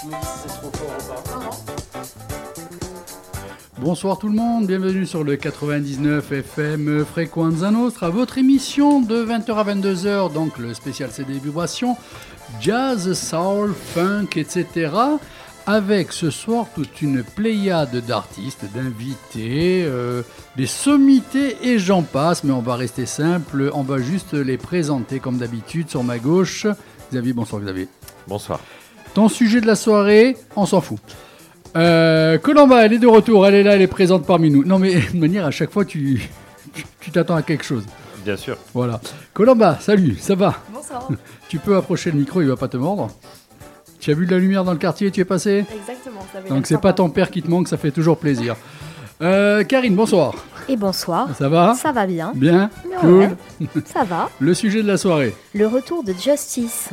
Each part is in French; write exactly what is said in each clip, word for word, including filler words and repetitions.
me dis si c'est trop fort ou pas. Non, non. Bonsoir tout le monde, bienvenue sur le quatre-vingt-dix-neuf F M Frequenza Nostra, votre émission de vingt heures à vingt-deux heures, donc le spécial C D Vibration, jazz, soul, funk, et cetera. Avec ce soir toute une pléiade d'artistes, d'invités, euh, des sommités et j'en passe, mais on va rester simple, on va juste les présenter comme d'habitude sur ma gauche. Xavier, bonsoir Xavier. Bonsoir. Ton sujet de la soirée, on s'en fout. Euh, Colomba, elle est de retour, elle est là, elle est présente parmi nous. Non mais de manière, à chaque fois, tu, tu, tu t'attends à quelque chose. Bien sûr. Voilà. Colomba, salut, ça va? Bonsoir. Tu peux approcher le micro, il va pas te mordre. Tu as vu de la lumière dans le quartier, tu es passé? Exactement. Ça avait Donc l'air c'est sympa. pas ton père qui te manque, ça fait toujours plaisir. Euh, Karine, bonsoir. Et bonsoir. Ça va? Ça va bien. Bien? Ouais, Cool. ça va. Le sujet de la soirée. Le retour de Justice.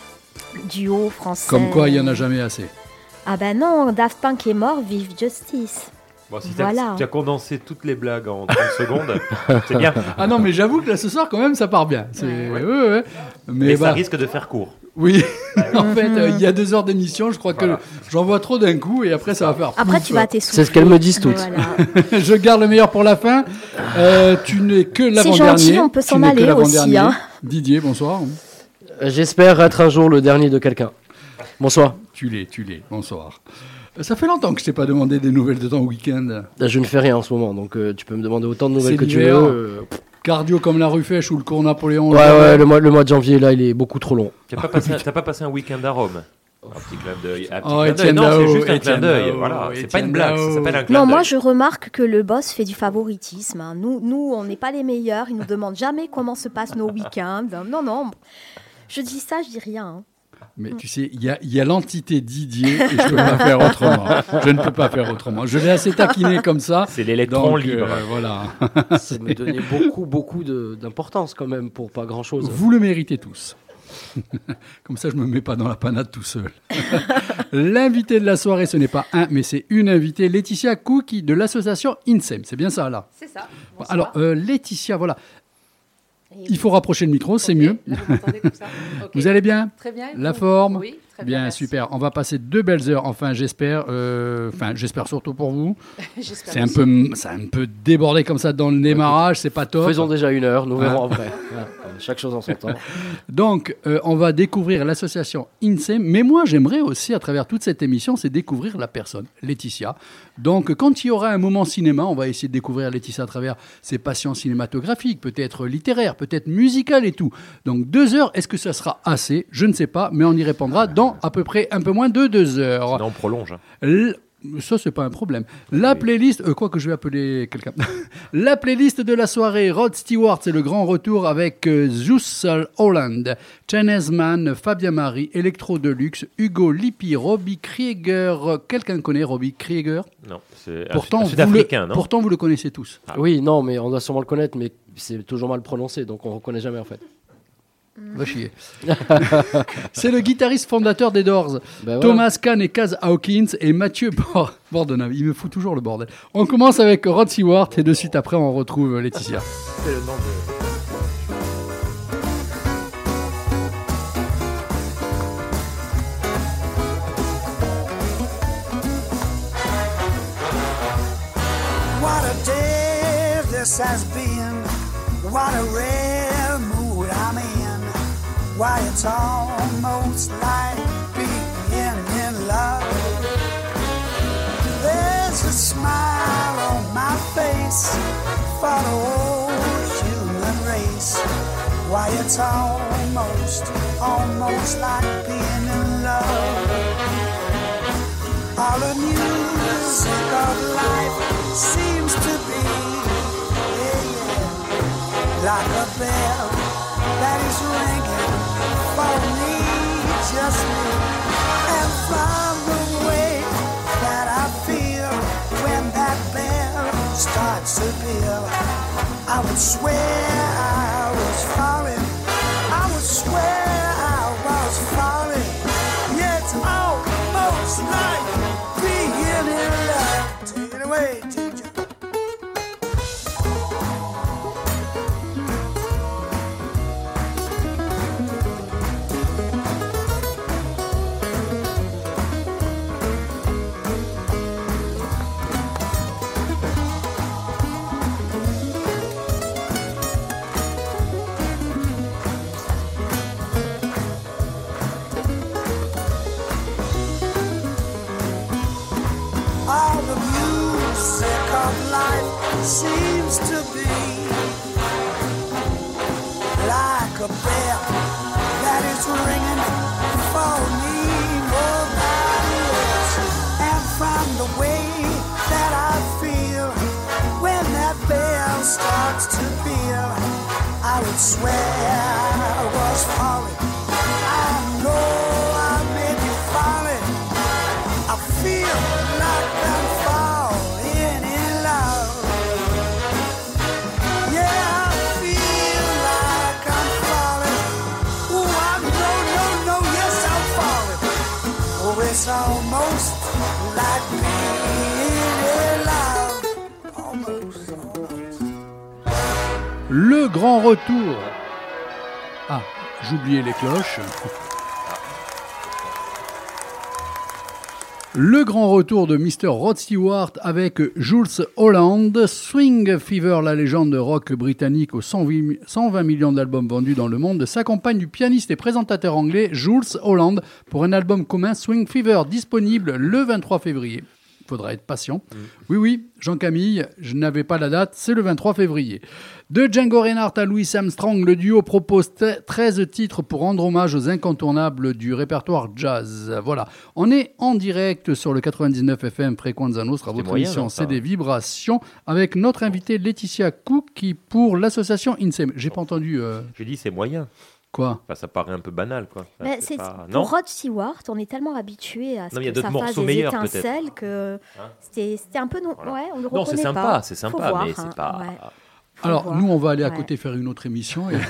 Duo français. Comme quoi, il y en a jamais assez. Ah bah non, Daft Punk est mort, vive Justice. Bon, si Voilà. tu as condensé toutes les blagues en trente secondes, c'est bien. Ah non, mais j'avoue que là, ce soir, quand même, ça part bien. C'est... Ouais. Ouais, ouais. Mais, Mais bah, ça risque de faire court. oui, en fait, euh, il y a deux heures d'émission, je crois que Voilà. j'en vois trop d'un coup et après, ça va faire... Après, pouf. tu vas t'essouffler. C'est ce qu'elles me disent toutes. Voilà. Je garde le meilleur pour la fin. Euh, tu n'es que l'avant-dernier. gentil, on peut Tu s'en n'es que aller aussi, l'avant-dernier. hein. Didier, bonsoir. Euh, J'espère être un jour le dernier de quelqu'un. Bonsoir. Tu l'es, tu l'es. Bonsoir. Euh, Ça fait longtemps que je t'ai pas demandé des nouvelles de ton week-end. Euh, Je ne fais rien en ce moment, donc euh, tu peux me demander autant de nouvelles C'est que tu veux. l'hiver. euh, Cardio comme la Ruffèche ou le cours Napoléon. Ouais, ouais, le mois, le mois de janvier, là, il est beaucoup trop long. Tu n'as pas, passé un- t'as pas passé un week-end à Rome? Un petit clin d'œil. Un petit Oh, clin d'œil. Étienne Non, Dao, c'est juste un Étienne clin d'œil. Dao, Voilà. C'est pas Étienne une blague, Dao. ça s'appelle un clin Non, d'œil. moi je remarque que le boss fait du favoritisme. hein. Nous, nous, on n'est pas les meilleurs. Il nous demande jamais comment se passent nos week-ends. Non, non. Je dis ça, je dis rien. hein. Mais tu sais, il y a, il y a l'entité Didier et je ne peux pas faire autrement. Je ne peux pas faire autrement. Je l'ai assez taquiné comme ça. C'est l'électron Donc, libre. euh, voilà. Ça me donnait beaucoup, beaucoup de- d'importance quand même pour pas grand-chose. Vous le méritez tous. Comme ça, je me mets pas dans la panade tout seul. L'invité de la soirée, ce n'est pas un, mais c'est une invitée, Laetitia Cookie de l'association INSEM. C'est bien ça, là. C'est ça. Alors, euh, Laetitia, voilà. Il faut rapprocher le micro, c'est mieux. Là, vous m'entendez comme ça. Ok. Vous allez bien? Très bien. et La vous forme? Oui, très bien. Bien, merci. super. On va passer deux belles heures. Enfin, j'espère. euh, Enfin, j'espère surtout pour vous. J'espère C'est un aussi. peu, c'est un peu débordé comme ça dans le démarrage. C'est pas top. Faisons déjà une heure, nous verrons Ah. après. Voilà. Chaque chose en son temps. Donc, euh, on va découvrir l'association INSEM. Mais moi, j'aimerais aussi, à travers toute cette émission, c'est découvrir la personne, Laetitia. Donc, quand il y aura un moment cinéma, on va essayer de découvrir Laetitia à travers ses passions cinématographiques, peut-être littéraires, peut-être musicales et tout. Donc, deux heures, est-ce que ça sera assez? Je ne sais pas, mais on y répondra dans à peu près un peu moins de deux heures. Sinon, on prolonge. hein. L- Ça, c'est pas un problème. La playlist, euh, quoi que je vais appeler quelqu'un. La playlist de la soirée, Rod Stewart, c'est le grand retour avec euh, Zeus Holland, Chenesman, Fabien Marie, Electro Deluxe, Hugo Lippi, Robbie Krieger. Quelqu'un connaît Robbie Krieger? Non, c'est Pourtant, un vous sud-africain, le, non? pourtant, vous le connaissez tous. Ah. Oui, non, mais on doit sûrement le connaître, mais c'est toujours mal prononcé, donc on ne reconnaît jamais en fait. Va chier. C'est le guitariste fondateur des Doors. Ben voilà. Thomas Kahn et Kaz Hawkins et Mathieu Bor- Bordenave. Il me fout toujours le bordel. On commence avec Rod Stewart et de suite après on retrouve Laetitia. C'est le nom de... What a day this has been. What a rare mood I'm in. Why, it's almost like being in love. There's a smile on my face for the whole human race. Why, it's almost, almost like being in love. All the music of life seems to be, yeah, yeah, like a bell that is ringing for me, just me. And from the way that I feel when that bell starts to peal, I would swear I was falling. I would swear I was falling. Yeah, it's almost like being in love. Take it away, teacher. seems to be like a bell that is ringing for me, nobody else. And from the way that I feel when that bell starts to peal, I would swear I was falling. I know I may be falling. I feel like I'm falling in love. Yeah, I feel like I'm falling. Oh, I know, no, no, yes, I'm falling. Oh, it's almost like being in love. Almost, almost. Le grand retour. Ah, j'oubliais les cloches. Le grand retour de mister Rod Stewart avec Jules Holland, Swing Fever, la légende rock britannique aux cent vingt millions d'albums vendus dans le monde, s'accompagne du pianiste et présentateur anglais Jules Holland pour un album commun Swing Fever disponible le vingt-trois février. Il faudra être patient. Mmh. Oui, oui, Jean-Camille, je n'avais pas la date, c'est le vingt-trois février. De Django Reinhardt à Louis Armstrong, le duo propose treize titres pour rendre hommage aux incontournables du répertoire jazz. Voilà, on est en direct sur le quatre-vingt-dix-neuf F M Frequenza Nostra, votre moyen, émission C'est des vibrations, avec notre invitée Laetitia Cook qui pour l'association INSEM. J'ai pas entendu... Euh... J'ai dit c'est moyen. Quoi ? Enfin, ça paraît un peu banal, quoi. Enfin, bah, c'est c'est, pas... pour Rod Stewart, on est tellement habitué à ce non, que ça fasse des meilleurs, étincelles que hein c'était, c'était un peu... Non, voilà. ouais, on le non, reconnaît c'est sympa, pas. c'est sympa, Faut mais voir, c'est pas... Ouais. Alors, voir. nous, on va aller à ouais. côté faire une autre émission. Et...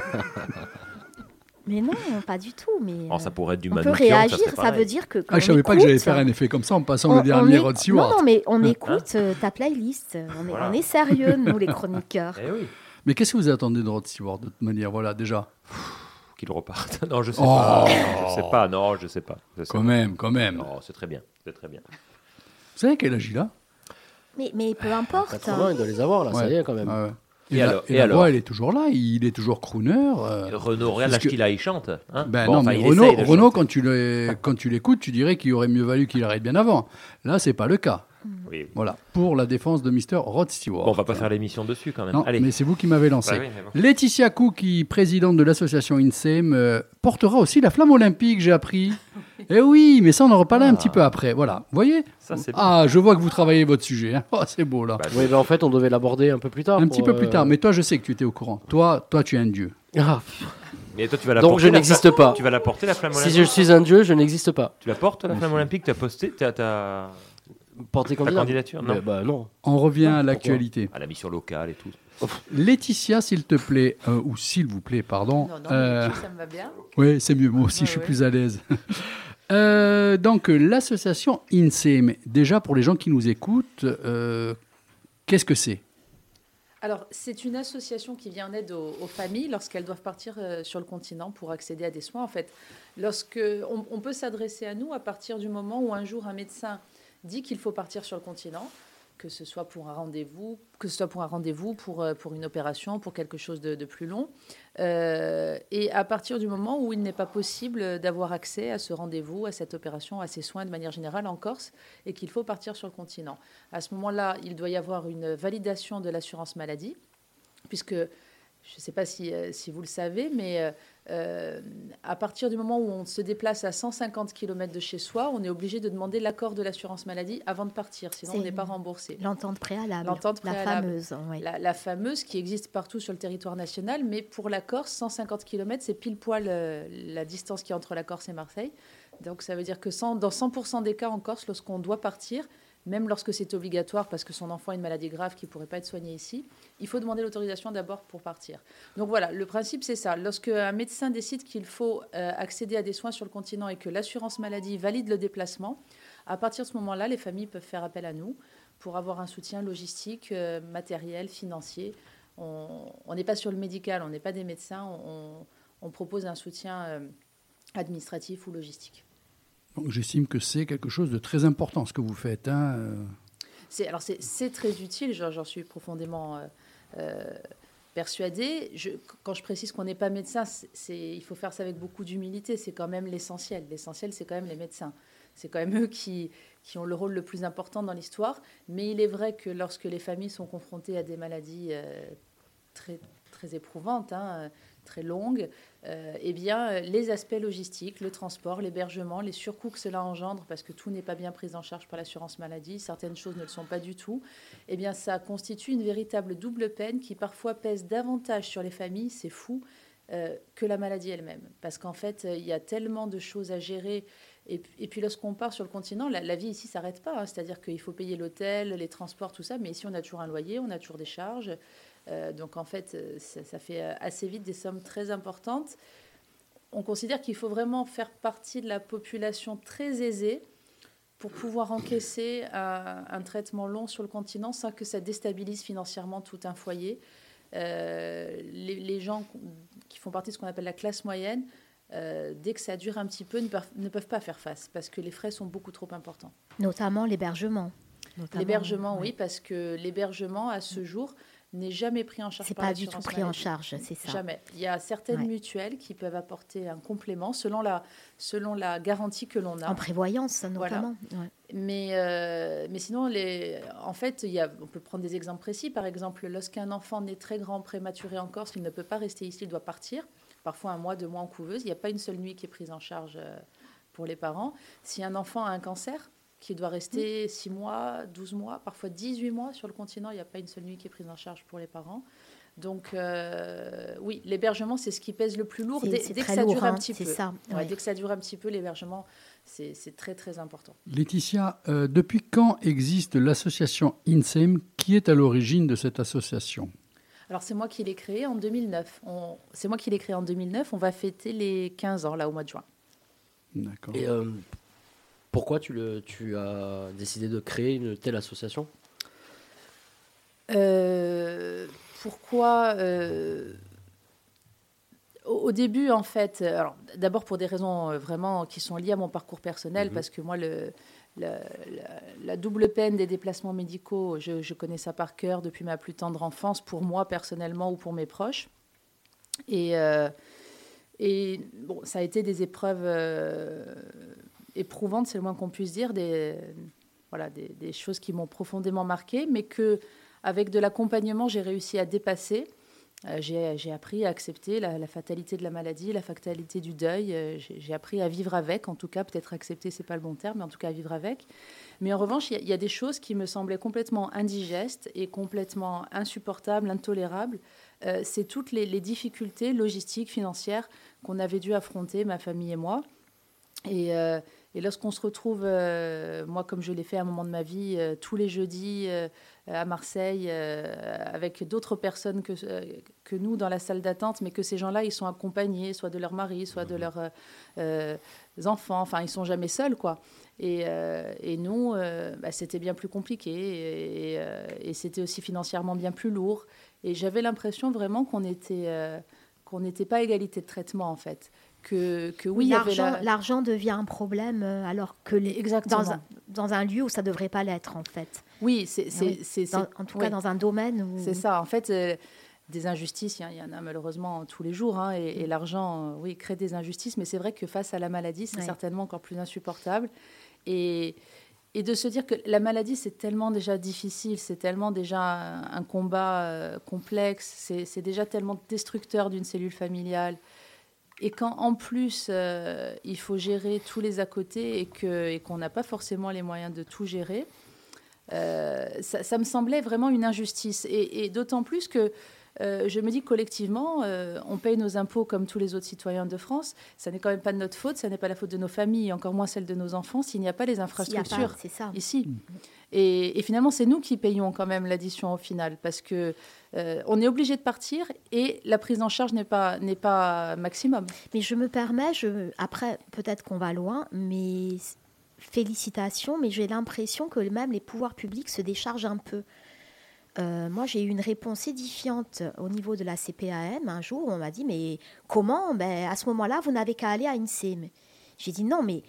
mais non, pas du tout. Mais oh, ça pourrait être du on Manoukian, peut réagir, ça, ça veut dire que quand ah, je savais écoute, pas que j'allais faire un effet comme ça en passant on, le dernier est... Rod Stewart. Non, non, mais on hein écoute euh, ta playlist. On est, voilà. on est sérieux, nous, les chroniqueurs. Eh oui. Mais qu'est-ce que vous attendez de Rod Stewart, de toute manière ? Voilà, déjà. Qu'il reparte. Non, je sais oh pas. Non, je sais pas. Non, je sais pas. Je sais quand pas. même, quand même. Non, c'est très bien. C'est très bien. Vous savez quel âge il a ? Mais, mais peu importe. quatre-vingts, il doit les avoir, là, ouais. ça y est, quand même. Ouais, ouais. Et, Et la, alors, et et la alors voix, elle est toujours là, il est toujours crooner. Euh, Renaud, regarde l'âge que... qu'il a, il chante. Hein ben bon, non, enfin, mais il Renaud, essaye de Renaud chanter. quand, tu l'es, quand tu l'écoutes, tu dirais qu'il aurait mieux valu qu'il arrête bien avant. Là, c'est pas le cas. Oui. Voilà, pour la défense de mister Rod Stewart. Bon, on va pas faire l'émission dessus quand même. Non, Allez. mais c'est vous qui m'avez lancé. Bah oui, mais bon. Laetitia Cook, qui présidente de l'association INSEM, euh, portera aussi la flamme olympique, j'ai appris. Eh oui, mais ça, on en reparlera Ah. un petit peu après. Voilà, vous voyez ? Ça, c'est Ah, je vois que vous travaillez votre sujet. Hein. Oh, c'est beau, là. Bah, Oui, ben en fait, on devait l'aborder un peu plus tard. un pour, petit peu plus euh, tard, mais toi, je sais que tu étais au courant. Toi, toi tu es un dieu. Ah, Mais toi, tu vas la donc porter, je la n'existe fla- pas. Tu vas la porter, la flamme Si olympique. je suis un dieu, je n'existe pas. Tu la portes, la flamme olympique. Tu as posté ta, ta... Porter ta candidat. candidature. Non. Mais bah non. On revient Non, à l'actualité. À la mission locale et tout. Laetitia, s'il te plaît, euh, ou s'il vous plaît, pardon. Non, non, Euh, mais ça me va bien. Oui, c'est mieux. Moi aussi, Ouais, je suis ouais. plus à l'aise. Euh, donc, euh, l'association INSEM, déjà pour les gens qui nous écoutent, euh, qu'est-ce que c'est ? Alors, c'est une association qui vient en aide aux, aux familles lorsqu'elles doivent partir euh, sur le continent pour accéder à des soins. En fait, lorsque on, on peut s'adresser à nous à partir du moment où un jour un médecin dit qu'il faut partir sur le continent, que ce soit pour un rendez-vous, que ce soit pour un rendez-vous, pour, euh, pour une opération, pour quelque chose de, de plus long. Euh, et à partir du moment où il n'est pas possible d'avoir accès à ce rendez-vous, à cette opération, à ces soins de manière générale en Corse, et qu'il faut partir sur le continent. À ce moment-là, il doit y avoir une validation de l'assurance maladie, puisque, je ne sais pas si, euh, si vous le savez, mais euh, euh, à partir du moment où on se déplace à cent cinquante kilomètres de chez soi, on est obligé de demander l'accord de l'assurance maladie avant de partir, sinon C'est on n'est pas remboursé. L'entente préalable. L'entente La préalable. fameuse. Oui. La, la fameuse qui existe partout sur le territoire national, mais pour la Corse, cent cinquante kilomètres, c'est pile poil euh, la distance qui est entre la Corse et Marseille. Donc ça veut dire que cent dans cent pour cent des cas en Corse, lorsqu'on doit partir, même lorsque c'est obligatoire parce que son enfant a une maladie grave qui ne pourrait pas être soignée ici, il faut demander l'autorisation d'abord pour partir. Donc voilà, le principe c'est ça. Lorsque un médecin décide qu'il faut euh, accéder à des soins sur le continent et que l'assurance maladie valide le déplacement, à partir de ce moment-là, les familles peuvent faire appel à nous pour avoir un soutien logistique, euh, matériel, financier. On n'est pas sur le médical, on n'est pas des médecins, on, on propose un soutien euh, administratif ou logistique. Donc, j'estime que c'est quelque chose de très important, ce que vous faites. Hein. C'est, alors, c'est, c'est très utile, j'en, j'en suis profondément euh, euh, persuadée. Je, quand je précise qu'on n'est pas médecin, c'est, c'est, il faut faire ça avec beaucoup d'humilité. C'est quand même l'essentiel. L'essentiel, c'est quand même les médecins. c'est quand même eux qui, qui ont le rôle le plus important dans l'histoire. Mais il est vrai que lorsque les familles sont confrontées à des maladies euh, très, très éprouvantes, hein, très longues, euh, eh bien, les aspects logistiques, le transport, l'hébergement, les surcoûts que cela engendre, parce que tout n'est pas bien pris en charge par l'assurance maladie, certaines choses ne le sont pas du tout, eh bien, ça constitue une véritable double peine qui parfois pèse davantage sur les familles, c'est fou, euh, que la maladie elle-même. Parce qu'en fait, il y a tellement de choses à gérer. Et, et puis lorsqu'on part sur le continent, la, la vie ici ne s'arrête pas. Hein, c'est-à-dire qu'il faut payer l'hôtel, les transports, tout ça, mais ici, on a toujours un loyer, on a toujours des charges. Euh, donc en fait, ça, ça fait assez vite des sommes très importantes. On considère qu'il faut vraiment faire partie de la population très aisée pour pouvoir encaisser un, un traitement long sur le continent sans que ça déstabilise financièrement tout un foyer. Euh, les, les gens qui font partie de ce qu'on appelle la classe moyenne, euh, dès que ça dure un petit peu, ne peuvent, ne peuvent pas faire face parce que les frais sont beaucoup trop importants. Notamment l'hébergement. Notamment, l'hébergement, oui. oui, parce que l'hébergement, à ce jour, n'est jamais pris en charge c'est par pas du l'assurance tout pris maladie. en charge, c'est ça. Jamais. Il y a certaines Ouais. mutuelles qui peuvent apporter un complément selon la, selon la garantie que l'on a. En prévoyance, notamment. Ouais. Mais, euh, mais sinon, les, en fait, il y a, on peut prendre des exemples précis. Par exemple, lorsqu'un enfant naît très grand, prématuré en Corse, il ne peut pas rester ici, il doit partir. Parfois un mois, deux mois en couveuse. Il n'y a pas une seule nuit qui est prise en charge euh, pour les parents. Si un enfant a un cancer, qui doit rester six mois, douze mois, parfois dix-huit mois sur le continent, il n'y a pas une seule nuit qui est prise en charge pour les parents. Donc, euh, oui, l'hébergement, c'est ce qui pèse le plus lourd. C'est, Dès, c'est dès que très ça lourd, dure hein, un petit c'est peu. ça. Ouais, Ouais. dès que ça dure un petit peu, l'hébergement, c'est, c'est très, très important. Laetitia, euh, depuis quand existe l'association INSEM? Qui est à l'origine de cette association? Alors, c'est moi qui l'ai créée en deux mille neuf. On, c'est moi qui l'ai créée en deux mille neuf. On va fêter les quinze ans, là, au mois de juin. D'accord. Et euh, pourquoi tu, le, tu as décidé de créer une telle association? Euh, pourquoi euh, au, au début, en fait, alors, d'abord pour des raisons euh, vraiment qui sont liées à mon parcours personnel, Mhm. parce que moi, le, la, la- la double peine des déplacements médicaux, je, je connais ça par cœur depuis ma plus tendre enfance, pour moi personnellement ou pour mes proches. Et, euh, et bon, ça a été des épreuves euh, éprouvantes, c'est le moins qu'on puisse dire, des, voilà, des, des choses qui m'ont profondément marquée, mais que avec de l'accompagnement, j'ai réussi à dépasser. Euh, j'ai, j'ai appris à accepter la, la fatalité de la maladie, la fatalité du deuil. Euh, j'ai, j'ai appris à vivre avec, en tout cas, peut-être accepter, c'est pas le bon terme, mais en tout cas à vivre avec. Mais en revanche, il y, y a des choses qui me semblaient complètement indigestes et complètement insupportables, intolérables. Euh, c'est toutes les, les difficultés logistiques, financières qu'on avait dû affronter, ma famille et moi. Et, euh, et lorsqu'on se retrouve, euh, moi comme je l'ai fait à un moment de ma vie, euh, tous les jeudis euh, à Marseille, euh, avec d'autres personnes que, euh, que nous dans la salle d'attente, mais que ces gens-là, ils sont accompagnés, soit de leur mari, soit de leurs euh, enfants, enfin ils sont jamais seuls, quoi. Et, euh, et nous, euh, bah, c'était bien plus compliqué et, et, euh, et c'était aussi financièrement bien plus lourd. Et j'avais l'impression vraiment qu'on était, euh, qu'on n'était pas à égalité de traitement, en fait. Que, que oui, il y avait l'argent, la... l'argent devient un problème euh, alors que les, Exactement. dans, un, dans un lieu où ça ne devrait pas l'être, en fait. Oui, c'est, c'est, Oui. c'est, Dans- c'est- en tout oui, cas, dans un domaine où... c'est ça. En fait, euh, des injustices, il y, a- il y en a malheureusement tous les jours. Hein, et, et l'argent, euh, oui, crée des injustices. Mais c'est vrai que face à la maladie, c'est Ouais. certainement encore plus insupportable. Et, et de se dire que la maladie, c'est tellement déjà difficile, c'est tellement déjà un, un combat euh, complexe, c'est, c'est déjà tellement destructeur d'une cellule familiale. Et quand, en plus, euh, il faut gérer tous les à côté et, que, et qu'on n'a pas forcément les moyens de tout gérer, euh, ça, ça me semblait vraiment une injustice. Et, et d'autant plus que euh, je me dis collectivement, euh, on paye nos impôts comme tous les autres citoyens de France. Ça n'est quand même pas de notre faute, ça n'est pas la faute de nos familles, et encore moins celle de nos enfants, s'il n'y a pas les S'il y a infrastructures pas- c'est ça. ici. Et, et finalement, c'est nous qui payons quand même l'addition au final, parce que euh, on est obligé de partir et la prise en charge n'est pas, n'est pas maximum. Mais je me permets, je, après, peut-être qu'on va loin, mais félicitations, mais j'ai l'impression que même les pouvoirs publics se déchargent un peu. Euh, moi, j'ai eu une réponse édifiante au niveau de la C P A M un jour où on m'a dit, mais comment? Ben, à ce moment-là, vous n'avez qu'à aller à INSEM. J'ai dit non, mais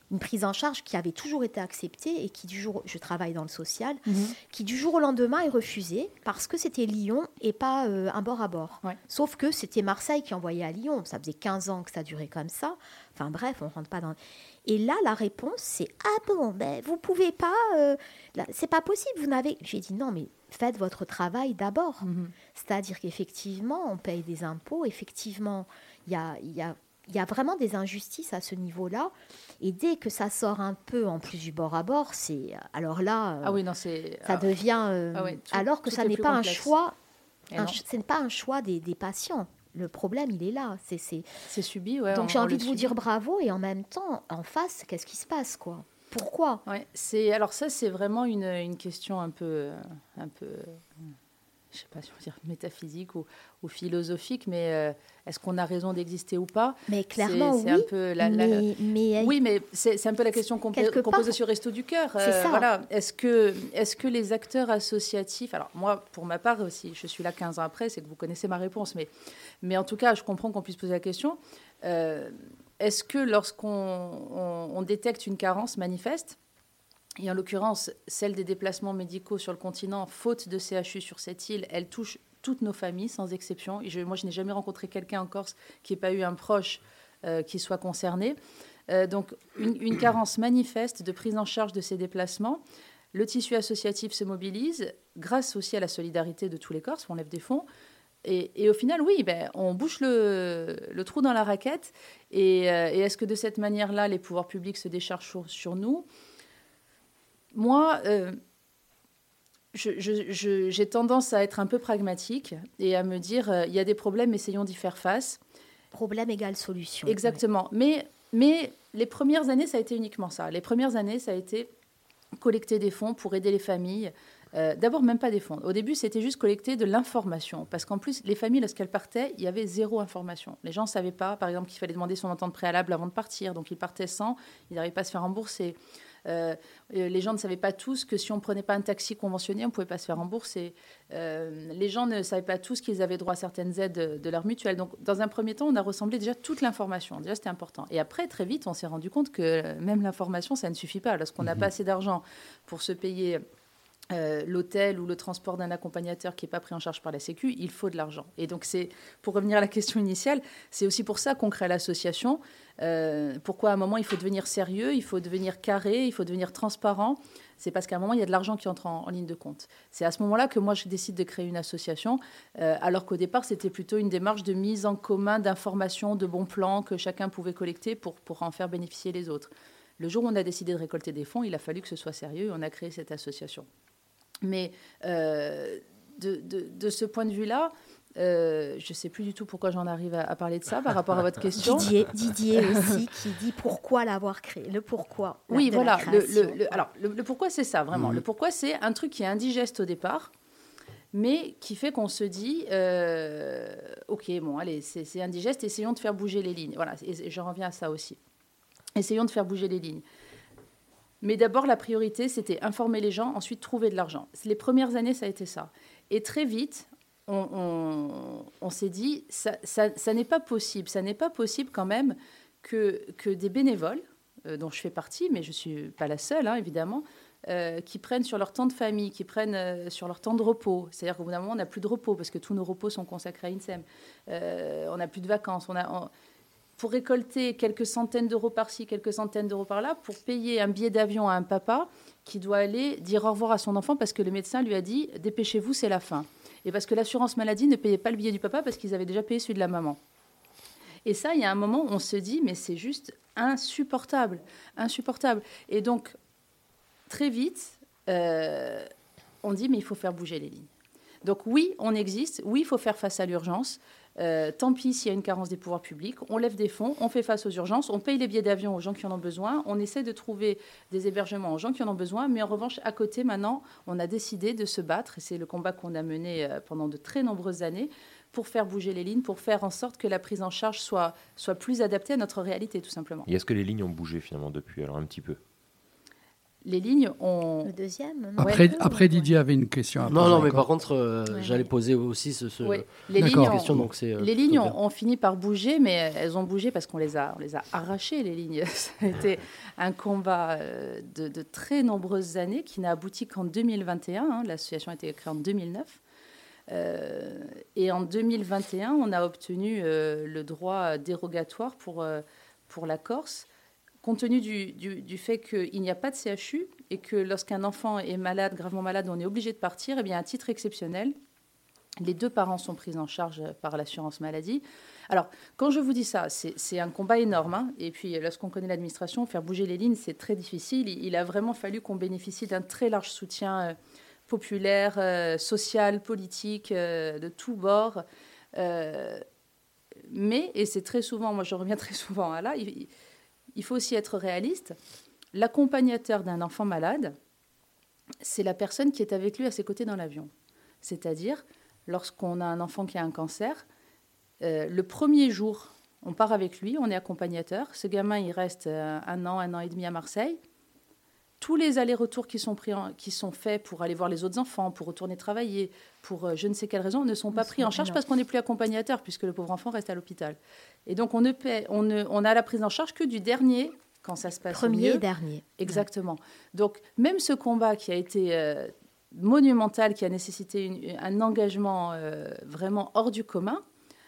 une prise en charge qui avait toujours été acceptée et qui du jour, je travaille dans le social, Mhm. qui du jour au lendemain est refusée parce que c'était Lyon et pas euh, un bord à bord. Ouais. Sauf que c'était Marseille qui envoyait à Lyon. Ça faisait quinze ans que ça durait comme ça. Enfin bref, on rentre pas dans... Et là, la réponse, c'est « Ah bon, ben, vous pouvez pas... Euh, là, c'est pas possible, vous n'avez... » J'ai dit « Non, mais faites votre travail d'abord. Mhm. » C'est-à-dire qu'effectivement, on paye des impôts. Effectivement, il y a... il y a Il y a vraiment des injustices à ce niveau-là. Et dès que ça sort un peu en plus du bord à bord, c'est alors là, euh, Ah oui, non, c'est... ça ah, devient. euh, ah ouais, tout- alors que tout ça est n'est plus pas complexe. un choix. Et un non, ch- ce n'est pas un choix des, des patients. Le problème, il est là. C'est, c'est... c'est subi, ouais. Donc on- j'ai on envie le de vous subit. dire bravo et en même temps, en face, qu'est-ce qui se passe, quoi? Pourquoi? Ouais, c'est alors ça c'est vraiment une, une question un peu euh, un peu euh, je sais pas si on peut dire métaphysique ou, ou philosophique, mais euh, est-ce qu'on a raison d'exister ou pas? Mais clairement, c'est, c'est oui. un peu la, la- mais, mais oui, mais c'est, c'est un peu la question qu'on, Quelque qu'on part, pose sur Resto du Cœur. c'est ça. Voilà. Est-ce que, est-ce que les acteurs associatifs... Alors moi, pour ma part aussi, je suis là quinze ans après, c'est que vous connaissez ma réponse. Mais, mais en tout cas, je comprends qu'on puisse poser la question. Euh, est-ce que lorsqu'on on, on détecte une carence manifeste, et en l'occurrence, celle des déplacements médicaux sur le continent, faute de C H U sur cette île, elle touche toutes nos familles, sans exception. Et je, moi, je n'ai jamais rencontré quelqu'un en Corse qui n'ait pas eu un proche euh, qui soit concerné. Euh, donc, une, une carence manifeste de prise en charge de ces déplacements. Le tissu associatif se mobilise, grâce aussi à la solidarité de tous les Corses, on lève des fonds. Et, et au final, oui, ben, on bouche le, le trou dans la raquette. Et, euh, et est-ce que de cette manière-là, les pouvoirs publics se déchargent sur, sur nous ? Moi, euh, je, je, je, j'ai tendance à être un peu pragmatique et à me dire, euh, il y a des problèmes, essayons d'y faire face. problème égale solution. Exactement. Ouais. Mais, mais les premières années, ça a été uniquement ça. Les premières années, ça a été collecter des fonds pour aider les familles. Euh, d'abord, même pas des fonds. Au début, c'était juste collecter de l'information. Parce qu'en plus, les familles, lorsqu'elles partaient, il y avait zéro information. Les gens ne savaient pas, par exemple, qu'il fallait demander son entente préalable avant de partir. Donc, ils partaient sans, ils n'arrivaient pas à se faire rembourser. Euh, les gens ne savaient pas tous que si on ne prenait pas un taxi conventionné, on ne pouvait pas se faire rembourser. Euh, les gens ne savaient pas tous qu'ils avaient droit à certaines aides de, de leur mutuelle. Donc, dans un premier temps, on a rassemblé déjà toute l'information. Déjà, c'était important. Et après, très vite, on s'est rendu compte que même l'information, ça ne suffit pas. Lorsqu'on n'a mmh. pas assez d'argent pour se payer euh, l'hôtel ou le transport d'un accompagnateur qui n'est pas pris en charge par la Sécu, il faut de l'argent. Et donc, c'est, pour revenir à la question initiale, c'est aussi pour ça qu'on crée l'association. Euh, pourquoi à un moment il faut devenir sérieux, il faut devenir carré, il faut devenir transparent? C'est parce qu'à un moment il y a de l'argent qui entre en, en ligne de compte. C'est à ce moment-là que moi je décide de créer une association, euh, alors qu'au départ c'était plutôt une démarche de mise en commun d'informations, de bons plans que chacun pouvait collecter pour, pour en faire bénéficier les autres. Le jour où on a décidé de récolter des fonds, il a fallu que ce soit sérieux et on a créé cette association. Mais euh, de, de, de ce point de vue-là, Euh, je ne sais plus du tout pourquoi j'en arrive à, à parler de ça par rapport à votre question. Didier, Didier aussi, qui dit pourquoi l'avoir créé, le pourquoi. Oui, de voilà. La le, le, le, alors, le, le pourquoi, c'est ça, vraiment. Mmh. Le pourquoi, c'est un truc qui est indigeste au départ, mais qui fait qu'on se dit, euh, OK, bon, allez, c'est, c'est indigeste, essayons de faire bouger les lignes. Voilà, et, et je reviens à ça aussi. Essayons de faire bouger les lignes. Mais d'abord, la priorité, c'était informer les gens, ensuite trouver de l'argent. Les premières années, ça a été ça. Et très vite, On, on, on s'est dit, ça, ça, ça n'est pas possible, ça n'est pas possible quand même que, que des bénévoles, euh, dont je fais partie, mais je ne suis pas la seule, hein, évidemment, euh, qui prennent sur leur temps de famille, qui prennent euh, sur leur temps de repos. C'est-à-dire qu'au bout d'un moment, on n'a plus de repos, parce que tous nos repos sont consacrés à INSEM. Euh, on n'a plus de vacances. On a, on, pour récolter quelques centaines d'euros par-ci, quelques centaines d'euros par-là, pour payer un billet d'avion à un papa qui doit aller dire au revoir à son enfant parce que le médecin lui a dit « dépêchez-vous, c'est la fin ». Et parce que l'assurance maladie ne payait pas le billet du papa parce qu'ils avaient déjà payé celui de la maman. Et ça, il y a un moment où on se dit, mais c'est juste insupportable, insupportable. Et donc, très vite, euh, on dit, mais il faut faire bouger les lignes. Donc oui, on existe, oui, il faut faire face à l'urgence. Euh, tant pis s'il y a une carence des pouvoirs publics, on lève des fonds, on fait face aux urgences, on paye les billets d'avion aux gens qui en ont besoin, on essaie de trouver des hébergements aux gens qui en ont besoin, mais en revanche, à côté, maintenant, on a décidé de se battre, et c'est le combat qu'on a mené pendant de très nombreuses années, pour faire bouger les lignes, pour faire en sorte que la prise en charge soit, soit plus adaptée à notre réalité, tout simplement. Et est-ce que les lignes ont bougé finalement depuis, alors un petit peu ? les lignes ont... Le deuxième, non Après, Ouais. après Didier avait une question. à Non, poser non, mais encore. par contre, euh, Ouais, j'allais ouais. poser aussi ce, ce, Oui, les D'accord. lignes, question, ont, donc c'est. euh, les plutôt lignes bien. ont, ont fini par bouger, mais elles ont bougé parce qu'on les a, on les a arrachées, les lignes. Ça a été un combat euh, de, de très nombreuses années qui n'a abouti qu'en deux mille vingt et un. Hein, l'association a été créée en deux mille neuf. Euh, et en deux mille vingt et un, on a obtenu euh, le droit dérogatoire pour, euh, pour la Corse, compte tenu du, du, du fait qu'il n'y a pas de C H U et que lorsqu'un enfant est malade, gravement malade, on est obligé de partir, eh bien, à titre exceptionnel, les deux parents sont pris en charge par l'assurance maladie. Alors, quand je vous dis ça, c'est, c'est un combat énorme. Hein, et puis, lorsqu'on connaît l'administration, faire bouger les lignes, c'est très difficile. Il, il a vraiment fallu qu'on bénéficie d'un très large soutien euh, populaire, euh, social, politique, euh, de tous bords. Euh, mais, et c'est très souvent, moi je reviens très souvent à là, il, il faut aussi être réaliste. L'accompagnateur d'un enfant malade, c'est la personne qui est avec lui à ses côtés dans l'avion. C'est-à-dire, lorsqu'on a un enfant qui a un cancer, euh, le premier jour, on part avec lui, on est accompagnateur. Ce gamin, il reste euh, un an, un an et demi à Marseille. Tous les allers-retours qui sont, pris en, qui sont faits pour aller voir les autres enfants, pour retourner travailler, pour euh, je ne sais quelle raison, ne sont pas pris en charge parce qu'on n'est plus accompagnateur, puisque le pauvre enfant reste à l'hôpital. Et donc, on ne paie, on ne, on a la prise en charge que du dernier, quand ça se passe au Premier mieux. et dernier. Exactement. Donc, même ce combat qui a été euh, monumental, qui a nécessité une, un engagement euh, vraiment hors du commun,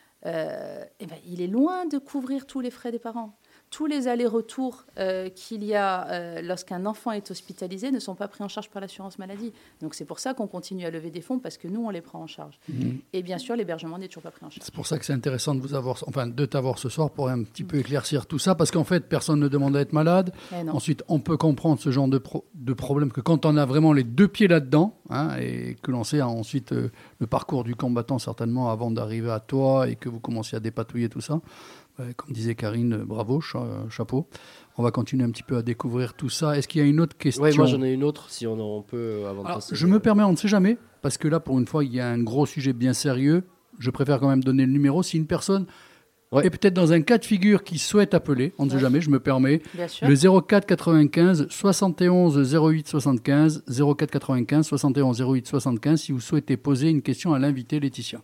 euh, eh ben, il est loin de couvrir tous les frais des parents. Tous les allers-retours euh, qu'il y a euh, lorsqu'un enfant est hospitalisé ne sont pas pris en charge par l'assurance maladie. Donc c'est pour ça qu'on continue à lever des fonds, parce que nous, on les prend en charge. Mmh. Et bien sûr, l'hébergement n'est toujours pas pris en charge. C'est pour ça que c'est intéressant de vous avoir, enfin, de t'avoir ce soir pour un petit peu éclaircir tout ça, parce qu'en fait, personne ne demande à être malade. Ensuite, on peut comprendre ce genre de, pro- de problème que quand on a vraiment les deux pieds là-dedans, hein, et que l'on sait hein, ensuite euh, le parcours du combattant certainement avant d'arriver à toi et que vous commenciez à dépatouiller tout ça. Comme disait Karine, bravo, cha- chapeau. On va continuer un petit peu à découvrir tout ça. Est-ce qu'il y a une autre question ? Oui, moi j'en ai une autre, si on, on peut, avant de Alors, passer. je me permets, on ne sait jamais, parce que là, pour une fois, il y a un gros sujet bien sérieux. Je préfère quand même donner le numéro. Si une personne ouais. est peut-être dans un cas de figure qui souhaite appeler, on ne ouais. sait jamais, je me permets, le zéro quatre quatre-vingt-quinze soixante et onze zéro huit soixante-quinze, zéro quatre quatre-vingt-quinze soixante et onze zéro huit soixante-quinze, si vous souhaitez poser une question à l'invité Laetitia.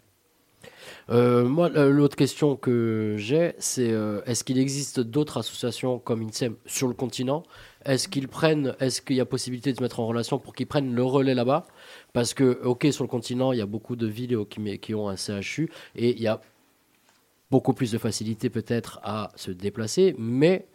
Euh, moi, l'autre question que j'ai, c'est euh, est-ce qu'il existe d'autres associations comme INSEM sur le continent ? Est-ce qu'ils prennent, est-ce qu'il y a possibilité de se mettre en relation pour qu'ils prennent le relais là-bas ? Parce que, ok, sur le continent, il y a beaucoup de villes qui, qui ont un C H U et il y a beaucoup plus de facilité peut-être à se déplacer, mais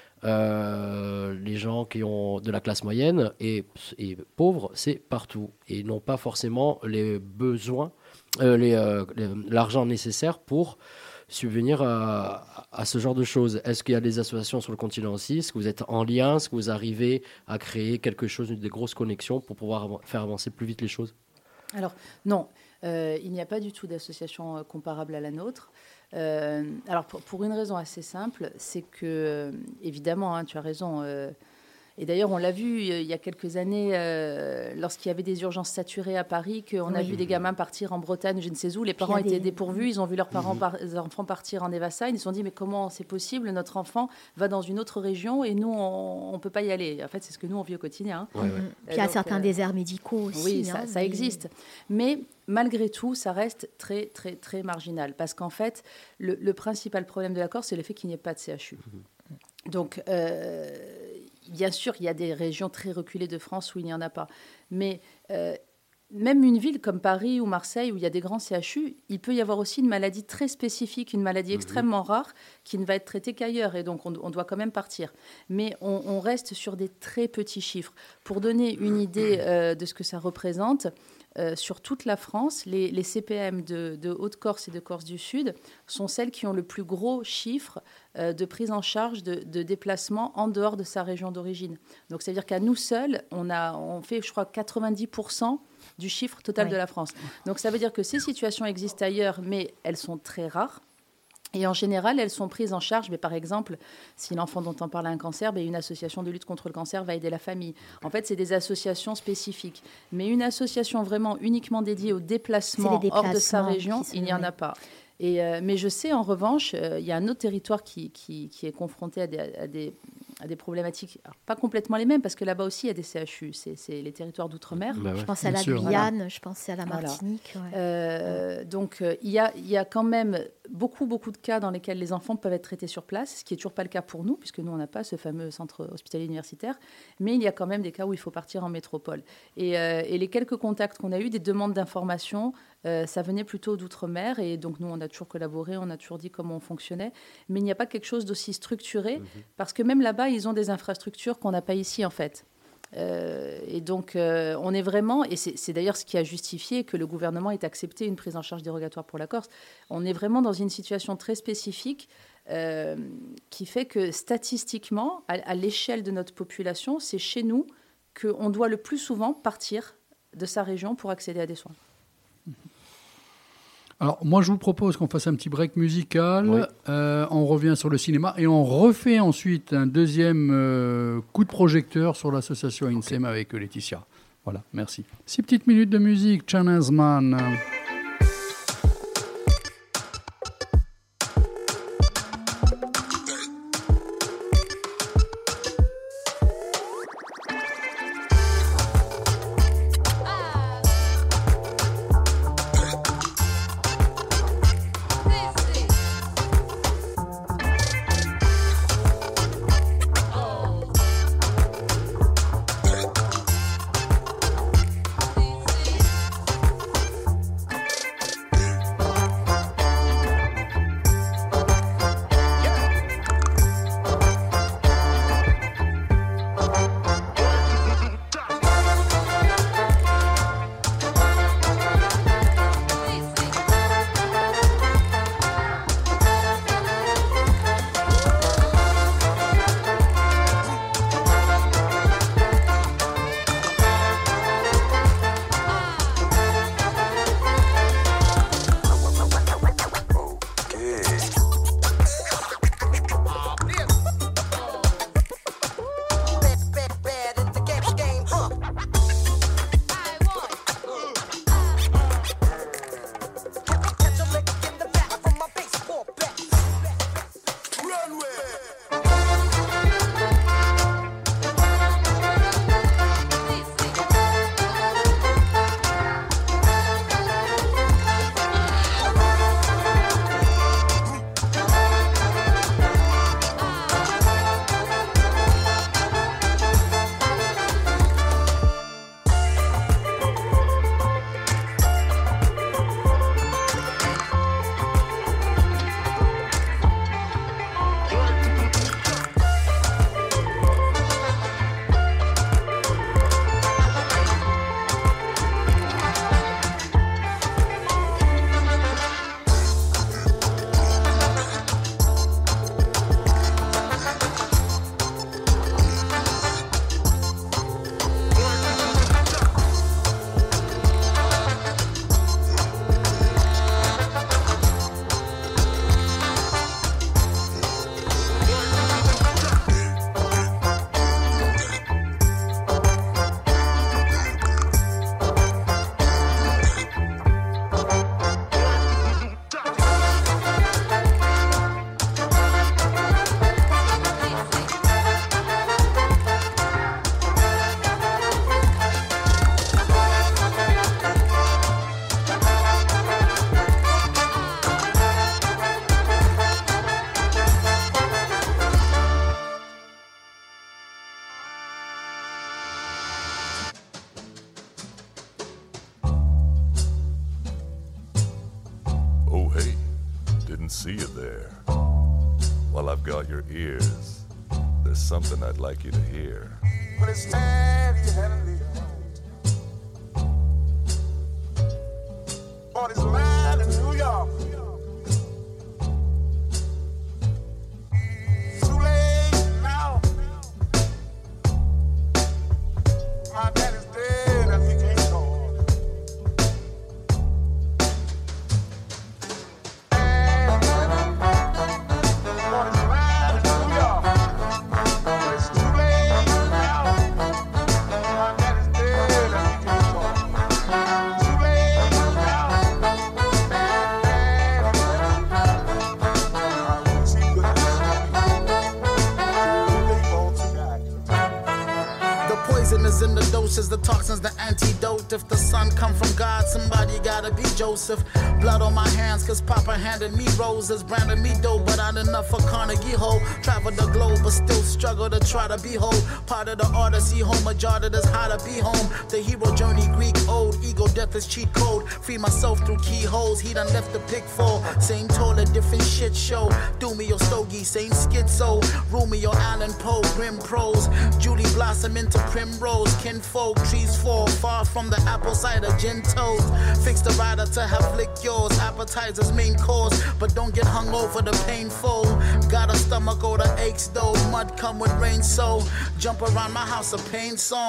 euh, les gens qui ont de la classe moyenne et, et pauvres, c'est partout et n'ont pas forcément les besoins. Euh, les, euh, les, l'argent nécessaire pour subvenir à, à ce genre de choses. Est-ce qu'il y a des associations sur le continent aussi ? Est-ce que vous êtes en lien ? Est-ce que vous arrivez à créer quelque chose, des grosses connexions pour pouvoir av- faire avancer plus vite les choses ? Alors, non. Euh, il n'y a pas du tout d'association euh, comparable à la nôtre. Euh, alors, pour, pour une raison assez simple, c'est que, euh, évidemment, hein, tu as raison... Euh, Et d'ailleurs, on l'a vu euh, il y a quelques années, euh, lorsqu'il y avait des urgences saturées à Paris, qu'on oui. a vu des gamins partir en Bretagne, je ne sais où. Les parents étaient des... dépourvus, ils ont vu leurs parents mmh. par... enfants partir en Evasa. Ils se sont dit, mais comment c'est possible ? Notre enfant va dans une autre région et nous, on ne peut pas y aller. En fait, c'est ce que nous, on vit au quotidien. Hein. Ouais, ouais. Puis il y a certains euh... déserts médicaux aussi. Oui, hein, ça, ça mais... existe. Mais malgré tout, ça reste très, très, très marginal. Parce qu'en fait, le, le principal problème de la Corse, c'est le fait qu'il n'y ait pas de C H U. Mmh. Donc... Euh... Bien sûr, il y a des régions très reculées de France où il n'y en a pas. Mais euh, même une ville comme Paris ou Marseille, où il y a des grands C H U, il peut y avoir aussi une maladie très spécifique, une maladie mmh. extrêmement rare, qui ne va être traitée qu'ailleurs. Et donc, on, on doit quand même partir. Mais on, on reste sur des très petits chiffres. Pour donner une idée euh, de ce que ça représente, Euh, sur toute la France, les, les C P M de, de Haute-Corse et de Corse du Sud sont celles qui ont le plus gros chiffre euh, de prise en charge de, de déplacement en dehors de sa région d'origine. Donc, c'est-à-dire qu'à nous seuls, on, a, on fait, je crois, quatre-vingt-dix pour cent du chiffre total oui. de la France. Donc, ça veut dire que ces situations existent ailleurs, mais elles sont très rares. Et en général, elles sont prises en charge. Mais par exemple, si l'enfant dont on parle a un cancer, ben une association de lutte contre le cancer va aider la famille. En fait, c'est des associations spécifiques. Mais une association vraiment uniquement dédiée au déplacement hors de sa région, il n'y en a pas. Et, euh, mais je sais, en revanche, euh, il y a un autre territoire qui, qui, qui est confronté à des, à des, à des problématiques, alors, pas complètement les mêmes, parce que là-bas aussi, il y a des C H U, c'est, c'est les territoires d'outre-mer. Bah ouais. Je pense à Bien la sûr. Guyane, Voilà. je pense à la Voilà. Martinique. Ouais. Euh, donc, euh, il y a, il y a quand même beaucoup, beaucoup de cas dans lesquels les enfants peuvent être traités sur place, ce qui n'est toujours pas le cas pour nous, puisque nous, on n'a pas ce fameux centre hospitalier universitaire. Mais il y a quand même des cas où il faut partir en métropole. Et, euh, et les quelques contacts qu'on a eus, des demandes d'informations, euh, ça venait plutôt d'outre-mer. Et donc, nous, on a toujours collaboré, on a toujours dit comment on fonctionnait. Mais il n'y a pas quelque chose d'aussi structuré, mmh. parce que même là-bas, ils ont des infrastructures qu'on n'a pas ici, en fait. Euh, et donc, euh, on est vraiment, et c'est, c'est d'ailleurs ce qui a justifié que le gouvernement ait accepté une prise en charge dérogatoire pour la Corse, on est vraiment dans une situation très spécifique euh, qui fait que statistiquement, à, à l'échelle de notre population, c'est chez nous qu'on doit le plus souvent partir de sa région pour accéder à des soins. Alors, moi, je vous propose qu'on fasse un petit break musical. Oui. Euh, on revient sur le cinéma et on refait ensuite un deuxième euh, coup de projecteur sur l'association INSEM okay. avec Laetitia. Voilà, merci. Six petites minutes de musique, Chanazman. See you there. While I've got your ears, there's something I'd like you to hear. But it's sad you had to leave. On this line in New York. Too late now. My daddy's dead and he can't go. It's too late now. the antidote. If the son come from God, somebody gotta be Joseph. Blood on my hands, cause Papa handed me roses, branded me dope, but not enough for Carnegie Hall. Travel the globe, but still struggle to try to be whole. Part of the odyssey, home majority is how to be home. The hero journey, Greek old, ego death is cheat code. Free myself through keyholes, he done left the pig for. Same toilet, different shit show. Do me your stogie, same schizo. Rumi or Allen Poe, grim prose. Julie blossom into primrose. Kinfolk, trees fall far from the apple cider gin toast. Fix the rider to have lick yours. Appetizers main course, but don't get hung over the painful. Got a stomach or the aches though. Mud come with rain, so jump around my house a pain song.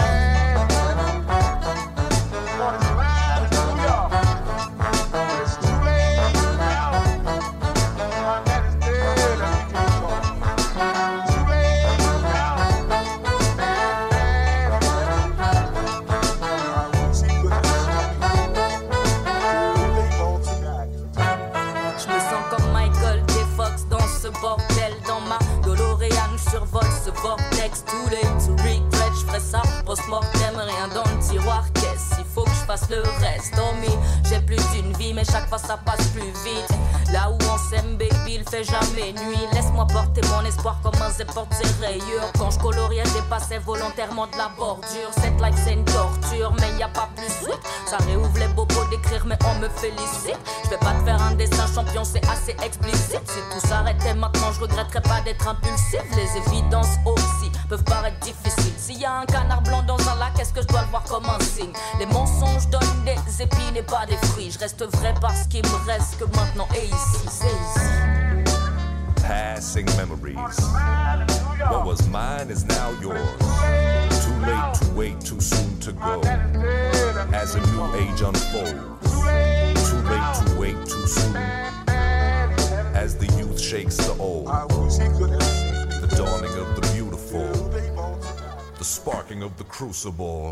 Bordel dans ma DeLorean survole ce vortex. Too late to regret, j'ferais ça post-mortem, rien dans le tiroir. Qu'est-ce, il faut que je fasse le reste. Oh me, j'ai plus d'une vie mais chaque fois ça passe plus vite. Là où on s'aime baby, il fait jamais nuit. Laisse-moi porter mon espoir comme un porte ses rayures. Quand je coloriais, j'ai passé volontairement de la bordure. Cette life c'est une torture mais y a pas plus sweet. Ça réouvre les bobos d'écrire mais on me félicite. Je vais pas te faire un dessin champion, c'est assez explicite. Si tout s'arrêtait maintenant, je regretterais pas d'être impulsif. Les évidences aussi peuvent paraître difficiles. S'il y a un canard blanc dans un lac, est-ce que je dois le voir comme un signe? Les mensonges donnent des épines et pas des fruits. Je reste vrai parce qu'il me reste que maintenant et ici, c'est ici. Passing memories. What was mine is now yours. Too late to wait, too soon to go. As a new age unfolds. Too late to wait, too soon. As the youth shakes the old. The dawning of the beautiful. The sparking of the crucible.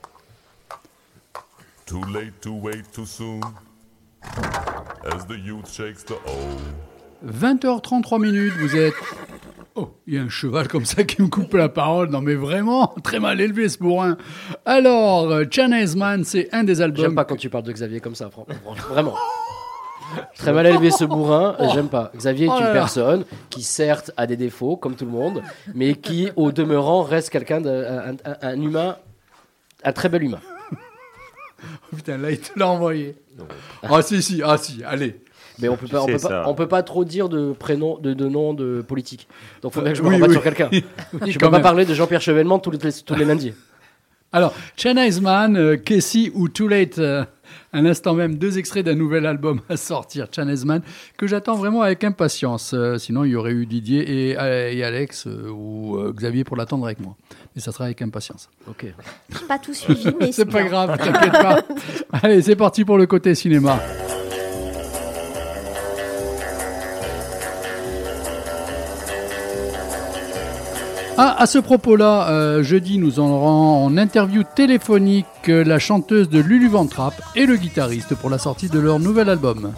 Too late to wait, too soon. As the youth shakes the old. vingt heures trente-trois minutes, vous êtes... Oh, il y a un cheval comme ça qui me coupe la parole. Non mais vraiment, très mal élevé ce bourrin. Alors, Chinese Man, c'est un des albums... J'aime pas quand tu parles de Xavier comme ça, vraiment. Très mal élevé ce bourrin, oh. J'aime pas. Xavier est oh une personne qui certes a des défauts, comme tout le monde, mais qui au demeurant reste quelqu'un d'un un, un, un humain, un très bel humain. Oh, putain, là il te l'a envoyé. Ah si, si, ah si, allez. Mais on peut pas, on peut pas, on peut pas trop dire de prénoms, de, de noms de politiques. Donc faut bien que je me oui, remette oui. sur quelqu'un. Oui, je peux pas parler de Jean-Pierre Chevènement tous les, tous les lundis. Alors, Chinese Man, euh, Casey ou Too Late, euh, à l'instant même, deux extraits d'un nouvel album à sortir, Chinese Man, que j'attends vraiment avec impatience. Euh, sinon, il y aurait eu Didier et, euh, et Alex euh, ou euh, Xavier pour l'attendre avec moi. Mais ça sera avec impatience. Ok. Je n'ai pas tout suivi, mais c'est pas grave, t'inquiète pas. Allez, c'est parti pour le côté cinéma. Ah, à ce propos-là, euh, jeudi, nous aurons en interview téléphonique euh, la chanteuse de Lulu Ventrap et le guitariste pour la sortie de leur nouvel album.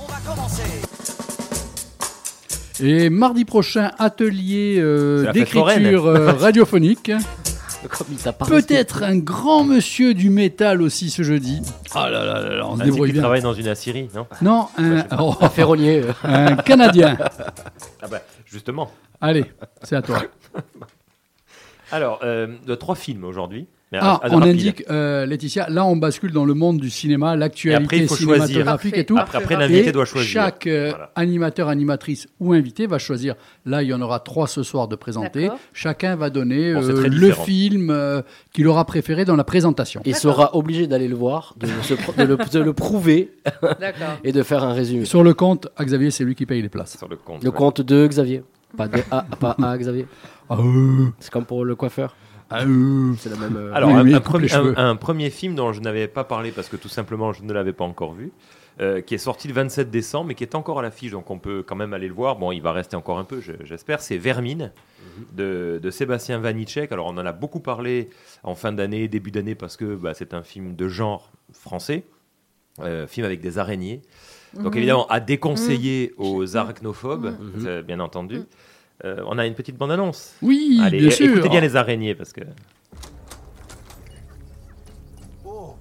Et mardi prochain, atelier euh, d'écriture euh, radiophonique. Peut-être un grand monsieur du métal aussi ce jeudi. Ah là là là, là on se un débrouille type bien. qui travaille dans une aciérie, non? Non, un, ouais, oh, un ferronnier. Un Canadien. Ah bah, justement. Allez, c'est à toi. Alors, euh, de trois films aujourd'hui. Ah, on rapide. indique, euh, Laetitia, là on bascule dans le monde du cinéma, l'actualité cinématographique et tout. Après, après l'invité doit choisir. Chaque euh, voilà. animateur, animatrice ou invité va choisir. Là, il y en aura trois ce soir de présentés. D'accord. Chacun va donner bon, euh, le film euh, qu'il aura préféré dans la présentation. Et sera obligé d'aller le voir, de, se, de, le, de le prouver et de faire un résumé. Sur le compte, à Xavier, c'est lui qui paye les places. Sur le compte, le ouais. compte de Xavier. Pas de A, pas A, Xavier. Ah, euh... C'est comme pour le coiffeur. Ah, euh... C'est la même. Euh... Alors, oui, un, oui, un, premier, un, un premier film dont je n'avais pas parlé parce que tout simplement je ne l'avais pas encore vu, euh, qui est sorti le vingt-sept décembre, mais qui est encore à l'affiche, donc on peut quand même aller le voir. Bon, il va rester encore un peu, je, j'espère. C'est Vermine mm-hmm. de, de Sébastien Vanitschek. Alors, on en a beaucoup parlé en fin d'année, début d'année, parce que bah, c'est un film de genre français, euh, film avec des araignées. Donc, mmh. évidemment, à déconseiller mmh. aux arachnophobes, mmh. bien entendu. Mmh. Euh, on a une petite bande-annonce. Oui, Allez, bien sûr. Écoutez bien les araignées, parce que... Oh,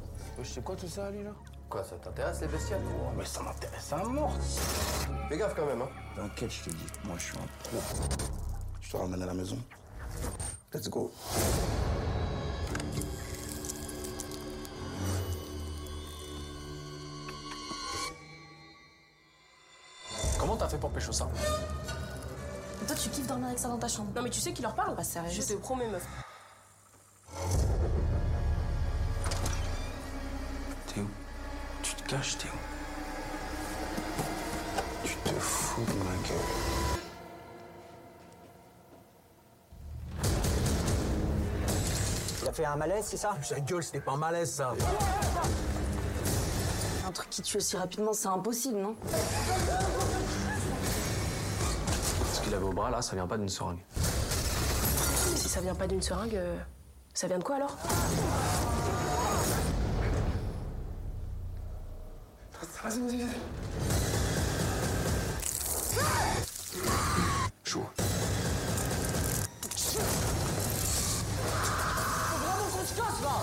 wesh, c'est quoi tout ça, Ali, là? Quoi, ça t'intéresse, les bestioles? Oh, mais ça m'intéresse à mort. Fais gaffe quand même, hein. T'inquiète, je te dis, moi, je suis un pro. Je te ramène à la maison. Let's go. Comment t'as fait pour pécho ça? Toi, tu kiffes dormir avec ça dans ta chambre. Non, mais tu sais qui leur parle? Bah, sérieux. Je te promets, meuf. Théo, tu te caches, Théo. Tu te fous de ma gueule. T'as fait un malaise, c'est ça? Ta gueule, c'était pas un malaise, ça. Un truc qui tue aussi rapidement, c'est impossible, non? Ce qu'il avait au bras, là, ça vient pas d'une seringue. Mais si ça vient pas d'une seringue, euh, ça vient de quoi, alors? Vas-y, vas-y, vas-y. Chaud. Faut vraiment qu'on se casse, là!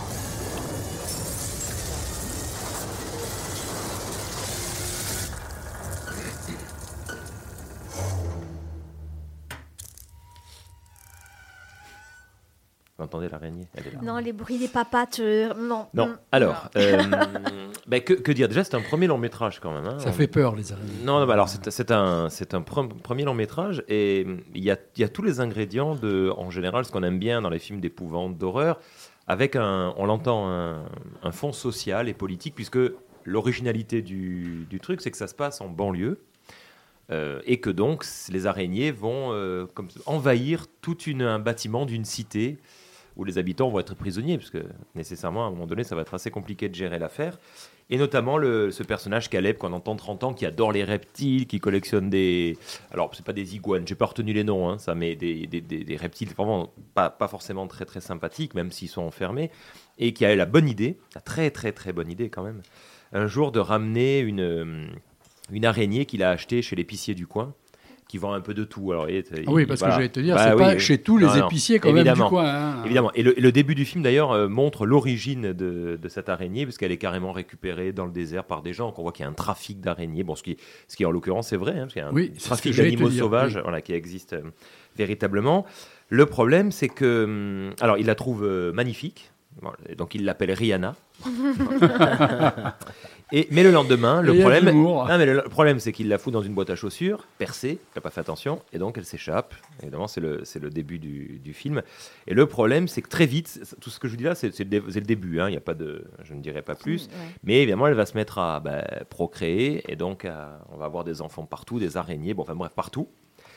Vous entendez l'araignée? Elle est là. Non, les bruits des papates, euh, non. Non, Mm. alors, euh, ben, que, que dire? Déjà, c'est un premier long métrage quand même. Hein. Ça On- fait peur, les araignées. Non, non, bah alors c'est c'est un, c'est un pre- premier long métrage et il y a, il y a tous les ingrédients de, en général, ce qu'on aime bien dans les films d'épouvante, d'horreur, avec un, on l'entend, un, un fond social et politique, puisque l'originalité du, du truc, c'est que ça se passe en banlieue. Euh, et que donc les araignées vont euh, comme, envahir tout une, un bâtiment d'une cité où les habitants vont être prisonniers, parce que nécessairement à un moment donné ça va être assez compliqué de gérer l'affaire. Et notamment le, ce personnage Caleb qu'on entend trente ans, qui adore les reptiles, qui collectionne des... Alors c'est pas des iguanes, j'ai pas retenu les noms, hein, ça, mais des, des, des, des reptiles vraiment pas, pas forcément très très sympathiques, même s'ils sont enfermés, et qui a la bonne idée, la très très très bonne idée quand même, un jour de ramener une... une araignée qu'il a achetée chez l'épicier du coin, qui vend un peu de tout. Alors, il, Ah oui, parce que j'allais te dire, Bah c'est oui, pas oui. chez tous les Non, non. épiciers quand même Évidemment. du coin. hein. Évidemment. Et le, et le début du film, d'ailleurs, euh, montre l'origine de, de cette araignée, parce qu'elle est carrément récupérée dans le désert par des gens. Donc on voit qu'il y a un trafic d'araignées. Bon, ce qui, ce qui en l'occurrence, c'est vrai. Hein, parce qu'il y a un Oui, c'est ce trafic que j'allais te d'animaux dire, sauvages oui. voilà, qui existe euh, véritablement. Le problème, c'est que... hum, alors, il la trouve euh, magnifique. Bon, et donc, il l'appelle Rihanna. Et, mais le lendemain, le Et il y a de problème, l'humour. non, mais le, le problème, c'est qu'il la fout dans une boîte à chaussures, percée, il n'a pas fait attention, et donc elle s'échappe. Évidemment, c'est le, c'est le début du, du film. Et le problème, c'est que très vite, c'est- tout ce que je vous dis là, c'est, c'est, le, dé- c'est le début. Hein, il y a pas de, je ne dirai pas plus. Ouais. Mais évidemment, elle va se mettre à bah, procréer, et donc à- on va avoir des enfants partout, des araignées, bon, enfin bref, partout.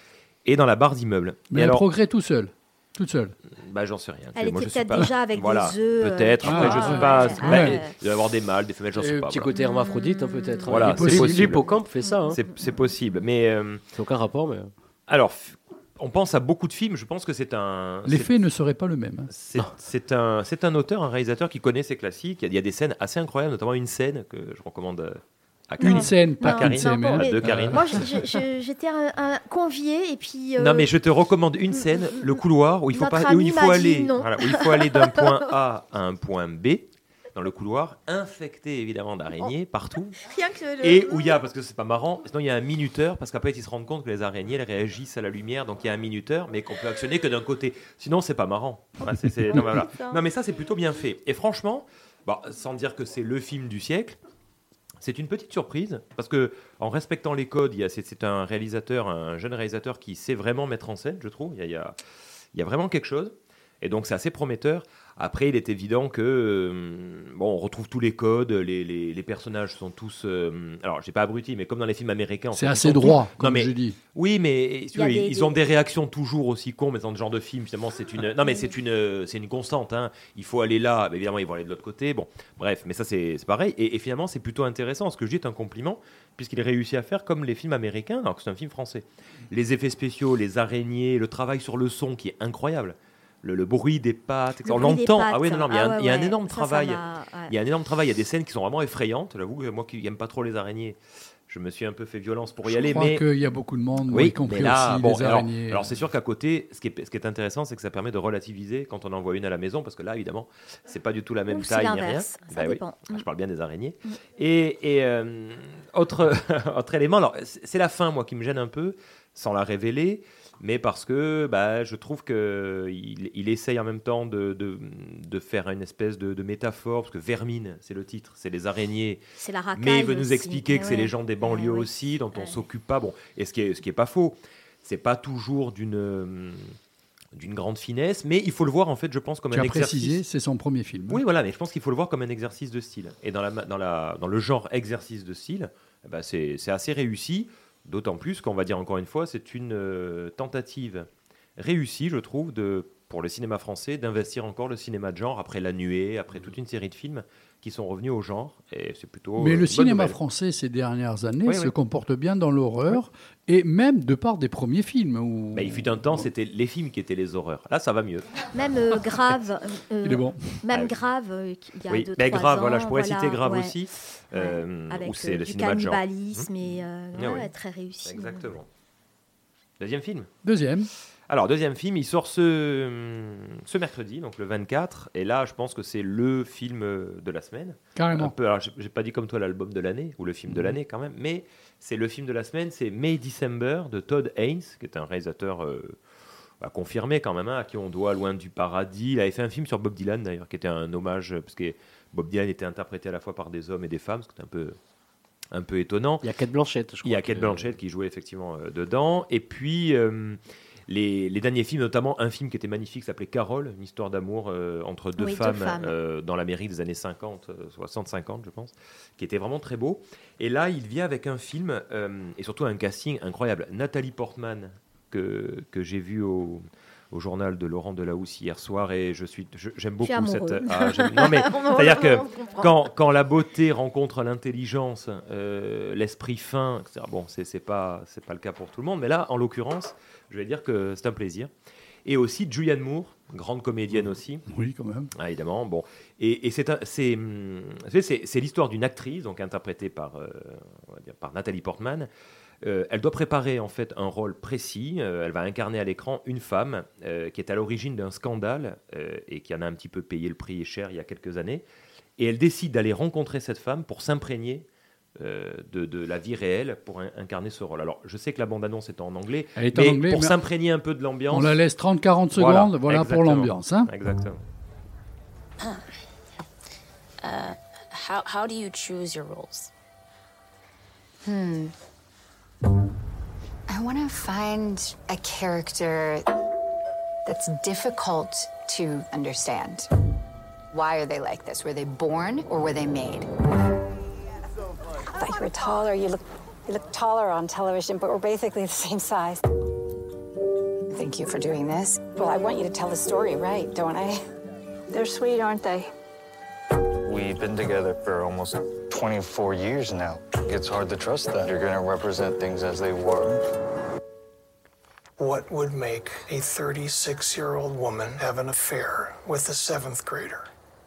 Et dans la barre d'immeuble. Mais et elle alors, progrès tout seul. Toute seule. bah, j'en sais rien. Elle Moi, était je suis peut-être pas- déjà avec voilà, des œufs. euh, peut-être. tu Après, vois, je sais ouais, pas. ouais, c'est- ouais. bah, Ouais. il doit y avoir des mâles, des femelles, j'en Et sais le pas. petit voilà. côté hermaphrodite, hein, peut-être. hein. Voilà, Il est c'est possible. possible. Philippe Aucamp fait ça. Hein. C'est, c'est possible. Mais euh, C'est aucun rapport, mais. alors, f- on pense à beaucoup de films. Je pense que c'est un. c'est- L'effet ne serait pas le même. hein. C'est, c'est un, c'est un auteur, un réalisateur qui connaît ses classiques. Il y a, il y a des scènes assez incroyables, notamment une scène que je recommande euh, à Une Karine. scène, pas Non, qu'une Karine, scène. non, hein. mais- de Karine. Moi, je- je- je- j'étais un, un convié et puis. euh, Non, mais je te recommande une scène, le couloir où il faut, Notre pas, où il ami faut m'a aller, dit non. voilà, où il faut aller d'un point A à un point B, dans le couloir, infecté évidemment d'araignées partout. Rien que le. Et où il y a, parce que c'est pas marrant, sinon il y a un minuteur, parce qu'après ils se rendent compte que les araignées elles réagissent à la lumière, donc il y a un minuteur, mais qu'on peut actionner que d'un côté. Sinon c'est pas marrant. Ouais, c'est- c'est- non, mais voilà. Non, mais ça c'est plutôt bien fait. Et franchement, bah, sans dire que c'est le film du siècle, c'est une petite surprise, parce que en respectant les codes, il y a, c'est, c'est un réalisateur, un jeune réalisateur qui sait vraiment mettre en scène, je trouve. Il y a, il y a, il y a vraiment quelque chose. Et donc c'est assez prometteur. Après, il est évident que euh, bon, on retrouve tous les codes, les, les, les personnages sont tous, euh, alors j'ai pas abruti, mais comme dans les films américains, en C'est fait, ils assez sont tous- droit, Non, comme mais- je dis. Oui, mais si Il y a tu veux, des- ils des- ont des réactions toujours aussi cons, mais dans ce genre de film, finalement, c'est une. Non, mais c'est une, c'est une constante. Hein. Il faut aller là, mais évidemment, ils vont aller de l'autre côté. Bon, bref, mais ça, c'est c'est pareil. Et, et finalement, c'est plutôt intéressant. Ce que je dis est un compliment, puisqu'il réussit à faire comme les films américains, alors que c'est un film français. Les effets spéciaux, les araignées, le travail sur le son qui est incroyable. Le, le bruit des pattes, Le on bruit des l'entend. pattes. Ah oui, non, non, mais il y a, Ah un- ouais, il y a un ouais. énorme Ça, ça travail. m'a- ouais. Il y a un énorme travail. Il y a des scènes qui sont vraiment effrayantes. J'avoue que moi qui n'aime pas trop les araignées, je me suis un peu fait violence pour y Je aller. crois mais qu'il y a beaucoup de monde, oui, y compris mais là, aussi bon, les alors, araignées. alors c'est sûr qu'à côté, ce qui est, ce qui est intéressant, c'est que ça permet de relativiser quand on en voit une à la maison, parce que là, évidemment, c'est pas du tout la même Ou c'est taille ni rien. l'inverse, ça Bah oui, dépend. je parle bien des araignées. Mm. Et, et euh, autre, autre élément, alors c'est la fin, moi, qui me gêne un peu, sans la révéler. Mais parce que bah, je trouve qu'il il essaye en même temps de, de, de faire une espèce de, de métaphore, parce que Vermine, c'est le titre, c'est les araignées. C'est la racaille mais il veut nous aussi. expliquer Eh que ouais. c'est les gens des banlieues Eh oui. aussi, dont on Ouais. s'occupe pas. Bon, et ce qui est, ce qui est pas faux, c'est pas toujours d'une, d'une grande finesse, mais il faut le voir en fait, je pense, comme Tu un as exercice. précisé, c'est son premier film. Oui, voilà, mais je pense qu'il faut le voir comme un exercice de style. Et dans, la, dans, la, dans le genre exercice de style, eh ben c'est, c'est assez réussi, d'autant plus qu'on va dire encore une fois, c'est une euh, tentative réussie, je trouve, de, pour le cinéma français, d'investir encore le cinéma de genre après La Nuée, après toute une série de films qui sont revenus au genre. Et c'est plutôt. Mais euh, le une cinéma bonne français ces dernières années Oui, se oui. comporte bien dans l'horreur, et même de par des premiers films. Où... Bah, il fut un temps, c'était les films qui étaient les horreurs. Là, ça va mieux. Même euh, Grave. euh, Il est bon. Même Ah oui. Grave, euh, il y a Oui, deux, mais trois Grave, ans, voilà, je pourrais voilà, citer Grave ouais. aussi, euh, Avec où c'est euh, le du cinéma de genre. cannibalisme Hum. et euh, Ah ouais, oui. très réussi. Exactement. Deuxième film. Deuxième. Alors, deuxième film, il sort ce, ce mercredi, donc le vingt-quatre. Et là, je pense que c'est le film de la semaine. Carrément. Un peu, alors, j'ai j'ai pas dit comme toi l'album de l'année, ou le film de l'année quand même, mais c'est le film de la semaine, c'est May December de Todd Haynes, qui est un réalisateur euh, bah, confirmé quand même, hein, à qui on doit Loin du paradis. Il avait fait un film sur Bob Dylan d'ailleurs, qui était un hommage, parce que Bob Dylan était interprété à la fois par des hommes et des femmes, ce qui était un peu... un peu étonnant. Il y a Kate Blanchett, je crois. Il y a Kate que- Blanchett qui jouait effectivement euh, dedans. Et puis, euh, les, les derniers films, notamment un film qui était magnifique, s'appelait Carole, une histoire d'amour euh, entre deux Oui, deux femmes, femmes. euh, dans l'Amérique des années cinquante, euh, soixante cinquante, je pense, qui était vraiment très beau. Et là, il vient avec un film, euh, et surtout un casting incroyable. Nathalie Portman, que, que j'ai vu au... au journal de Laurent Delahousse hier soir, et je suis, je- j'aime beaucoup Je suis cette. amoureux. Ah, j'aime- non mais On- c'est-à-dire que on comprend. quand, quand la beauté rencontre l'intelligence, euh, l'esprit fin, et cetera. Bon, c'est c'est pas c'est pas le cas pour tout le monde, mais là, en l'occurrence, je vais dire que c'est un plaisir. Et aussi Julianne Moore, grande comédienne aussi. Oui, quand même. Ah, évidemment, bon. Et, et c'est, un- c'est, hum, c'est, c'est- c'est l'histoire d'une actrice, donc interprétée par, euh, on va dire, par Nathalie Portman. Euh, elle doit préparer en fait un rôle précis. Euh, elle va incarner à l'écran une femme euh, qui est à l'origine d'un scandale euh, et qui en a un petit peu payé le prix cher il y a quelques années. Et elle décide d'aller rencontrer cette femme pour s'imprégner euh, de, de la vie réelle pour in- incarner ce rôle. Alors, je sais que la bande-annonce est en anglais, Elle est en mais anglais, pour mais s'imprégner un peu de l'ambiance. On la laisse trente à quarante secondes, voilà, pour exactement. l'ambiance. Hein. Exactement. Uh, how, how do you choose your roles? Hmm. I want to find a character that's difficult to understand. Why are they like this? Were they born or were they made? I thought you were taller. You look, you look taller on television, but we're basically the same size. Thank you for doing this. Well, I want you to tell the story right, don't I? They're sweet, aren't they? We've been together for almost twenty-four years now. It's hard to trust that you're gonna represent things as they were. What would make a thirty-six-year-old woman have an affair with a seventh grader?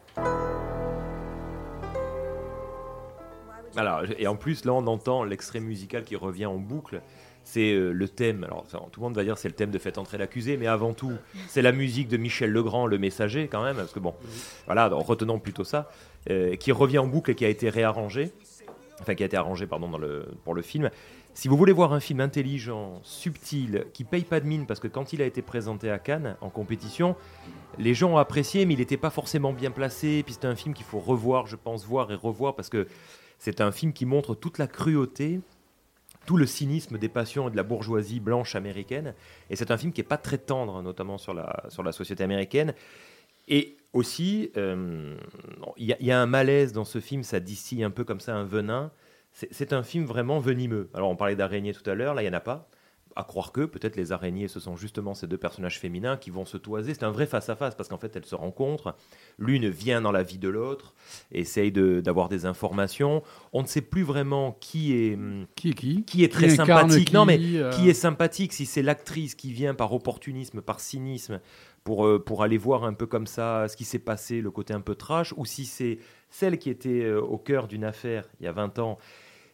Alors, et en plus, là, on entend l'extrait musical qui revient en boucle. C'est euh, le thème. Alors, ça, tout le monde va dire c'est le thème de Faites entrer l'accusé, mais avant tout, c'est la musique de Michel Legrand, Le Messager, quand même. Parce que bon, voilà, donc, retenons plutôt ça, euh, qui revient en boucle et qui a été réarrangé. Enfin, qui a été arrangé, pardon, dans le, pour le film. Si vous voulez voir un film intelligent, subtil, qui paye pas de mine, parce que quand il a été présenté à Cannes, en compétition, les gens ont apprécié, mais il n'était pas forcément bien placé. Puis c'est un film qu'il faut revoir, je pense, voir et revoir, parce que c'est un film qui montre toute la cruauté, tout le cynisme des passions et de la bourgeoisie blanche américaine. Et c'est un film qui n'est pas très tendre, notamment sur la, sur la société américaine. Et aussi, euh, il y, a- il y a un malaise dans ce film, ça distille un peu comme ça un venin. C'est, c'est un film vraiment venimeux. Alors, on parlait d'araignées tout à l'heure, là, il n'y en a pas. À croire que peut-être les araignées, ce sont justement ces deux personnages féminins qui vont se toiser. C'est un vrai face-à-face parce qu'en fait, elles se rencontrent. L'une vient dans la vie de l'autre, essaye de, d'avoir des informations. On ne sait plus vraiment qui est, qui est, qui qui est très Qui incarne sympathique. qui, non, mais euh, qui est sympathique, si c'est l'actrice qui vient par opportunisme, par cynisme, pour, euh, pour aller voir un peu comme ça ce qui s'est passé, le côté un peu trash, ou si c'est celle qui était euh, au cœur d'une affaire il y a vingt ans,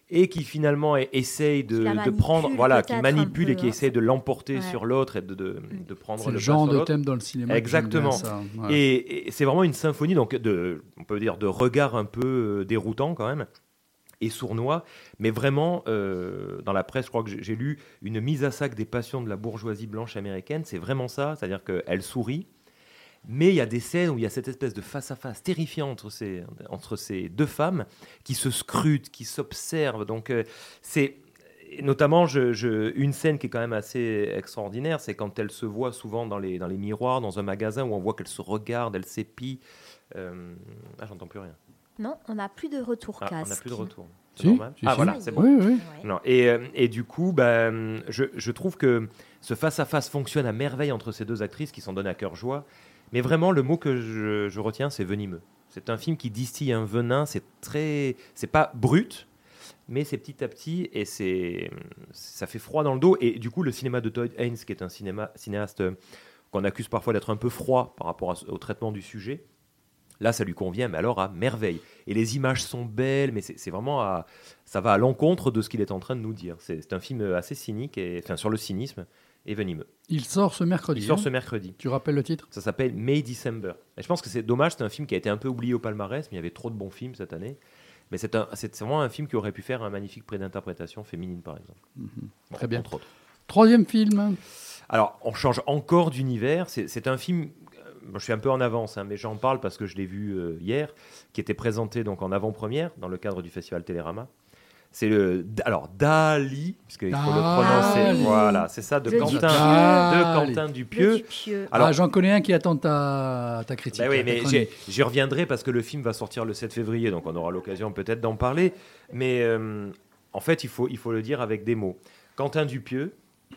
et qui finalement essaye de, de prendre, voilà, qui manipule et qui essaye de l'emporter ouais. sur l'autre et de, de, de prendre c'est le, le genre sur de l'autre. thème dans le cinéma. Exactement. Ça. Ouais. Et, et c'est vraiment une symphonie, donc de, on peut dire de regards un peu déroutants quand même et sournois, mais vraiment euh, dans la presse, je crois que j'ai, j'ai lu une mise à sac des passions de la bourgeoisie blanche américaine. C'est vraiment ça, c'est-à-dire qu'elle sourit. Mais il y a des scènes où il y a cette espèce de face-à-face terrifiant entre ces, entre ces deux femmes qui se scrutent, qui s'observent. Donc, euh, c'est notamment je, je, une scène qui est quand même assez extraordinaire, c'est quand elles se voient souvent dans les, dans les miroirs, dans un magasin où on voit qu'elles se regardent, elles s'épient. Euh... Ah, j'entends plus rien. Non, on n'a plus de retour ah, casque. On n'a plus de retour. C'est si, normal. Si, ah, si. voilà, c'est bon. Oui, oui. Non, et, et du coup, bah, je, je trouve que ce face-à-face fonctionne à merveille entre ces deux actrices qui s'en donnent à cœur joie. Mais vraiment, le mot que je, je retiens, c'est venimeux. C'est un film qui distille un venin. C'est très, c'est pas brut, mais c'est petit à petit et c'est, ça fait froid dans le dos. Et du coup, le cinéma de Todd Haynes, qui est un cinéma, cinéaste qu'on accuse parfois d'être un peu froid par rapport à, au traitement du sujet, là, ça lui convient, mais alors à merveille. Et les images sont belles, mais c'est, c'est vraiment à, ça va à l'encontre de ce qu'il est en train de nous dire. C'est, c'est un film assez cynique, et, enfin sur le cynisme. Et venimeux. Il sort ce mercredi. Il sort hein ce mercredi. Tu rappelles le titre ? Ça s'appelle May December. Et je pense que c'est dommage, c'est un film qui a été un peu oublié au palmarès, mais il y avait trop de bons films cette année. Mais c'est, un, c'est vraiment un film qui aurait pu faire un magnifique prix d'interprétation féminine, par exemple. Mmh. Bon, Très bien. Entre autres. Troisième film. Alors, on change encore d'univers. C'est, c'est un film... Bon, je suis un peu en avance, hein, mais j'en parle parce que je l'ai vu euh, hier, qui était présenté donc, en avant-première dans le cadre du festival Télérama. C'est le alors Dali, parce qu'il faut le prononcer. Voilà, c'est ça de Le Quentin, Dupieux. de Quentin Dupieux. Dupieux. Alors, ah, j'en connais un qui attend ta, ta critique. Ben oui, mais j'y, j'y reviendrai parce que le film va sortir le sept février, donc on aura l'occasion peut-être d'en parler. Mais euh, en fait, il faut, il faut le dire avec des mots. Quentin Dupieux,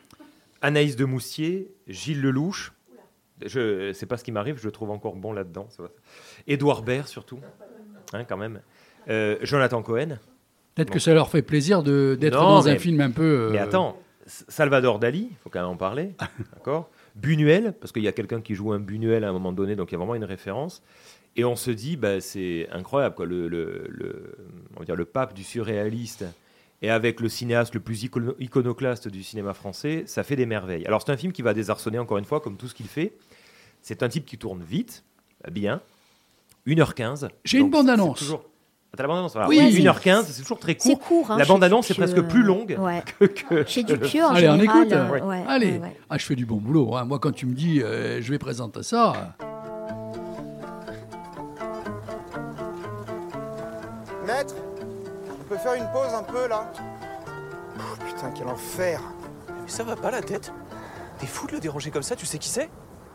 Anaïs de Moustier, Gilles Lelouch. Je, c'est pas ce qui m'arrive, je le trouve encore bon là-dedans. Édouard Baird surtout, hein, quand même. Euh, Jonathan Cohen. Peut-être bon. que ça leur fait plaisir de, d'être non, dans mais, un film un peu... Euh... Mais attends, Salvador Dali, il faut quand même en parler, d'accord. Buñuel, parce qu'il y a quelqu'un qui joue un Buñuel à un moment donné, donc il y a vraiment une référence. Et on se dit, bah, c'est incroyable, quoi, le, le, le, on va dire le pape du surréaliste, et avec le cinéaste le plus icono- iconoclaste du cinéma français, ça fait des merveilles. Alors c'est un film qui va désarçonner encore une fois, comme tout ce qu'il fait. C'est un type qui tourne vite, bien, une heure quinze. J'ai une bande-annonce. Toujours... T'as la bande-annonce voilà. Oui, oui, une heure quinze, c'est toujours très court. C'est court hein, la bande-annonce est Dupieux, presque plus longue ouais. que, que... Chez Dupieux, en Allez, général. on écoute. Euh, ouais. Ouais, Allez, ouais, ouais. Ah, je fais du bon boulot. Hein. Moi, quand tu me dis, euh, je vais présenter ça... Maître, on peut faire une pause un peu, là ? Oh, putain, quel enfer. Mais ça va pas la tête ? T'es fou de le déranger comme ça, tu sais qui c'est ?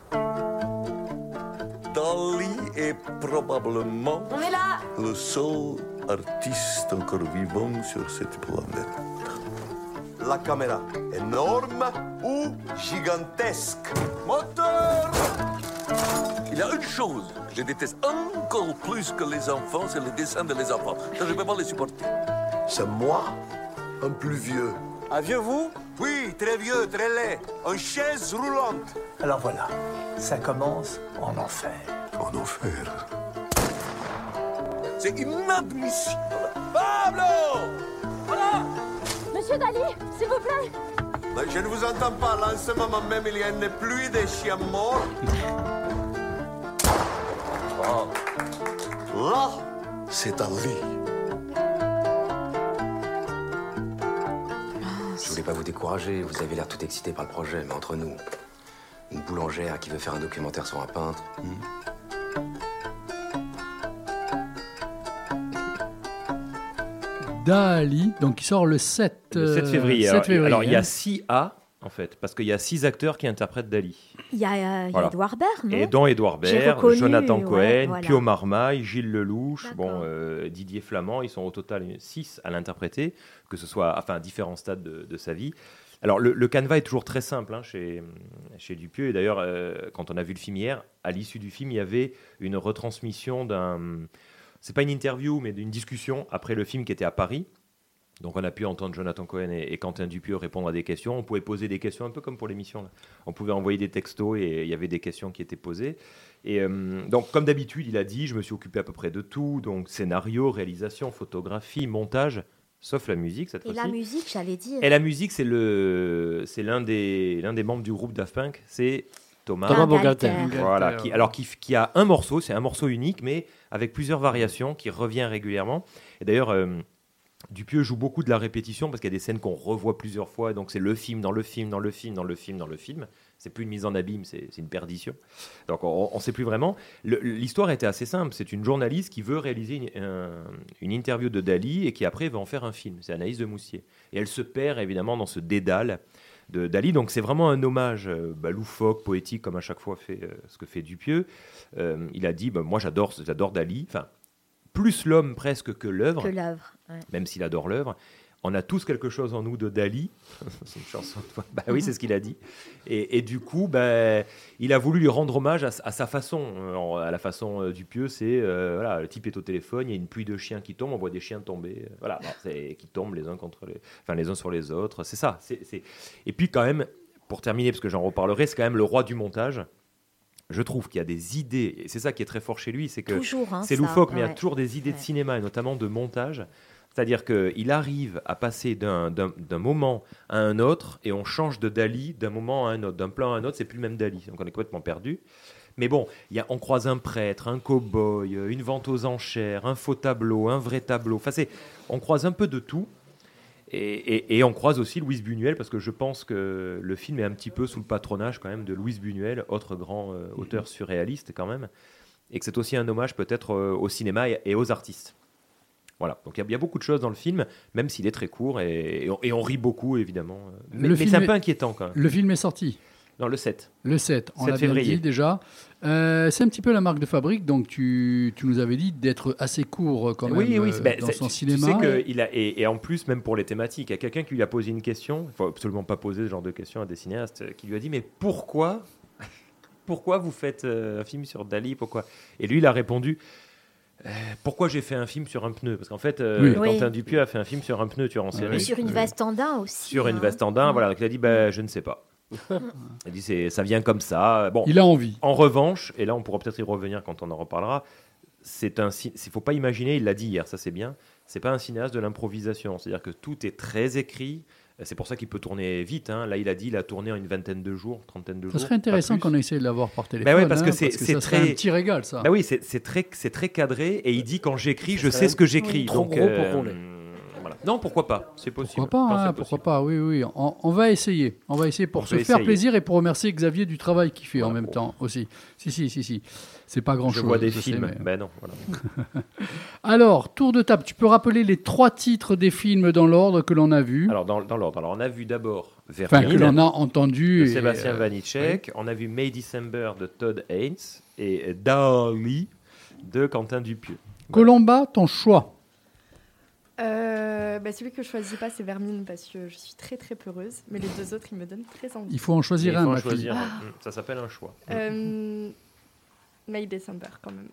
Dali est probablement On est là. le seul artiste encore vivant sur cette planète. La caméra, énorme ou gigantesque. Moteur! Il y a une chose que je déteste encore plus que les enfants, c'est les dessins de les enfants. Ça, je ne peux pas les supporter. C'est moi, un plus vieux. Un vieux, vous ? Oui, très vieux, très laid. En chaise roulante. Alors voilà, ça commence en enfer. En enfer. C'est inadmissible. Pablo! Voilà! Monsieur Dali, s'il vous plaît. Mais je ne vous entends pas. Là, en ce moment même, il y a une pluie de chiens morts. Oh. Là, c'est Dali. Je voulais pas vous décourager, vous avez l'air tout excité par le projet, mais entre nous, une boulangère qui veut faire un documentaire sur un peintre. Hmm. Dali, donc il sort le sept, le sept février. sept Alors, février. alors il y a hein. six A, en fait, parce qu'il y a six acteurs qui interprètent Dali. Il y a, euh, Voilà. Édouard Baird, non ? Et dont Édouard J'ai Baird, reconnu, Jonathan ouais, Cohen, voilà. Pio Marmaille, Gilles Lelouch, D'accord. bon, euh, Didier Flamand, ils sont au total six à l'interpréter, que ce soit enfin, à différents stades de, de sa vie. Alors le, le canevas est toujours très simple hein, chez, chez Dupieux, et d'ailleurs euh, quand on a vu le film hier, à l'issue du film, il y avait une retransmission d'un... C'est pas une interview, mais d'une discussion après le film qui était à Paris. Donc on a pu entendre Jonathan Cohen et, et Quentin Dupieux répondre à des questions. On pouvait poser des questions un peu comme pour l'émission. Là. On pouvait envoyer des textos et il y avait des questions qui étaient posées. Et euh, donc comme d'habitude, il a dit, je me suis occupé à peu près de tout. Donc scénario, réalisation, photographie, montage, sauf la musique cette Et fois-ci. la musique, j'allais dire. Et la musique, c'est, le, c'est l'un, des, l'un des membres du groupe Daft Punk, c'est Thomas, Thomas Bangalter. Voilà, qui, alors qui, qui a un morceau, c'est un morceau unique, mais avec plusieurs variations, qui revient régulièrement. Et d'ailleurs, euh, Dupieux joue beaucoup de la répétition, parce qu'il y a des scènes qu'on revoit plusieurs fois, donc c'est le film, dans le film, dans le film, dans le film, dans le film. C'est plus une mise en abîme, c'est, c'est une perdition. Donc on ne sait plus vraiment. Le, l'histoire était assez simple. C'est une journaliste qui veut réaliser une, un, une interview de Dali et qui après va en faire un film. C'est Anaïs de Moussier. Et elle se perd évidemment dans ce dédale de Dali. Donc c'est vraiment un hommage euh, bah, loufoque, poétique, comme à chaque fois fait, euh, ce que fait Dupieux. Euh, il a dit, bah, moi j'adore, j'adore Dali. Enfin, plus l'homme presque que l'œuvre. Que l'œuvre, ouais. Même s'il adore l'œuvre. On a tous quelque chose en nous de Dali. C'est une chanson. Bah oui, c'est ce qu'il a dit. Et, et du coup, bah, il a voulu lui rendre hommage à, à sa façon. À la façon euh, Dupieux, c'est euh, voilà, le type est au téléphone, il y a une pluie de chiens qui tombent, on voit des chiens tomber, voilà, bon, c'est, qui tombent les uns contre les, enfin les uns sur les autres. C'est ça. C'est, c'est... Et puis quand même, pour terminer, parce que j'en reparlerai, c'est quand même le roi du montage. Je trouve qu'il y a des idées, et c'est ça qui est très fort chez lui, c'est que toujours, hein, c'est ça, loufoque, mais ouais. il y a toujours des idées ouais. de cinéma, et notamment de montage. C'est-à-dire qu'il arrive à passer d'un, d'un, d'un moment à un autre et on change de Dali d'un moment à un autre. D'un plan à un autre, c'est plus le même Dali. Donc on est complètement perdu. Mais bon, y a, on croise un prêtre, un cow-boy, une vente aux enchères, un faux tableau, un vrai tableau. Enfin, c'est, on croise un peu de tout. Et, et, et on croise aussi Louise Buñuel parce que je pense que le film est un petit peu sous le patronage quand même de Louise Buñuel, autre grand euh, auteur surréaliste quand même. Et que c'est aussi un hommage peut-être euh, au cinéma et, et aux artistes. Voilà, donc il y, y a beaucoup de choses dans le film, même s'il est très court, et, et, on, et on rit beaucoup, évidemment. Mais, mais c'est un peu inquiétant, quand même. Le film est sorti Non, le sept. Le sept, on sept l'a bien février. dit déjà. Euh, c'est un petit peu la marque de fabrique, donc tu, tu nous avais dit d'être assez court quand même oui, oui, euh, ben, dans c'est, son tu, cinéma. Tu sais que il a, et, et en plus, même pour les thématiques, il y a quelqu'un qui lui a posé une question, il ne faut absolument pas poser ce genre de questions à des cinéastes, qui lui a dit, mais pourquoi, pourquoi vous faites euh, un film sur Dali, pourquoi ? Et lui, il a répondu... Euh, pourquoi j'ai fait un film sur un pneu ? Parce qu'en fait, euh, Oui. Quentin Oui. Dupieux a fait un film sur un pneu tueur en série. Et sur une veste en daim aussi. Sur une hein. veste en daim, voilà. Donc il a dit, bah, je ne sais pas. Il dit, c'est, ça vient comme ça. Bon. Il a envie. En revanche, et là, on pourra peut-être y revenir quand on en reparlera. C'est un, il faut pas imaginer. Il l'a dit hier, ça c'est bien. C'est pas un cinéaste de l'improvisation. C'est-à-dire que tout est très écrit. C'est pour ça qu'il peut tourner vite. Hein. Là, il a dit, il a tourné en une vingtaine de jours, trentaine de Ça jours. serait intéressant qu'on essaye de l'avoir par téléphone. Bah ouais, parce que hein, c'est, parce que c'est ça très serait un petit régal, ça. Bah oui, c'est, c'est très, c'est très cadré. Et il dit, quand j'écris, je sais ce que j'écris. Oui, trop Donc, gros pour qu'on l'ait. voilà. Non, pourquoi pas ? C'est possible. Pourquoi pas, Non, hein, c'est pourquoi possible. pas, oui, oui. On, on va essayer. On va essayer pour On se peut faire essayer. plaisir et pour remercier Xavier du travail qu'il fait Voilà, en même bon. temps aussi. Si, si, si, si. C'est pas grand-chose. Je vois des je sais, films. mais- Ben non, voilà. Alors, tour de table. Tu peux rappeler les trois titres des films dans l'ordre que l'on a vu, Alors, dans, dans l'ordre. Alors, on a vu d'abord enfin que Vermine l'on a entendu. de et, Sébastien euh, Vanitschek. On a vu May December de Todd Haynes et Dali de Quentin Dupieux. Colomba, ton choix. Euh, bah, celui que je choisis pas, c'est Vermine parce que je suis très très peureuse. Mais les deux autres, ils me donnent très envie. Il faut en choisir Il un, faut en ma fille. choisir un. Mm, Ça s'appelle un choix. Euh, May December, quand même.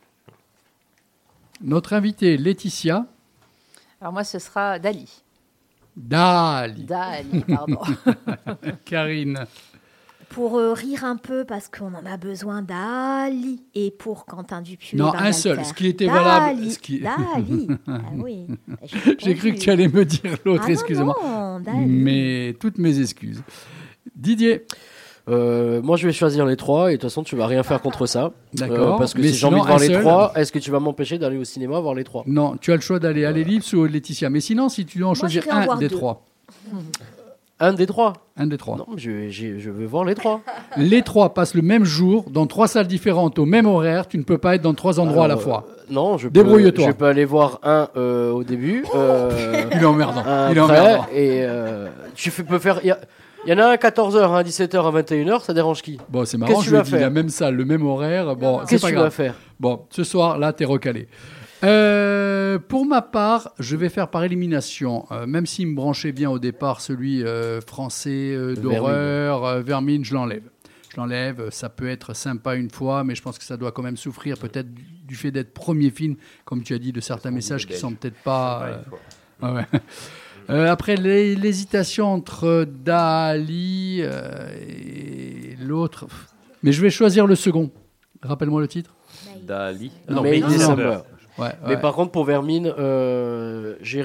Notre invitée, Laetitia. Alors moi, ce sera Dali. Dali. Dali, pardon. Karine. Pour euh, rire un peu, parce qu'on en a besoin d'Ali. Et pour Quentin Dupieux. Non, et un seul, Bangalter. ce qui était valable. Dali. Ce qui- Dali. Ah oui. J'ai cru que tu allais me dire l'autre, Ah non, excusez-moi. non, Dali. Mais toutes mes excuses. Didier. Euh, moi, je vais choisir les trois et de toute façon, tu vas rien faire contre ça. D'accord. Euh, parce que Mais si j'ai sinon, envie de voir un les seul. trois, est-ce que tu vas m'empêcher d'aller au cinéma voir les trois ? Non, tu as le choix d'aller à l'Ellipse ou à Laetitia. Mais sinon, si tu dois en choisir j'irai en un voir des deux. trois. Un des trois ? Un des trois. Non, je, j'ai- je veux voir les trois. Les trois passent le même jour dans trois salles différentes au même horaire. Tu ne peux pas être dans trois endroits à la Alors, fois. euh, non, je peux, Débrouille-toi. je peux aller voir un euh, au début. euh, Il est emmerdant. un Il est après, emmerdant. Et euh, tu fais- peux faire. Il y, a- il y en a un à quatorze heures, un à dix-sept heures, un à vingt et une heures. Ça dérange qui ? Bon, c'est Qu'est-ce marrant, que tu je lui ai vas dit faire la même salle, le même horaire. Bon, c'est Qu'est-ce pas que tu grave. vas faire ? Bon, ce soir, là, t'es recalé. Euh, pour ma part, je vais faire par élimination. Euh, même s'il me branchait bien au départ, celui euh, français euh, d'horreur, euh, Vermine, je l'enlève. Je l'enlève. Ça peut être sympa une fois, mais je pense que ça doit quand même souffrir peut-être du, du fait d'être premier film, comme tu as dit, de certains messages qui sont peut-être pas. Sympa, euh, une fois. ah ouais. Euh, après l'hé- l'hésitation entre Dali euh, et l'autre, mais je vais choisir le second. Rappelle-moi le titre. Dali. Non, May May December. December. Ouais, Mais ouais. par contre, pour Vermine, euh, j'irai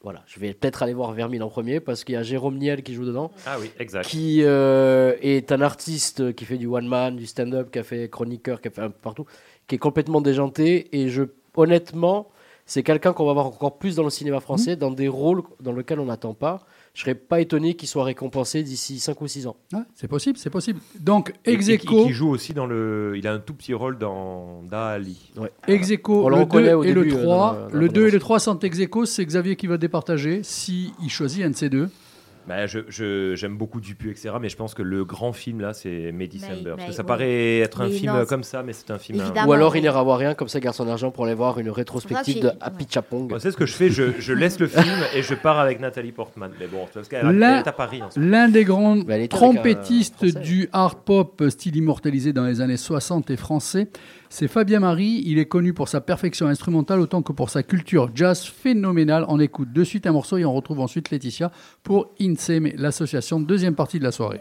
Voilà, je vais peut-être aller voir Vermine en premier parce qu'il y a Jérôme Niel qui joue dedans. Ah oui, exact. Qui euh, est un artiste qui fait du one man, du stand-up, qui a fait chroniqueur, qui a fait un peu partout, qui est complètement déjanté. Et je, honnêtement, c'est quelqu'un qu'on va voir encore plus dans le cinéma français, mmh. dans des rôles dans lesquels on n'attend pas. Je serais pas étonné qu'il soit récompensé d'ici cinq ou six ans. Ouais, c'est possible, c'est possible. Donc, ex aequo. Et qui joue aussi dans le. Il a un tout petit rôle dans Dali. Ouais. Ex aequo, le deux et le trois. Euh, le deux et le trois sont ex aequo, c'est Xavier qui va départager s'il choisit un de ces deux. Bah, je, je, j'aime beaucoup Dupuis, et cetera. Mais je pense que le grand film, là, c'est May December. Mais, parce mais, que ça oui. paraît être un mais film non, comme ça, mais c'est un film. Ou alors il n'ira voir rien, comme ça, Garçon d'argent, pour aller voir une rétrospective de Happy Chapong. Bon, c'est ce que je fais, je, je laisse le film et je pars avec Nathalie Portman. Mais bon, parce qu'elle l'un, est à Paris. En ce moment. L'un des grands trompettistes un, du hard pop, style immortalisé dans les années soixante et français, c'est Fabien Marie. Il est connu pour sa perfection instrumentale autant que pour sa culture jazz phénoménale. On écoute de suite un morceau et on retrouve ensuite Laetitia pour Inseme, l'association, deuxième partie de la soirée.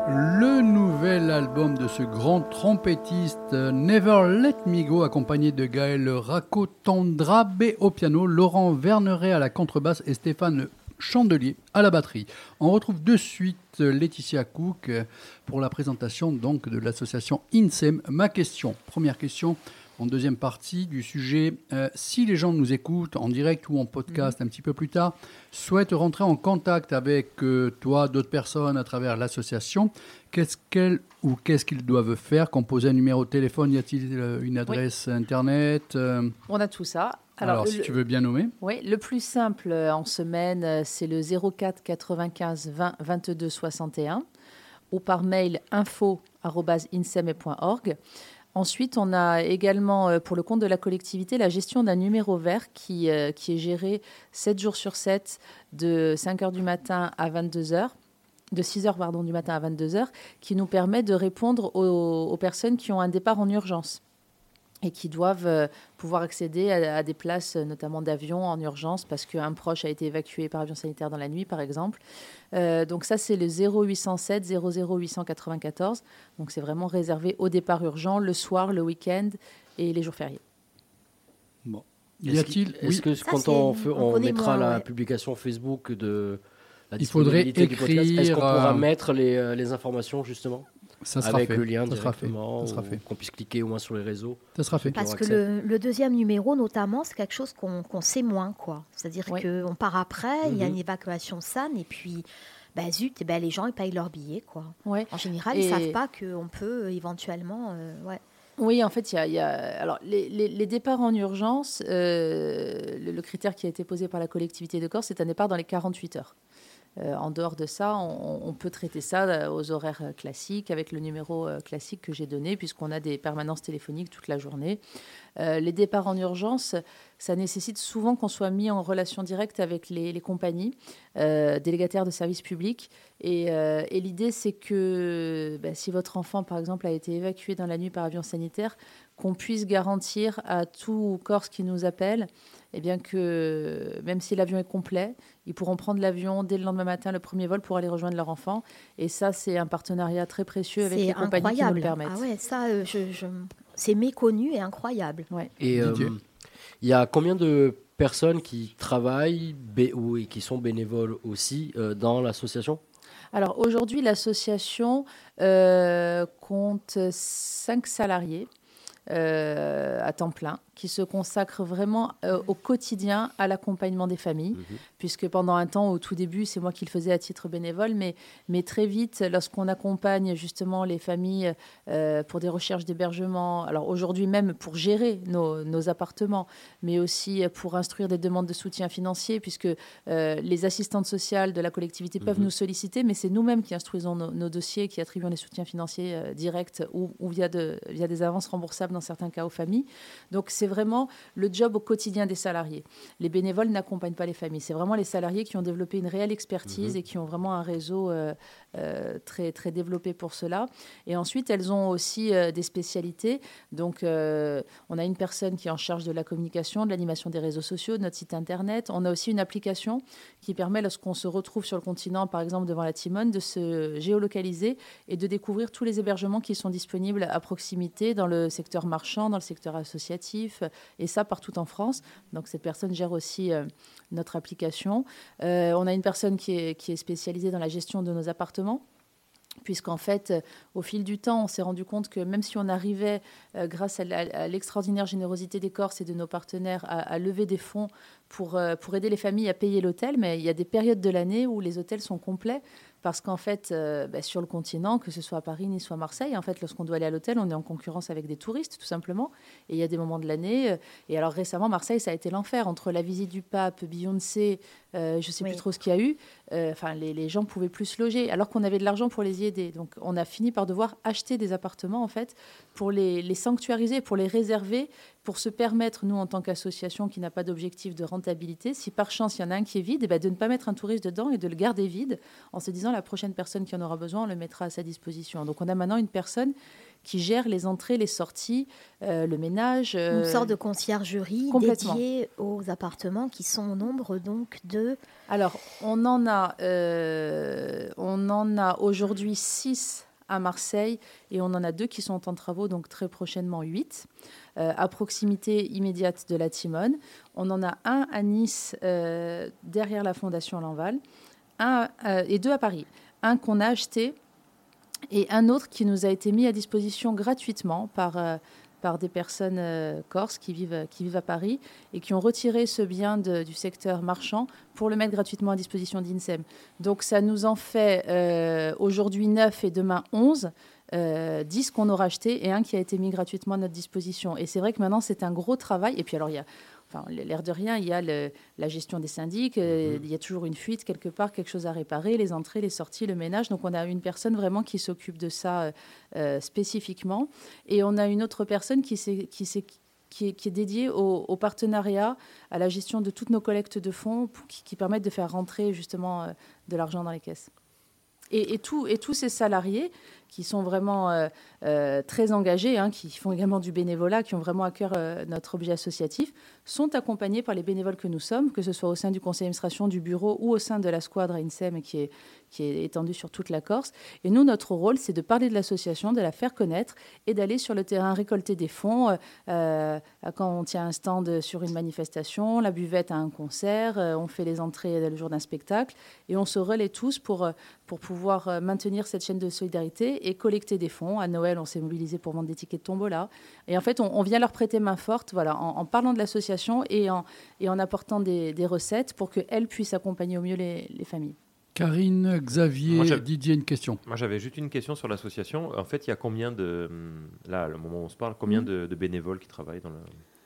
Le nouvel album de ce grand trompettiste, Never Let Me Go, accompagné de Gaël Rakotandrabe au piano, Laurent Verneret à la contrebasse et Stéphane Chandelier à la batterie. On retrouve de suite Laetitia Cook pour la présentation donc de l'association INSEM. Ma question, première question, en deuxième partie du sujet, euh, si les gens nous écoutent en direct ou en podcast mmh. un petit peu plus tard, souhaitent rentrer en contact avec euh, toi, d'autres personnes à travers l'association, qu'est-ce qu'elles ou qu'est-ce qu'ils doivent faire? Composer un numéro de téléphone, y a-t-il euh, une adresse oui. internet euh... On a tout ça. Alors, Alors si le, tu veux bien nommer. Oui, le plus simple en semaine, c'est le zéro quatre quatre-vingt-quinze vingt vingt-deux soixante et un ou par mail info arobase insem point org. Ensuite, on a également, pour le compte de la collectivité, la gestion d'un numéro vert qui, euh, qui est géré sept jours sur sept, de cinq heures du matin à vingt-deux heures, de six heures pardon, du matin à vingt-deux heures, qui nous permet de répondre aux, aux personnes qui ont un départ en urgence et qui doivent euh, pouvoir accéder à, à des places, notamment d'avion en urgence, parce qu'un proche a été évacué par avion sanitaire dans la nuit, par exemple. Euh, donc ça, c'est le zéro huit cent sept zéro zéro huit cent quatre-vingt-quatorze. Donc c'est vraiment réservé au départ urgent, le soir, le week-end et les jours fériés. Bon. Y a-t-il Est-ce que ça, quand on, fait, on, on mettra moins, la ouais. publication Facebook de la disponibilité Il faudrait écrire, du podcast, est-ce qu'on pourra euh... mettre les, les informations, justement ça sera avec fait. le lien ça directement, sera fait. qu'on puisse cliquer au moins sur les réseaux. Ça sera fait. Parce que le, le deuxième numéro, notamment, c'est quelque chose qu'on, qu'on sait moins, quoi. C'est-à-dire oui. qu'on part après, il mm-hmm. y a une évacuation SAN, et puis, bah, zut, et ben, les gens, ils payent leur billet, quoi. Ouais. En général, et... ils ne savent pas qu'on peut éventuellement... Euh, ouais. Oui, en fait, il y a, y a alors les, les, les départs en urgence. Euh, le, le critère qui a été posé par la collectivité de Corse, c'est un départ dans les quarante-huit heures. Euh, en dehors de ça, on, on peut traiter ça aux horaires classiques, avec le numéro classique que j'ai donné, puisqu'on a des permanences téléphoniques toute la journée. Euh, les départs en urgence, ça nécessite souvent qu'on soit mis en relation directe avec les, les compagnies, euh, délégataires de services publics. Et, euh, et l'idée, c'est que bah, si votre enfant, par exemple, a été évacué dans la nuit par avion sanitaire, qu'on puisse garantir à tout Corse qui nous appelle, eh bien que même si l'avion est complet, ils pourront prendre l'avion dès le lendemain matin, le premier vol, pour aller rejoindre leur enfant. Et ça, c'est un partenariat très précieux avec c'est les compagnies incroyable. qui nous le permettent. Ah ouais, ça, euh, je, je... c'est méconnu et incroyable. Ouais. Et il euh, y a combien de personnes qui travaillent bé- ou et qui sont bénévoles aussi euh, dans l'association ? Alors aujourd'hui, l'association euh, compte cinq salariés. Euh, à temps plein, qui se consacrent vraiment euh, au quotidien à l'accompagnement des familles, mmh. puisque pendant un temps, au tout début, c'est moi qui le faisais à titre bénévole, mais, mais très vite, lorsqu'on accompagne justement les familles euh, pour des recherches d'hébergement, alors aujourd'hui même pour gérer nos, nos appartements, mais aussi pour instruire des demandes de soutien financier, puisque euh, les assistantes sociales de la collectivité mmh. peuvent nous solliciter, mais c'est nous-mêmes qui instruisons nos, nos dossiers, qui attribuons les soutiens financiers euh, directs ou, ou via, de, via des avances remboursables dans certains cas aux familles. Donc c'est vraiment le job au quotidien des salariés. Les bénévoles n'accompagnent pas les familles. C'est vraiment les salariés qui ont développé une réelle expertise mmh. et qui ont vraiment un réseau euh, euh, très, très développé pour cela. Et ensuite, elles ont aussi euh, des spécialités. Donc euh, on a une personne qui est en charge de la communication, de l'animation des réseaux sociaux, de notre site internet. On a aussi une application qui permet, lorsqu'on se retrouve sur le continent, par exemple devant la Timone, de se géolocaliser et de découvrir tous les hébergements qui sont disponibles à proximité dans le secteur marchand, dans le secteur associatif, et ça partout en France. Donc cette personne gère aussi euh, notre application. Euh, on a une personne qui est, qui est spécialisée dans la gestion de nos appartements, puisqu'en fait, euh, au fil du temps, on s'est rendu compte que même si on arrivait, euh, grâce à, la, à l'extraordinaire générosité des Corses et de nos partenaires, à, à lever des fonds pour, euh, pour aider les familles à payer l'hôtel, mais il y a des périodes de l'année où les hôtels sont complets, parce qu'en fait, euh, bah, sur le continent, que ce soit à Paris, Nice ou à Marseille, en fait, lorsqu'on doit aller à l'hôtel, on est en concurrence avec des touristes, tout simplement. Et il y a des moments de l'année. Euh, et alors récemment, Marseille, ça a été l'enfer. Entre la visite du pape, Beyoncé, euh, je ne sais oui. plus trop ce qu'il y a eu, enfin, euh, les, les gens ne pouvaient plus se loger, alors qu'on avait de l'argent pour les y aider. Donc on a fini par devoir acheter des appartements, en fait, pour les, les sanctuariser, pour les réserver, pour se permettre, nous, en tant qu'association qui n'a pas d'objectif de rentabilité, si par chance, il y en a un qui est vide, et ben, de ne pas mettre un touriste dedans et de le garder vide, en se disant la prochaine personne qui en aura besoin, on le mettra à sa disposition. Donc on a maintenant une personne qui gère les entrées, les sorties, euh, le ménage. Euh, une sorte de conciergerie dédiée aux appartements qui sont au nombre donc de... Alors, on en a, euh, on en a aujourd'hui six à Marseille et on en a deux qui sont en travaux, donc très prochainement huit, euh, à proximité immédiate de la Timone. On en a un à Nice, euh, derrière la Fondation Lanval, un, euh, et deux à Paris. Un qu'on a acheté et un autre qui nous a été mis à disposition gratuitement par, euh, par des personnes euh, corses qui vivent, qui vivent à Paris et qui ont retiré ce bien de, du secteur marchand pour le mettre gratuitement à disposition d'INSEM. Donc ça nous en fait euh, aujourd'hui neuf et demain onze, euh, dix qu'on aura acheté et un qui a été mis gratuitement à notre disposition. Et c'est vrai que maintenant c'est un gros travail. Et puis alors il y a... Enfin, l'air de rien, il y a le, la gestion des syndics, euh, il y a toujours une fuite quelque part, quelque chose à réparer, les entrées, les sorties, le ménage. Donc on a une personne vraiment qui s'occupe de ça euh, spécifiquement. Et on a une autre personne qui, s'est, qui, s'est, qui, est, qui est dédiée au, au partenariat, à la gestion de toutes nos collectes de fonds pour, qui, qui permettent de faire rentrer justement euh, de l'argent dans les caisses. Et, et, tout, et tous ces salariés qui sont vraiment euh, euh, très engagés, hein, qui font également du bénévolat, qui ont vraiment à cœur euh, notre objet associatif, sont accompagnés par les bénévoles que nous sommes, que ce soit au sein du conseil d'administration, du bureau ou au sein de la squadre INSEM qui est, qui est étendue sur toute la Corse. Et nous, notre rôle, c'est de parler de l'association, de la faire connaître et d'aller sur le terrain récolter des fonds. Euh, quand on tient un stand sur une manifestation, la buvette à un concert, euh, on fait les entrées le jour d'un spectacle et on se relaie tous pour, pour pouvoir maintenir cette chaîne de solidarité et collecter des fonds. À Noël, on s'est mobilisé pour vendre des tickets de tombola. Et en fait, on, on vient leur prêter main forte voilà, en, en parlant de l'association et en, et en apportant des, des recettes pour qu'elles puissent accompagner au mieux les, les familles. Karine, Xavier, Moi, Didier, une question. Moi, j'avais juste une question sur l'association. En fait, il y a combien de... Là, au moment où on se parle, combien mmh. de, de bénévoles qui travaillent dans le...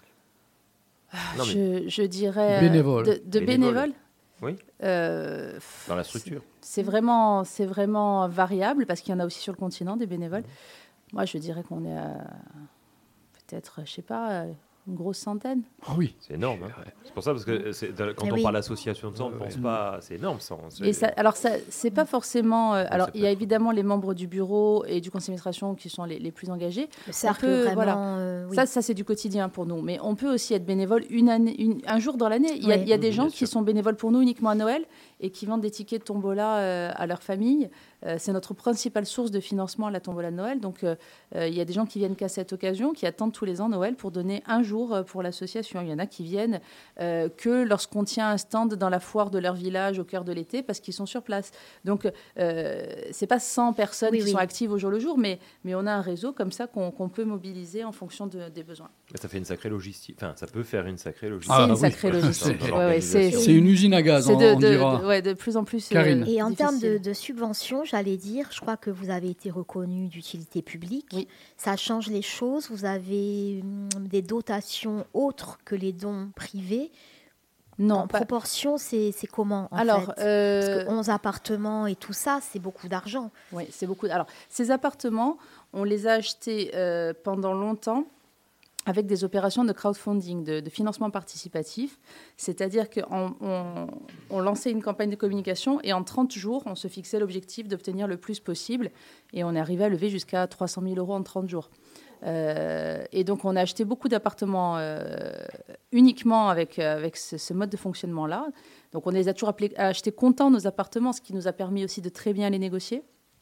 Non, mais... je, je dirais... Bénévoles. De, de bénévoles, bénévoles Oui. Euh, dans la structure. C'est vraiment, c'est vraiment variable parce qu'il y en a aussi sur le continent des bénévoles. Mmh. Moi, je dirais qu'on est à peut-être, je sais pas, une grosse centaine. Ah oui. C'est énorme. Hein. Ouais. C'est pour ça parce que c'est, quand Et on oui. parle d'association de sang, on ne pense pas. C'est énorme. Ça, c'est... Et ça, alors, ça, c'est pas forcément. Euh, alors, il y a évidemment les membres du bureau et du conseil d'administration qui sont les, les plus engagés. Le cercle, peut, vraiment. Voilà. Euh, oui. Ça, ça, c'est du quotidien pour nous. Mais on peut aussi être bénévole une année, une, un jour dans l'année. Il y a, oui. il y a des oui, gens sûr. qui sont bénévoles pour nous uniquement à Noël et qui vendent des tickets de tombola euh, à leur famille. Euh, c'est notre principale source de financement, la tombola de Noël. Donc, euh, euh, il y a des gens qui viennent qu'à cette occasion, qui attendent tous les ans Noël pour donner un jour euh, pour l'association. Il y en a qui viennent euh, que lorsqu'on tient un stand dans la foire de leur village au cœur de l'été parce qu'ils sont sur place. Donc, euh, c'est pas cent personnes oui, qui oui. sont actives au jour le jour, mais, mais on a un réseau comme ça qu'on, qu'on peut mobiliser en fonction de, des besoins. Mais ça fait une sacrée logistique. Enfin, ça peut faire une sacrée logistique. C'est Ah, une oui. sacrée logistique. C'est, ouais, ouais, c'est, C'est une usine à gaz, c'est on, de, on de, dira. de, ouais, de plus en plus. Karine. euh, Et en termes de, difficile. de subventions, j'allais dire, je crois que vous avez été reconnu d'utilité publique. Oui. Ça change les choses. Vous avez hum, des dotations autres que les dons privés. Non, en pas- proportion, c'est, c'est comment en Alors, fait euh, Parce que onze appartements et tout ça, c'est beaucoup d'argent. Oui, c'est beaucoup. Alors, ces appartements, on les a achetés euh, pendant longtemps avec des opérations de crowdfunding, de, de financement participatif. C'est-à-dire qu'on on, on lançait une campagne de communication et en trente jours, on se fixait l'objectif d'obtenir le plus possible. Et on est arrivé à lever jusqu'à trois cent mille euros en trente jours. Euh, et donc, on a acheté beaucoup d'appartements euh, uniquement avec, euh, avec ce, ce mode de fonctionnement-là. Donc, on les a toujours appelés, achetés comptant nos appartements, ce qui nous a permis aussi de très bien les négocier.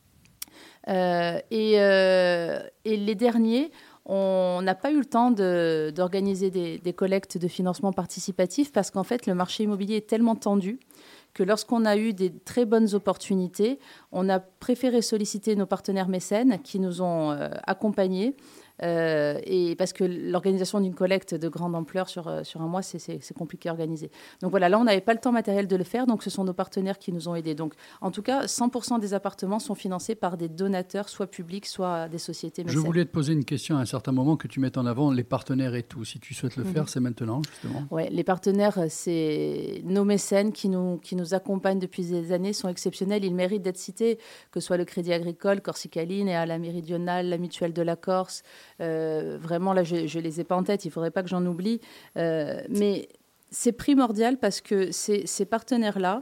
Euh, et, euh, et les derniers, on n'a pas eu le temps de, d'organiser des, des collectes de financement participatif parce qu'en fait, le marché immobilier est tellement tendu que lorsqu'on a eu des très bonnes opportunités, on a préféré solliciter nos partenaires mécènes qui nous ont euh, accompagnés. Euh, et parce que l'organisation d'une collecte de grande ampleur sur, euh, sur un mois, c'est, c'est, c'est compliqué à organiser. Donc voilà, là, on n'avait pas le temps matériel de le faire, donc ce sont nos partenaires qui nous ont aidés. Donc, en tout cas, cent pour cent des appartements sont financés par des donateurs, soit publics, soit des sociétés mécènes. Je voulais te poser une question à un certain moment que tu mettes en avant les partenaires et tout. Si tu souhaites le Mhm. faire, c'est maintenant, justement. Ouais, les partenaires, c'est nos mécènes qui nous, qui nous accompagnent depuis des années, sont exceptionnels. Ils méritent d'être cités, que ce soit le Crédit Agricole, Corsicaline, et à la Méridionale, la Mutuelle de la Corse. Euh, vraiment, là, je ne les ai pas en tête, il ne faudrait pas que j'en oublie. Euh, mais c'est primordial parce que ces, ces partenaires-là,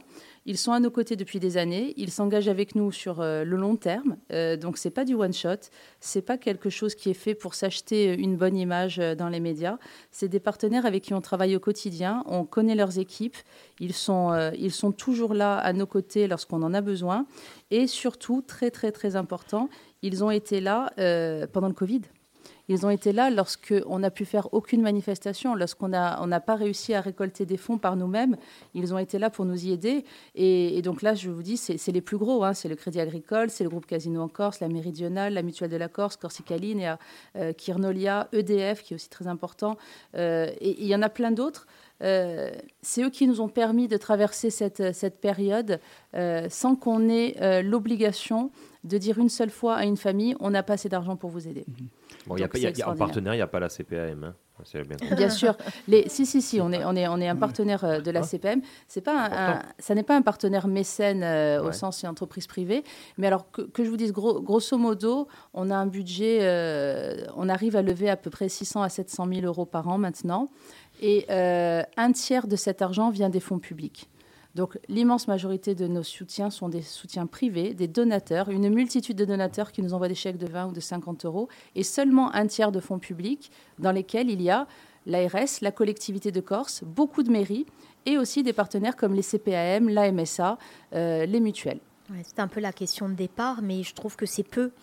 Ils sont à nos côtés depuis des années. Ils s'engagent avec nous sur euh, le long terme. Euh, donc, ce n'est pas du one-shot. Ce n'est pas quelque chose qui est fait pour s'acheter une bonne image euh, dans les médias. C'est des partenaires avec qui on travaille au quotidien. On connaît leurs équipes. Ils sont, euh, ils sont toujours là à nos côtés lorsqu'on en a besoin. Et surtout, très, très, très important, ils ont été là euh, pendant le Covid. Ils ont été là lorsqu'on n'a pu faire aucune manifestation, lorsqu'on n'a on n'a pas réussi à récolter des fonds par nous-mêmes. Ils ont été là pour nous y aider. Et, et donc là, je vous dis, c'est, c'est les plus gros. Hein. C'est le Crédit Agricole, c'est le groupe Casino en Corse, la Méridionale, la Mutuelle de la Corse, Corsica Linea, euh, Kirnolia, E D F, qui est aussi très important. Euh, et il y en a plein d'autres. Euh, c'est eux qui nous ont permis de traverser cette, cette période euh, sans qu'on ait euh, l'obligation de dire une seule fois à une famille, on n'a pas assez d'argent pour vous aider. Mmh. Bon, y a pas, y a, y a, en partenaire, il n'y a pas la C P A M. Hein. C'est bien, bien sûr. Les, si, si, si, on est, on est, on est un partenaire euh, de la C P M. C'est pas un, un, ça n'est pas un partenaire mécène euh, ouais. au sens une entreprise privée. Mais alors, que, que je vous dise, gros, grosso modo, on a un budget, euh, on arrive à lever à peu près six cents à sept cent mille euros par an maintenant. Et euh, un tiers de cet argent vient des fonds publics. Donc, l'immense majorité de nos soutiens sont des soutiens privés, des donateurs, une multitude de donateurs qui nous envoient des chèques de vingt ou de cinquante euros, et seulement un tiers de fonds publics dans lesquels il y a l'A R S, la collectivité de Corse, beaucoup de mairies, et aussi des partenaires comme les C P A M, l'A M S A, euh, les mutuelles. Ouais, c'est un peu la question de départ, mais je trouve que c'est peu.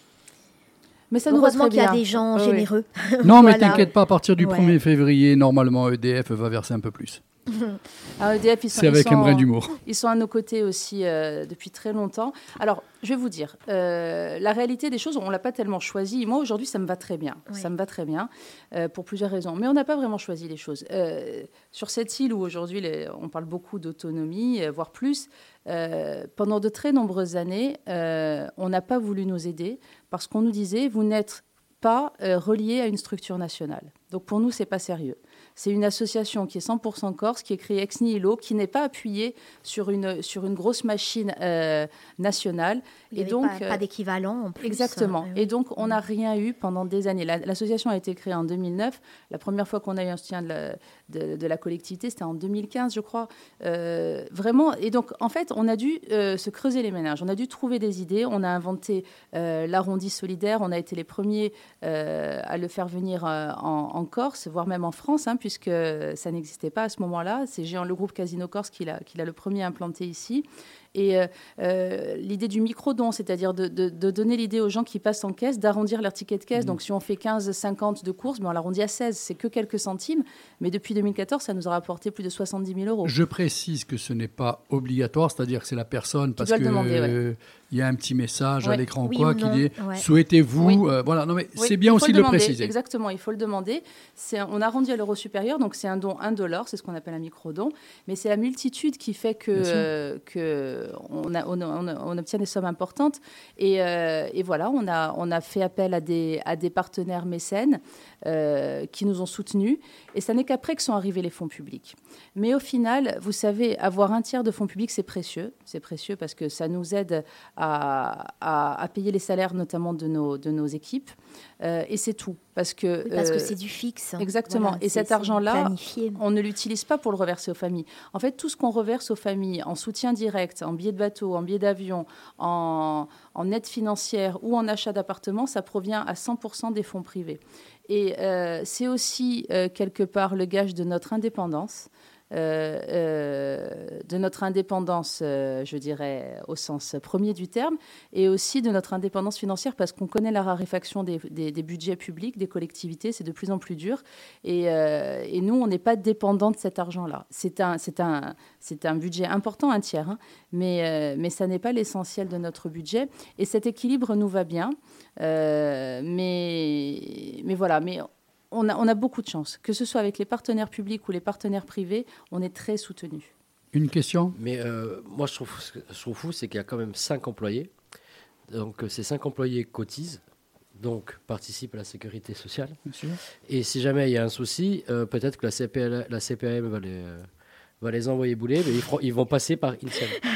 Mais ça nous Heureusement qu'il y a bien. des gens oui, généreux. Oui. Non, voilà. mais t'inquiète pas, à partir du ouais. premier février, normalement, E D F va verser un peu plus. Alors, E D F, ils sont, c'est avec ils sont, un brin d'humour. Ils sont à nos côtés aussi euh, depuis très longtemps. Alors, je vais vous dire, euh, la réalité des choses, on ne l'a pas tellement choisi. Moi, aujourd'hui, ça me va très bien. Oui. Ça me va très bien euh, pour plusieurs raisons. Mais on n'a pas vraiment choisi les choses. Euh, sur cette île où aujourd'hui, les, on parle beaucoup d'autonomie, euh, voire plus, euh, pendant de très nombreuses années, euh, on n'a pas voulu nous aider parce qu'on nous disait, vous n'êtes pas euh, relié à une structure nationale. Donc, pour nous, ce n'est pas sérieux. C'est une association qui est cent pour cent corse, qui est créée ex nihilo, qui n'est pas appuyée sur une, sur une grosse machine euh, nationale. Il n'y et avait donc, pas, pas d'équivalent en plus. Exactement. Hein, et donc, on n'a rien eu pendant des années. La, l'association a été créée en deux mille neuf. La première fois qu'on a eu un soutien de la, de, de la collectivité, c'était en deux mille quinze, je crois. Euh, vraiment. Et donc, en fait, on a dû euh, se creuser les méninges. On a dû trouver des idées. On a inventé euh, l'arrondi solidaire. On a été les premiers euh, à le faire venir euh, en, en Corse, voire même en France, hein, puisque ça n'existait pas à ce moment-là. C'est Géant, le groupe Casino Corse qui l'a, qui l'a le premier implanté ici. Et euh, euh, l'idée du micro-don, c'est-à-dire de, de, de donner l'idée aux gens qui passent en caisse d'arrondir leur ticket de caisse. Mmh. Donc, si on fait quinze cinquante de courses, ben on l'arrondit à seize. C'est que quelques centimes. Mais depuis deux mille quatorze, ça nous a rapporté plus de soixante-dix mille euros. Je précise que ce n'est pas obligatoire, c'est-à-dire que c'est la personne, parce qu'il euh, ouais. y a un petit message ouais. à l'écran oui, quoi ou qui dit ouais. souhaitez-vous oui. euh, voilà, non, mais oui, c'est bien aussi de le demander. préciser. Exactement, il faut le demander. C'est, on arrondit à l'euro supérieur, donc c'est un don un dollar, c'est ce qu'on appelle un micro-don. Mais c'est la multitude qui fait que, euh, que on a, on On, on obtient des sommes importantes et, euh, et voilà, on a, on a fait appel à des, à des partenaires mécènes euh, qui nous ont soutenus et ça n'est qu'après que sont arrivés les fonds publics. Mais au final, vous savez, avoir un tiers de fonds publics, c'est précieux. C'est précieux parce que ça nous aide à, à, à payer les salaires notamment de nos, de nos équipes euh, et c'est tout. Parce que, oui, parce euh, que c'est du fixe. Hein. Exactement. Voilà, et cet argent-là, planifié. On ne l'utilise pas pour le reverser aux familles. En fait, tout ce qu'on reverse aux familles en soutien direct, en billets de bateau, en billets d'avion, en, en aide financière ou en achat d'appartements, ça provient à cent pour cent des fonds privés. Et euh, c'est aussi, euh, quelque part, le gage de notre indépendance. Euh, euh, de notre indépendance, euh, je dirais, au sens premier du terme, et aussi de notre indépendance financière, parce qu'on connaît la raréfaction des, des, des budgets publics, des collectivités, c'est de plus en plus dur, et, euh, et nous, on n'est pas dépendants de cet argent-là. C'est un, c'est un, c'est un budget important, un tiers, hein, mais, euh, mais ça n'est pas l'essentiel de notre budget, et cet équilibre nous va bien, euh, mais, mais voilà, mais... On a, on a beaucoup de chance. Que ce soit avec les partenaires publics ou les partenaires privés, on est très soutenus. Une question ? Mais euh, moi, je trouve, je trouve fou, c'est qu'il y a quand même cinq employés. Donc, ces cinq employés cotisent, donc participent à la sécurité sociale. Bien sûr. Et si jamais il y a un souci, euh, peut-être que la, C P L, la C P A M va les, euh, va les envoyer bouler, mais ils, feront, ils vont passer par INSEAD.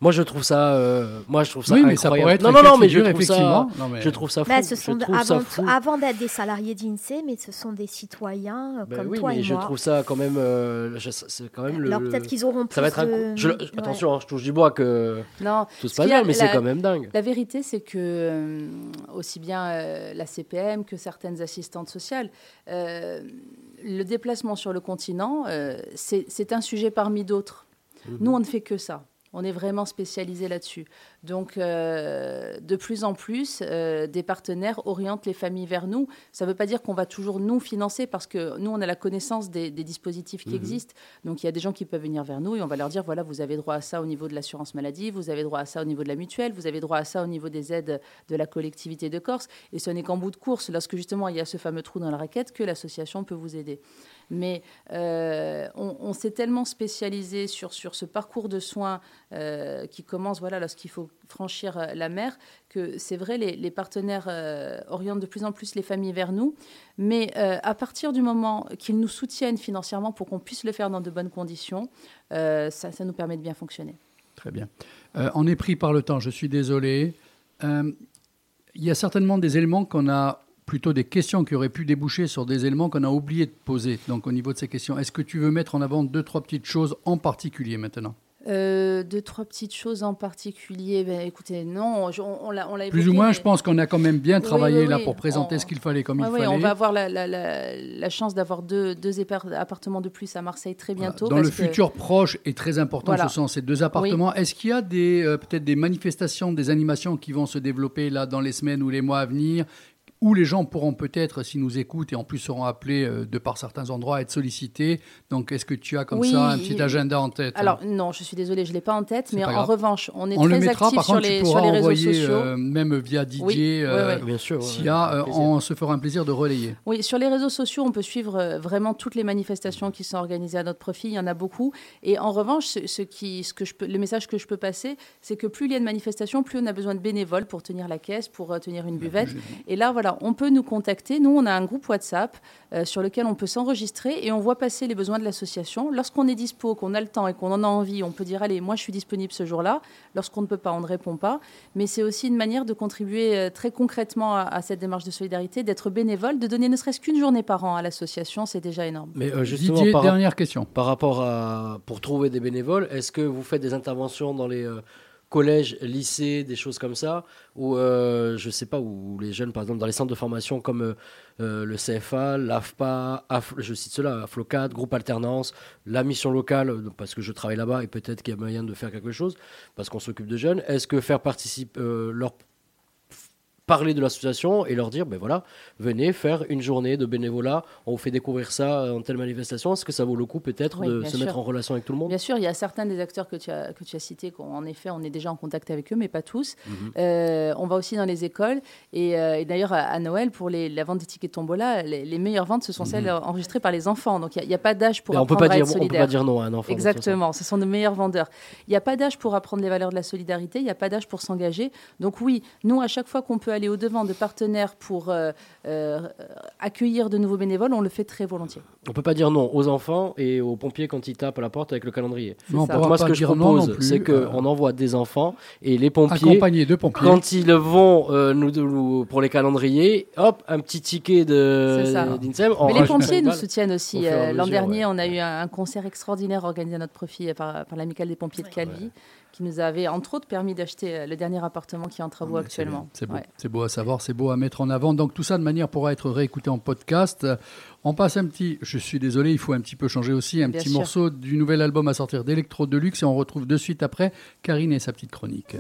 Moi, je trouve ça, euh, moi, je trouve ça Oui, mais incroyable. ça pourrait être non, un non, cas non, de mais je figure, trouve ça, effectivement. Non, mais- je trouve ça fou. Bah, ce sont je de- trouve ça avant, fou. avant d'être des salariés d'INSEE, mais ce sont des citoyens euh, Ben comme oui, toi mais et je moi. trouve ça quand même, euh, je- c'est quand même le. Alors peut-être qu'ils auront Ça va plus être un- de- je- ouais. Attention, hein, je touche du bois que Non, tout se ce passe qu'il y a, bien, mais la- c'est quand même dingue. La vérité, c'est que euh, aussi bien euh, la C P M que certaines assistantes sociales, euh, le déplacement sur le continent, euh, c'est c'est un sujet parmi d'autres. Mhm. Nous, on ne fait que ça. On est vraiment spécialisé là-dessus. Donc, euh, de plus en plus, euh, des partenaires orientent les familles vers nous. Ça ne veut pas dire qu'on va toujours nous financer, parce que nous, on a la connaissance des, des dispositifs qui Mhm. existent. Donc, il y a des gens qui peuvent venir vers nous et on va leur dire, voilà, vous avez droit à ça au niveau de l'assurance maladie, vous avez droit à ça au niveau de la mutuelle, vous avez droit à ça au niveau des aides de la collectivité de Corse. Et ce n'est qu'en bout de course, lorsque justement il y a ce fameux trou dans la raquette, que l'association peut vous aider. Mais euh, on, on s'est tellement spécialisé sur, sur ce parcours de soins euh, qui commence voilà, lorsqu'il faut franchir euh, la mer, que c'est vrai, les, les partenaires euh, orientent de plus en plus les familles vers nous. Mais euh, à partir du moment qu'ils nous soutiennent financièrement pour qu'on puisse le faire dans de bonnes conditions, euh, ça, ça nous permet de bien fonctionner. Très bien. Euh, on est pris par le temps, je suis désolé. Euh, il y a certainement des éléments qu'on a, plutôt des questions qui auraient pu déboucher sur des éléments qu'on a oublié de poser. Donc au niveau de ces questions, est-ce que tu veux mettre en avant deux, trois petites choses en particulier maintenant ? Euh, deux, trois petites choses en particulier. Ben, écoutez, non, je- on, on l'a on l'a évoqué. Plus ou moins, mais- je pense qu'on a quand même bien Oui, travaillé oui, là oui. pour présenter On- ce qu'il fallait comme Ouais, il ouais, fallait. on va avoir la, la- la- la chance d'avoir deux, deux épar- appartements de plus à Marseille très bientôt. Dans le parce que- futur proche et très important, Voilà. ce sont ces deux appartements. Oui. Est-ce qu'il y a des, euh, peut-être des manifestations, des animations qui vont se développer là dans les semaines ou les mois à venir, où les gens pourront peut-être, s'ils nous écoutent et en plus seront appelés euh, de par certains endroits, être sollicités. Donc, est-ce que tu as comme Oui, ça un petit il- agenda en tête? Alors non, je suis désolée, je ne l'ai pas en tête, C'est mais pas en grave. revanche, on est On le très mettra, actifs par sur contre, les, tu sur pourras les réseaux envoyer, sociaux. euh, même via Didier, Oui, oui, euh, oui. Bien sûr, ouais, s'il y a, avec euh, plaisir. on se fera un plaisir de relayer. Oui, sur les réseaux sociaux, on peut suivre euh, vraiment toutes les manifestations qui sont organisées à notre profit. Il y en a beaucoup. Et en revanche, ce, ce qui, ce que je peux, le message que je peux passer, c'est que plus il y a de manifestations, plus on a besoin de bénévoles pour tenir la caisse, pour euh, tenir une buvette. Et là, voilà, on peut nous contacter. Nous, on a un groupe WhatsApp euh, sur lequel on peut s'enregistrer et on voit passer les besoins de l'association. Lorsqu'on est dispo, qu'on a le temps et qu'on en a envie, on peut dire, allez, moi, je suis disponible ce jour-là. Lorsqu'on ne peut pas, on ne répond pas. Mais c'est aussi une manière de contribuer euh, très concrètement à, à cette démarche de solidarité, d'être bénévole, de donner ne serait-ce qu'une journée par an à l'association, c'est déjà énorme. Mais euh, justement, Didier, par, dernière question. Par rapport à pour trouver des bénévoles, est-ce que vous faites des interventions dans les euh, collèges, lycées, des choses comme ça, ou euh, je sais pas, où les jeunes, par exemple, dans les centres de formation comme euh, euh, le C F A, l'A F P A, Af- je cite cela, Aflocat, groupe alternance, la mission locale, euh, parce que je travaille là-bas et peut-être qu'il y a moyen de faire quelque chose, parce qu'on s'occupe de jeunes. Est-ce que faire participer euh, leur parler de l'association et leur dire, ben voilà, venez faire une journée de bénévolat, on vous fait découvrir ça en telle manifestation, est-ce que ça vaut le coup peut-être Oui, de bien se sûr. mettre en relation avec tout le monde? Bien sûr, il y a certains des acteurs que tu as, que tu as cités, qu'en effet, on est déjà en contact avec eux, mais pas tous. Mhm. Euh, on va aussi dans les écoles. Et, euh, et d'ailleurs, à, à Noël, pour les, la vente des tickets de tombola, les, les meilleures ventes, ce sont celles enregistrées par les enfants. Donc, il n'y a, a pas d'âge pour Mais on peut apprendre pas à dire- être on peut solidaire. pas dire non à un enfant, de toute Exactement, ce sont de meilleurs vendeurs. Il n'y a pas d'âge pour apprendre les valeurs de la solidarité, il n'y a pas d'âge pour s'engager. Donc oui, nous, à chaque fois qu'on peut aller au-devant de partenaires pour euh, euh, accueillir de nouveaux bénévoles, on le fait très volontiers. On peut pas dire non aux enfants et aux pompiers quand ils tapent à la porte avec le calendrier. Mais on Donc pourra moi, ce pas que je dire non propose, non plus, c'est qu'on euh, envoie des enfants et les pompiers, Accompagnés de pompiers. quand ils vont euh, nous, nous- pour les calendriers, hop, un petit ticket de C'est ça. d'INSEM. on Mais les rajoute pompiers cinq nous balles. soutiennent Au aussi. fur et à Euh, L'an mesure, dernier, ouais. on a eu un, un concert extraordinaire organisé à notre profit par, par l'amicale des pompiers de Calvi, qui nous avait entre autres permis d'acheter euh, le dernier appartement qui est en travaux actuellement. C'est beau. Ouais. C'est beau à savoir, c'est beau à mettre en avant. Donc tout ça de manière pourra être réécouté en podcast. On passe un petit, je suis désolé, il faut un petit peu changer aussi, un Bien petit sûr. morceau du nouvel album à sortir d'Electro Deluxe et on retrouve de suite après Karine et sa petite chronique.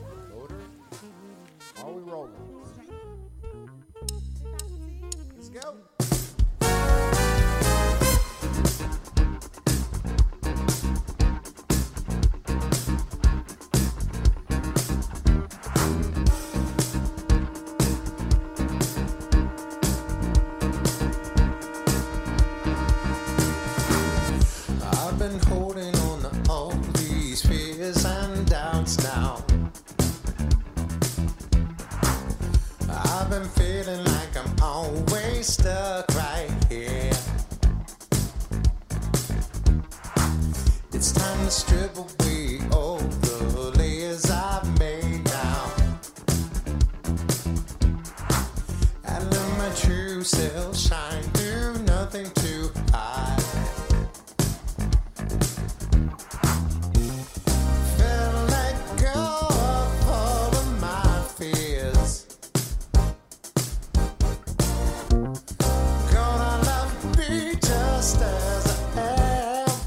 I've been holding on to all these fears and doubts now. I've been feeling like I'm always stuck right here. It's time to strip away all the layers cells shine through nothing to hide. Felt let go of all of my fears. Gonna love me just as I am.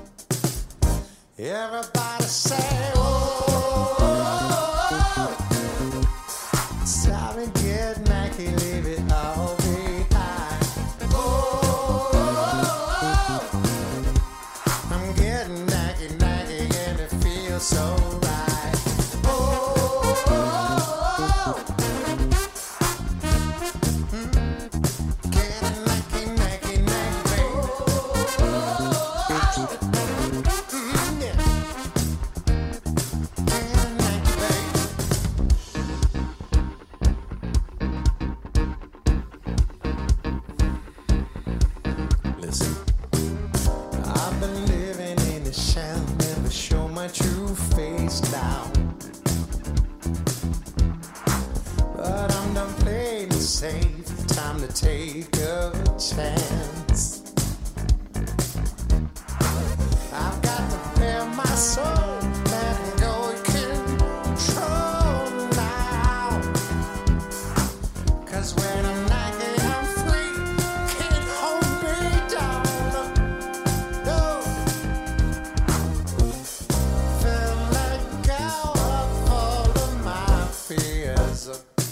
Everybody say, oh, oh, oh. It's time to get Mackie, leave it all behind. Oh, oh, oh. I'm getting nacky, nacky, and it feels so right. Oh, oh, oh. Mm. Getting nacky, nacky, nacky, baby. Oh, oh, oh. Mm, yeah. Getting nacky, baby. Listen, I've been living in the shell, never show my true face now. But I'm done playing it safe, time to take a chance. I've got to prepare my soul, let go of control now. Cause when I'm naked, I'm free, can't hold me down. No. Feel let go of all of my fears.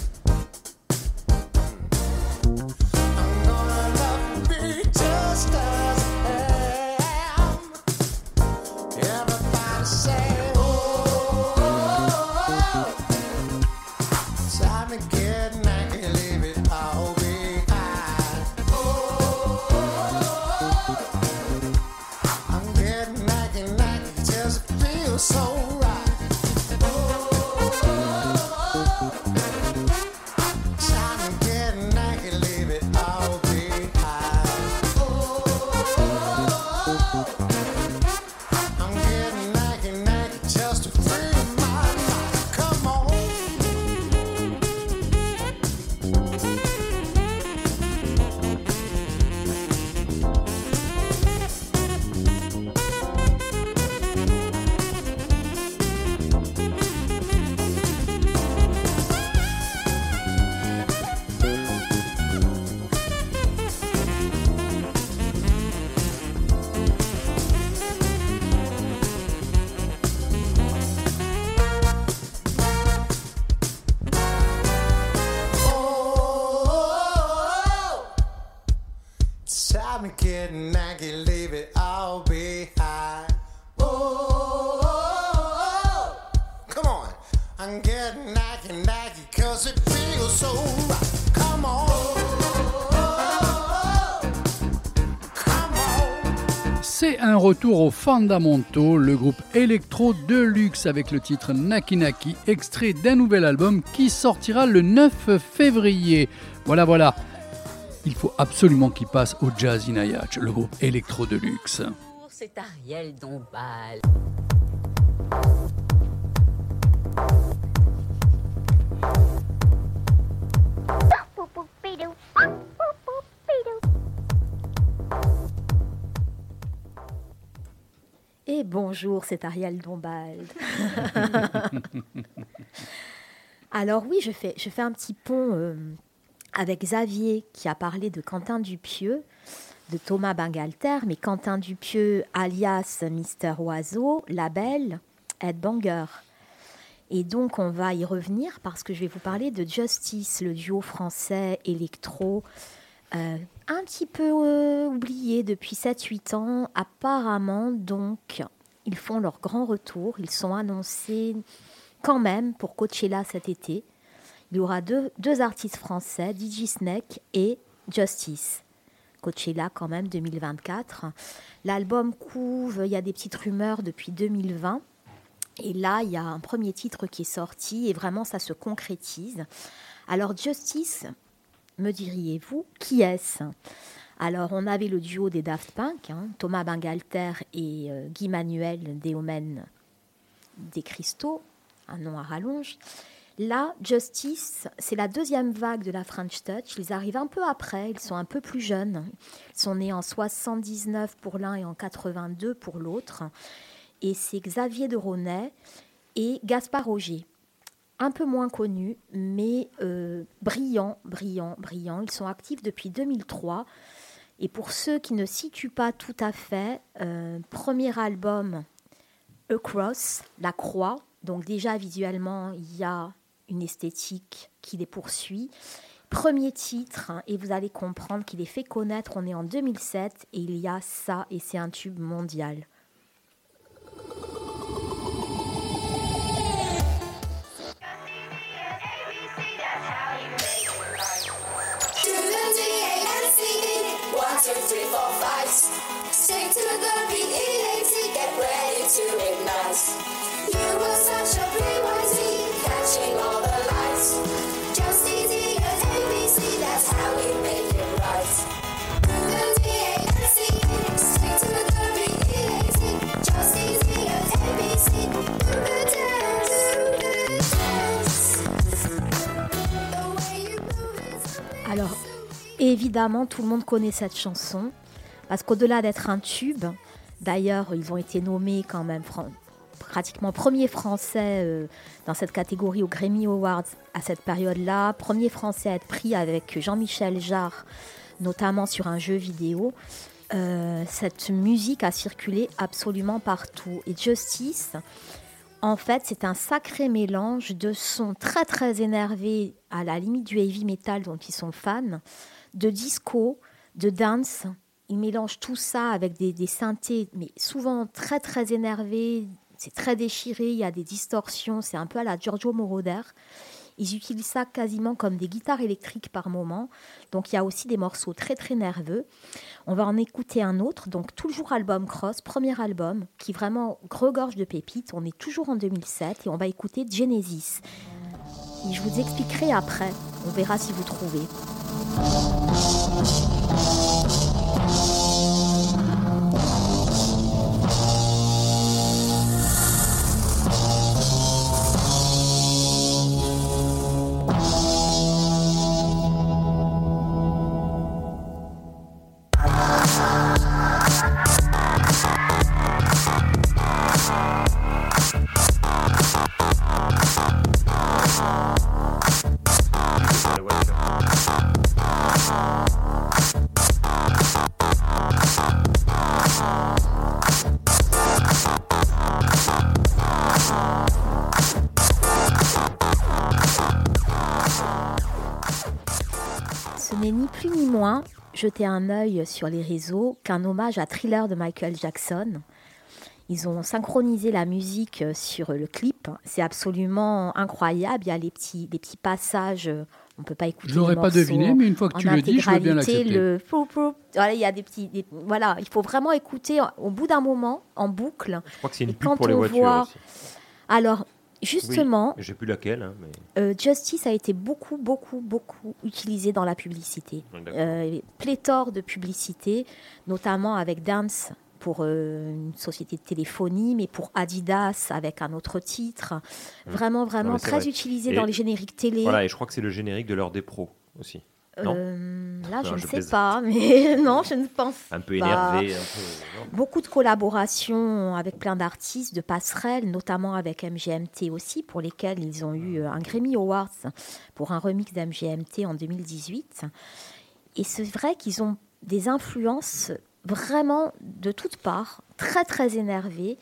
I'm gonna love me just as I am. Everybody say, oh, oh, oh. Time to get naked, leave it all behind. Oh, oh, oh. I'm getting naked, naked, just feels so right. Oh, oh, oh. Time to get naked, leave it all behind. Oh, oh, oh. I'm getting naked, naked, just to free my mind. Come on. Time to get naked, leave it all behind. Oh, oh, oh. Come on. I'm getting naked, naked, cause it feels so right. Come on. C'est un retour aux fondamentaux, le groupe Electro Deluxe avec le titre Naki Naki, extrait d'un nouvel album qui sortira le neuf février. Voilà, voilà. Il faut absolument qu'il passe au Jazz in Ayach, le groupe Electro Deluxe. C'est Ariel Dombal. Et bonjour, c'est Ariel Dombal. Alors oui, je fais, je fais un petit pont euh, avec Xavier qui a parlé de Quentin Dupieux, de Thomas Bangalter, mais Quentin Dupieux alias Mister Oiseau, label Headbanger. Et donc on va y revenir parce que je vais vous parler de Justice, le duo français électro, euh, un petit peu euh, oublié depuis sept huit ans. Apparemment, donc, ils font leur grand retour. Ils sont annoncés quand même pour Coachella cet été. Il y aura deux, deux artistes français, D J Snake et Justice. Coachella quand même deux mille vingt-quatre. L'album couve, il y a des petites rumeurs depuis deux mille vingt. Et là, il y a un premier titre qui est sorti et vraiment, ça se concrétise. Alors, Justice, me diriez-vous, qui est-ce ? Alors, on avait le duo des Daft Punk, hein, Thomas Bangalter et euh, Guy Manuel Deomen des Cristaux, un nom à rallonge. Là, Justice, c'est la deuxième vague de la French Touch. Ils arrivent un peu après, ils sont un peu plus jeunes. Ils sont nés en soixante-dix-neuf pour l'un et en quatre-vingt-deux pour l'autre. Et c'est Xavier de Ronay et Gaspard Roger. Un peu moins connus, mais euh, brillants, brillants, brillants. Ils sont actifs depuis deux mille trois. Et pour ceux qui ne situent pas tout à fait, euh, premier album, Across, la croix. Donc déjà, visuellement, il y a une esthétique qui les poursuit. Premier titre, hein, et vous allez comprendre qu'il est fait connaître. On est en deux mille sept et il y a ça, et c'est un tube mondial. Two, three, four, five. Stick to the B E A T, get ready to ignite. You were such a P Y T, catching all the lights. Just easy as A B C, that's how we make it right. Do the D A N C, stick to the B E A T, just easy as A B C. Do the dance, do the dance. The way you move is amazing. Alors, évidemment, tout le monde connaît cette chanson, parce qu'au-delà d'être un tube, d'ailleurs, ils ont été nommés quand même fran- pratiquement premiers Français euh, dans cette catégorie aux Grammy Awards à cette période-là, premiers Français à être pris avec Jean-Michel Jarre, notamment sur un jeu vidéo. Euh, cette musique a circulé absolument partout. Et Justice, en fait, c'est un sacré mélange de sons très très énervés, à la limite du heavy metal dont ils sont fans, de disco, de dance. Ils mélangent tout ça avec des, des synthés, mais souvent très très énervés. C'est très déchiré, il y a des distorsions, c'est un peu à la Giorgio Moroder. Ils utilisent ça quasiment comme des guitares électriques par moment. Donc il y a aussi des morceaux très très nerveux. On va en écouter un autre, donc toujours album Cross, premier album, qui vraiment regorge de pépites. On est toujours en deux mille sept et on va écouter Genesis. Et je vous expliquerai après, on verra si vous trouvez. Ce n'est ni plus ni moins, jeter un œil sur les réseaux, qu'un hommage à Thriller de Michael Jackson. Ils ont synchronisé la musique sur le clip. C'est absolument incroyable. Il y a les petits, les petits passages. On ne peut pas écouter Je l'aurais les pas morceaux deviné, mais une fois que tu le dis, je veux bien l'accepter. Le... Voilà, il y a des petits. Des... Voilà, il faut vraiment écouter au bout d'un moment, en boucle. Je crois que c'est une Et pub quand pour les on voitures voit... aussi. Alors, justement, Oui, je sais plus laquelle. Hein, mais... euh, Justice a été beaucoup, beaucoup, beaucoup utilisé dans la publicité. Euh, pléthore de publicités, notamment avec Dance pour euh, une société de téléphonie, mais pour Adidas avec un autre titre. Vraiment, vraiment Non, c'est très vrai. utilisé Et- dans les génériques télé. Voilà, et je crois que c'est le générique de l'heure des pros aussi. Non Euh, là, Non, je ne je sais plaisante. pas, mais non, je ne pense Un peu pas. énervé, un peu. non. Beaucoup de collaborations avec plein d'artistes, de passerelles, notamment avec M G M T aussi, pour lesquels ils ont eu un Grammy Awards pour un remix d'M G M T en deux mille dix-huit. Et c'est vrai qu'ils ont des influences vraiment de toutes parts, très très énervées.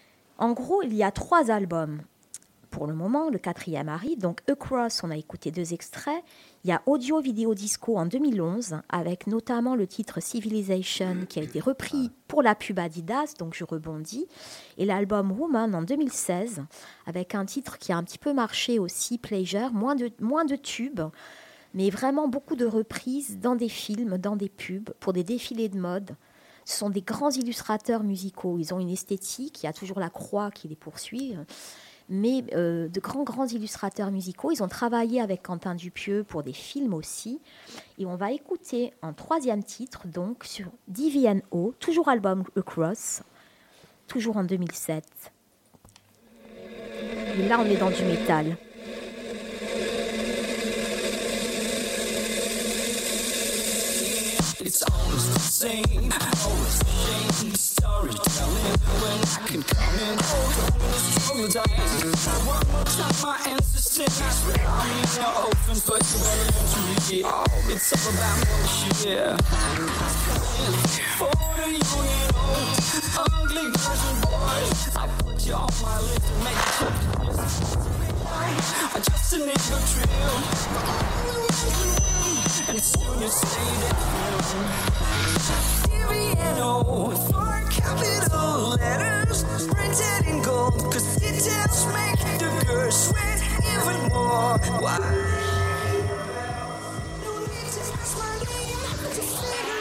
En gros, il y a trois albums. Pour le moment, le quatrième arrive. Donc, Across, on a écouté deux extraits. Il y a Audio Video Disco en deux mille onze, avec notamment le titre Civilization, qui a été repris pour la pub Adidas, donc je rebondis. Et l'album Woman en deux mille seize, avec un titre qui a un petit peu marché aussi, Pleasure, moins de, moins de tubes, mais vraiment beaucoup de reprises dans des films, dans des pubs, pour des défilés de mode. Ce sont des grands illustrateurs musicaux. Ils ont une esthétique, il y a toujours la croix qui les poursuit, mais euh, de grands, grands illustrateurs musicaux. Ils ont travaillé avec Quentin Dupieux pour des films aussi. Et on va écouter un troisième titre, donc, sur D V N O, toujours album Across, toujours en deux mille sept. Et là, on est dans du métal. always the same. Always the same storytelling when I can come in. Struggle dice. One more time, my ancestors. I mean, no orphans, but you elementary. It's all about bullshit. For the young and old, ugly girls and boys, I put you on my list to make it. I just a nigga trill. And soon you say that Siriano for capital letters printed in gold, cause details make the girl sweat even more. Why? No need to ask my name, just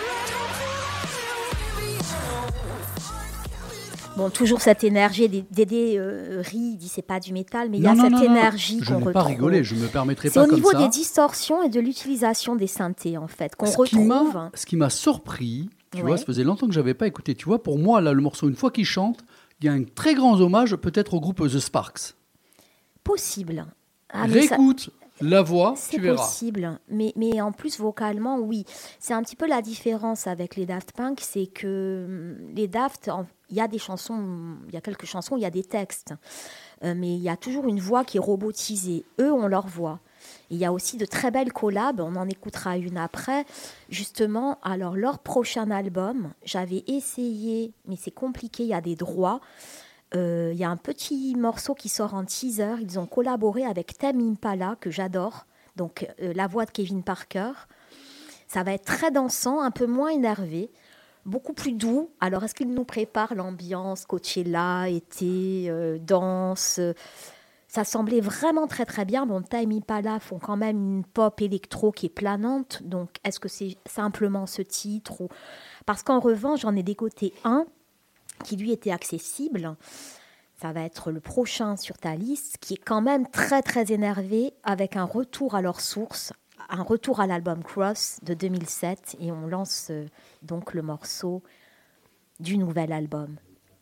Bon, toujours cette énergie, Dédé euh, rit, il dit c'est pas du métal, mais il y Non, a non, cette non, non. énergie Je qu'on n'ai retrouve. pas rigolé, je me permettrai C'est pas au comme niveau ça. des distorsions et de l'utilisation des synthés, en fait, qu'on Ce qui retrouve. m'a- Ce qui m'a surpris, tu Ouais. vois, ça faisait longtemps que j'avais pas écouté. Tu vois, pour moi, là, le morceau, une fois qu'il chante, il y a un très grand hommage peut-être au groupe The Sparks. Possible. Ah, mais ça- Réécoute la voix, C'est tu verras. possible, mais, mais en plus vocalement, oui. C'est un petit peu la différence avec les Daft Punk, c'est que hum, les Daft, en- il y a des chansons, il y a quelques chansons, il y a des textes, Euh, mais il y a toujours une voix qui est robotisée. Eux ont leur voix. Il y a aussi de très belles collabs, on en écoutera une après. Justement, alors leur prochain album, j'avais essayé, mais c'est compliqué, il y a des droits. Euh, Il y a un petit morceau qui sort en teaser. Ils ont collaboré avec Tame Impala, que j'adore. Donc, euh, la voix de Kevin Parker. Ça va être très dansant, un peu moins énervé, beaucoup plus doux. Alors, est-ce qu'ils nous préparent l'ambiance Coachella, été, euh, danse euh, Ça semblait vraiment très, très bien. Bon, Tame Impala font quand même une pop électro qui est planante. Donc, est-ce que c'est simplement ce titre ou... Parce qu'en revanche, j'en ai dégoté un qui lui était accessible. Ça va être le prochain sur ta liste, qui est quand même très très énervé, avec un retour à leur source, un retour à l'album Cross de deux mille sept, et on lance euh, donc le morceau du nouvel album.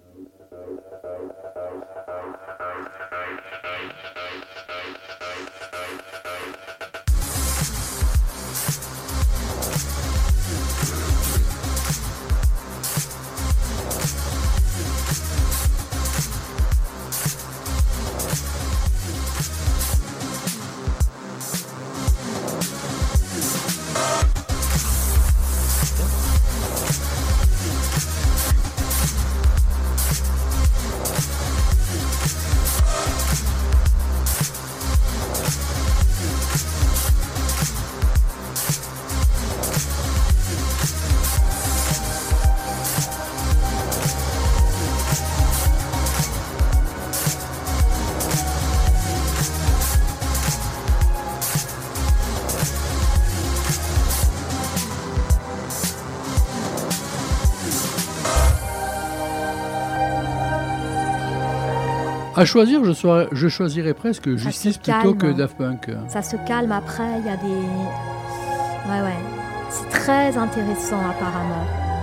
À choisir, je, sois- je choisirais presque Ça Justice se plutôt calme, que hein. Daft Punk. Ça se calme après, il y a des... Ouais, ouais. C'est très intéressant apparemment.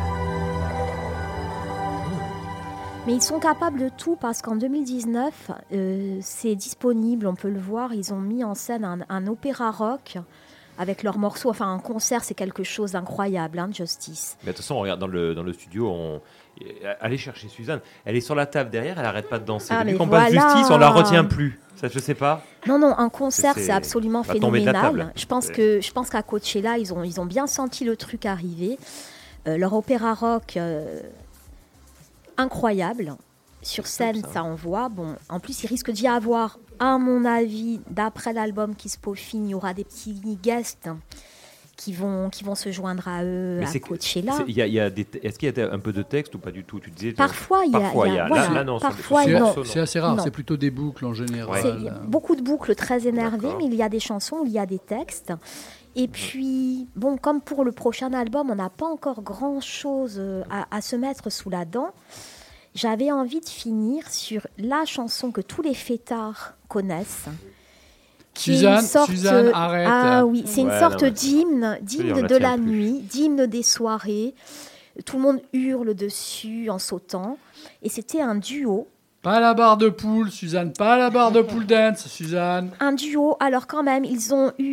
Mais ils sont capables de tout parce qu'en deux mille dix-neuf, euh, c'est disponible, on peut le voir. Ils ont mis en scène un, un opéra rock avec leurs morceaux. Enfin, un concert, c'est quelque chose d'incroyable, hein, Justice. Mais de toute façon, on regarde dans le, dans le studio, on... allez chercher Suzanne. Elle est sur la table derrière, elle arrête pas de danser. Ah, Depuis mais qu'on voilà. passe Justice, on la retient plus. Ça, je sais pas. Non, non, un concert, C'est- c'est absolument va tomber de la phénoménal. table. Je pense C'est- que je pense qu'à Coachella, ils ont, ils ont bien senti le truc arriver. Euh, leur opéra rock, euh, incroyable. Sur scène, ça envoie. Bon, en plus, il risque d'y avoir, à mon avis, d'après l'album qui se peaufine, il y aura des petits guests qui vont, qui vont se joindre à eux Mais à c'est que- Coachella. c'est- il y a- il y a des te- Est-ce qu'il y a un peu de texte ou pas du tout? Tu disais. Parfois, il y a- Parfois, il y a- Là- voilà, là, non, sur- parfois, sur ces non. morceaux, C'est assez rare, Non. c'est plutôt des boucles en général. C'est- il y a beaucoup de boucles très énervées, mais il y a des chansons où il y a des textes. Et puis, bon, comme pour le prochain album, on n'a pas encore grand-chose euh, à, à se mettre sous la dent. J'avais envie de finir sur la chanson que tous les fêtards connaissent. qui est Suzanne, une sorte- Suzanne, arrête. Ah oui, c'est une Ouais, sorte non, mais- d'hymne, Je veux d'hymne dire, on la de tient la plus. nuit, d'hymne des soirées. Tout le monde hurle dessus en sautant. Et c'était un duo. Pas la barre de poule, Suzanne, pas la barre de poule dance, Suzanne. Un duo, alors quand même, ils ont eu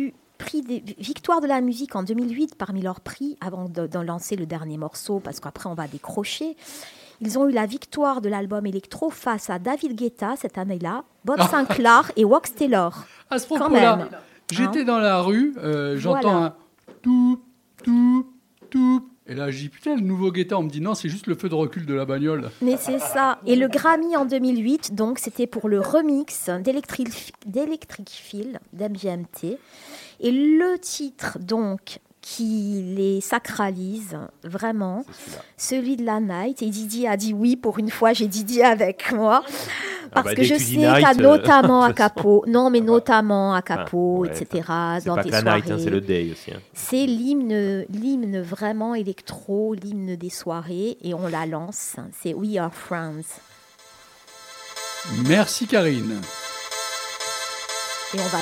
prix des victoires de la musique en deux mille huit parmi leurs prix, avant de, de lancer le dernier morceau, parce qu'après on va décrocher. Ils ont eu la victoire de l'album électro face à David Guetta cette année-là, Bob Sinclair et Wax Taylor. À ce propos-là, j'étais hein dans la rue, euh, j'entends voilà. un tout, tout, tout. Et là, je dis, putain, le nouveau Guetta, on me dit, non, c'est juste le feu de recul de la bagnole. Mais c'est ça. Et le Grammy en deux mille huit, donc, c'était pour le remix d'Electric, d'Electric Feel, d'M G M T. Et le titre, donc, qui les sacralise, vraiment, celui de la Night. Et Didier a dit oui, pour une fois, j'ai Didier avec moi. Parce ah bah, que je sais Night, qu'à notamment euh... à Capo, non mais notamment à Capo, ah, ouais, et cetera. C'est dans pas tes que la soirées, Night, hein, c'est le Day aussi. Hein. C'est l'hymne, l'hymne vraiment électro, l'hymne des soirées, et on la lance. C'est We Are Friends. Merci Karine. Et on va.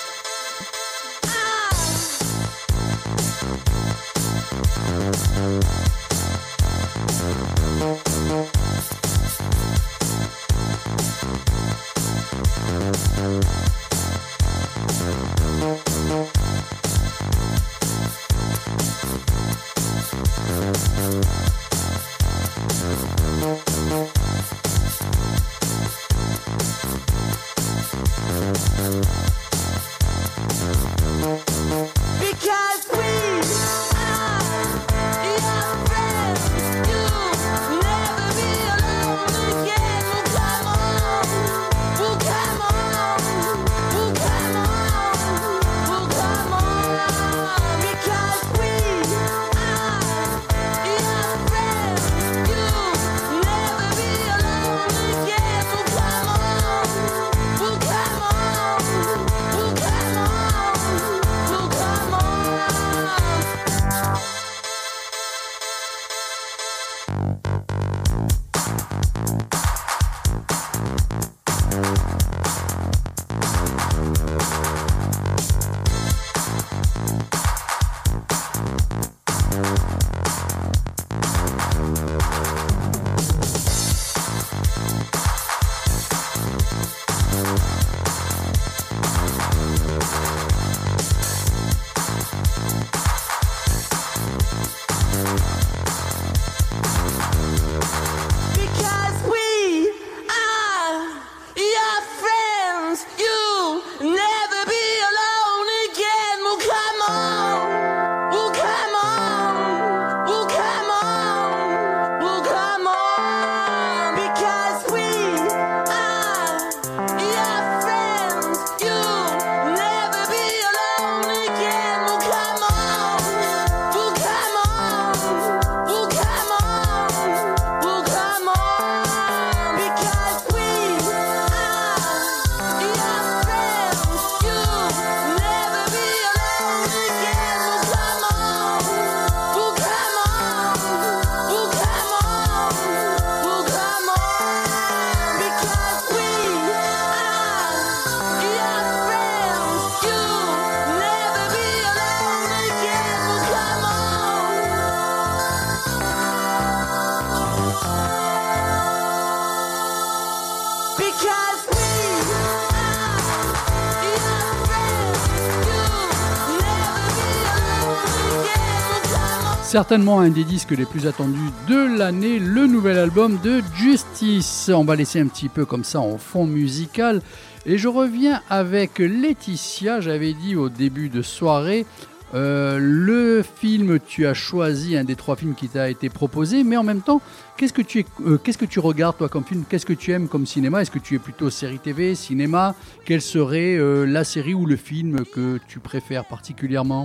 Certainement un des disques les plus attendus de l'année, le nouvel album de Justice. On va laisser un petit peu comme ça en fond musical. Et je reviens avec Laetitia, j'avais dit au début de soirée, euh, le film, tu as choisi un des trois films qui t'a été proposé, mais en même temps, qu'est-ce que tu, es, euh, qu'est-ce que tu regardes toi comme film? Qu'est-ce que tu aimes comme cinéma? Est-ce que tu es plutôt série T V, cinéma? Quelle serait euh, la série ou le film que tu préfères particulièrement?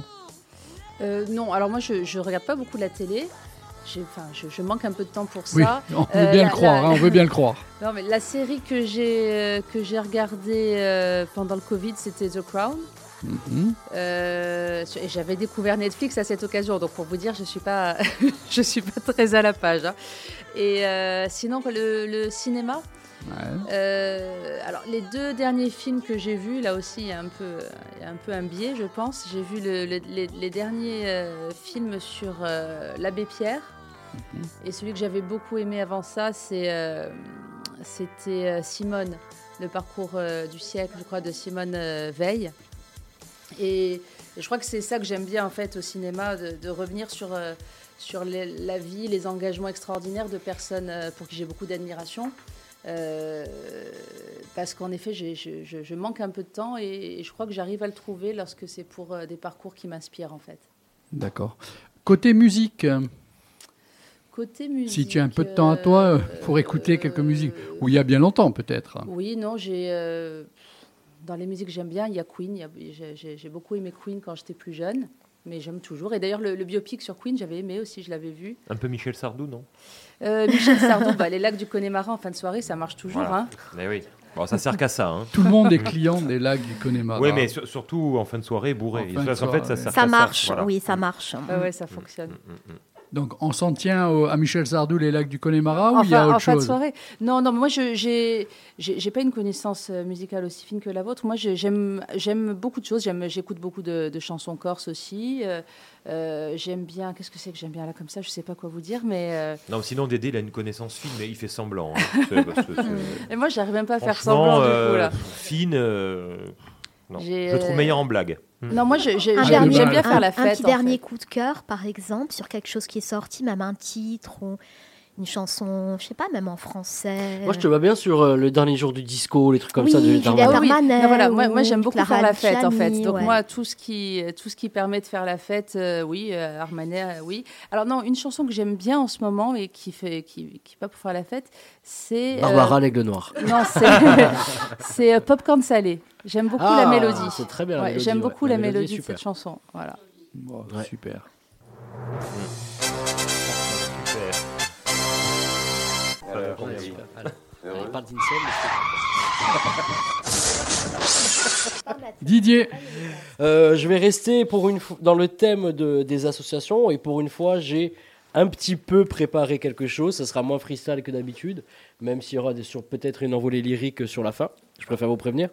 Euh, non, alors moi je ne regarde pas beaucoup la télé. J'ai, je, je manque un peu de temps pour ça. Oui, on veut euh, bien la, le croire. La... Hein, on veut bien le croire. Non, mais la série que j'ai euh, que j'ai regardée euh, pendant le Covid, c'était The Crown. Mm-hmm. Euh, et j'avais découvert Netflix à cette occasion, donc pour vous dire, je suis pas, je suis pas très à la page. Hein. Et euh, sinon, le, le cinéma. Ouais. Euh, alors les deux derniers films que j'ai vus, là aussi il y a un peu, il y a un peu un biais, je pense. J'ai vu le, le, les, les derniers euh, films sur euh, l'abbé Pierre, mm-hmm. et celui que j'avais beaucoup aimé avant ça, c'est, euh, c'était euh, Simone, le parcours euh, du siècle, je crois, de Simone euh, Veil. Et Et je crois que c'est ça que j'aime bien en fait au cinéma, de, de revenir sur, euh, sur les, la vie, les engagements extraordinaires de personnes euh, pour qui j'ai beaucoup d'admiration. Euh, parce qu'en effet, j'ai, je, je, je manque un peu de temps et, et je crois que j'arrive à le trouver lorsque c'est pour euh, des parcours qui m'inspirent en fait. D'accord. Côté musique, Côté musique, si tu as un peu de temps à toi euh, pour écouter quelques musiques, ou il y a bien longtemps peut-être. Oui, non, j'ai euh, dans les musiques que j'aime bien, il y a Queen. Il y a, j'ai, j'ai beaucoup aimé Queen quand j'étais plus jeune, mais j'aime toujours. Et d'ailleurs, le, le biopic sur Queen, j'avais aimé aussi, je l'avais vu. Un peu Michel Sardou, non euh, Michel Sardou, bah, les lacs du Connemara en fin de soirée, ça marche toujours. Voilà. Hein. Mais oui. Bon, ça sert qu'à ça. Hein. Tout le monde est client des lacs du Connemara. Oui, mais sur, surtout en fin de soirée, bourré. En, en soirée, fait, ça sert ça qu'à marche, ça. Voilà. oui, ça marche. Ah ouais, ça fonctionne. Mmh, mmh, mmh. Donc, on s'en tient au, à Michel Sardou, les lacs du Connemara, ou il y Enfin, a autre en fin de chose? soirée. Non, non, moi, je j'ai, j'ai, j'ai pas une connaissance musicale aussi fine que la vôtre. Moi, je, j'aime, j'aime beaucoup de choses. J'aime, j'écoute beaucoup de, de chansons corses aussi. Euh, euh, j'aime bien... Qu'est-ce que c'est que j'aime bien là comme ça? Je sais pas quoi vous dire, mais... Euh... Non, sinon, Dédé, il a une connaissance fine, mais il fait semblant. Hein. C'est parce que c'est... Et moi, j'arrive même pas à faire Franchement, semblant, euh, du coup, là. Fine... Euh... Non. J'ai, je le trouve euh, meilleur en blague. Non, moi, je, je, Un j'aime, dernier- j'aime bien faire la un- fête. Un petit en dernier fait. coup de cœur, par exemple, sur quelque chose qui est sorti, même un titre ou une chanson, je sais pas, même en français. Moi, je te vois bien sur euh, le dernier jour du disco, les trucs comme Oui, ça de Juliette Darmanin. Ah oui. Armanet Non, voilà, moi, moi ou j'aime beaucoup Clara faire la fête en fait. Luciani, Donc ouais. moi tout ce qui tout ce qui permet de faire la fête, euh, oui, euh, Armanet, euh, oui. Alors non, une chanson que j'aime bien en ce moment et qui fait qui qui pas pour faire la fête, c'est Barbara euh, l'aigle noir. Non, c'est c'est euh, Popcorn salé. J'aime beaucoup Ah, la mélodie. c'est très bien la Ouais, mélodie, J'aime ouais. beaucoup La la, mélodie est mélodie de super. cette chanson. Voilà. Bon, Ouais. Super. Euh, ouais, super. Allez. Allez, parle d'Insel, mais Didier, Euh, je vais rester pour une fo- dans le thème de, des associations et pour une fois j'ai un petit peu préparé quelque chose. Ça sera moins freestyle que d'habitude, même s'il y aura des, sur, peut-être une envolée lyrique sur la fin. Je préfère vous prévenir.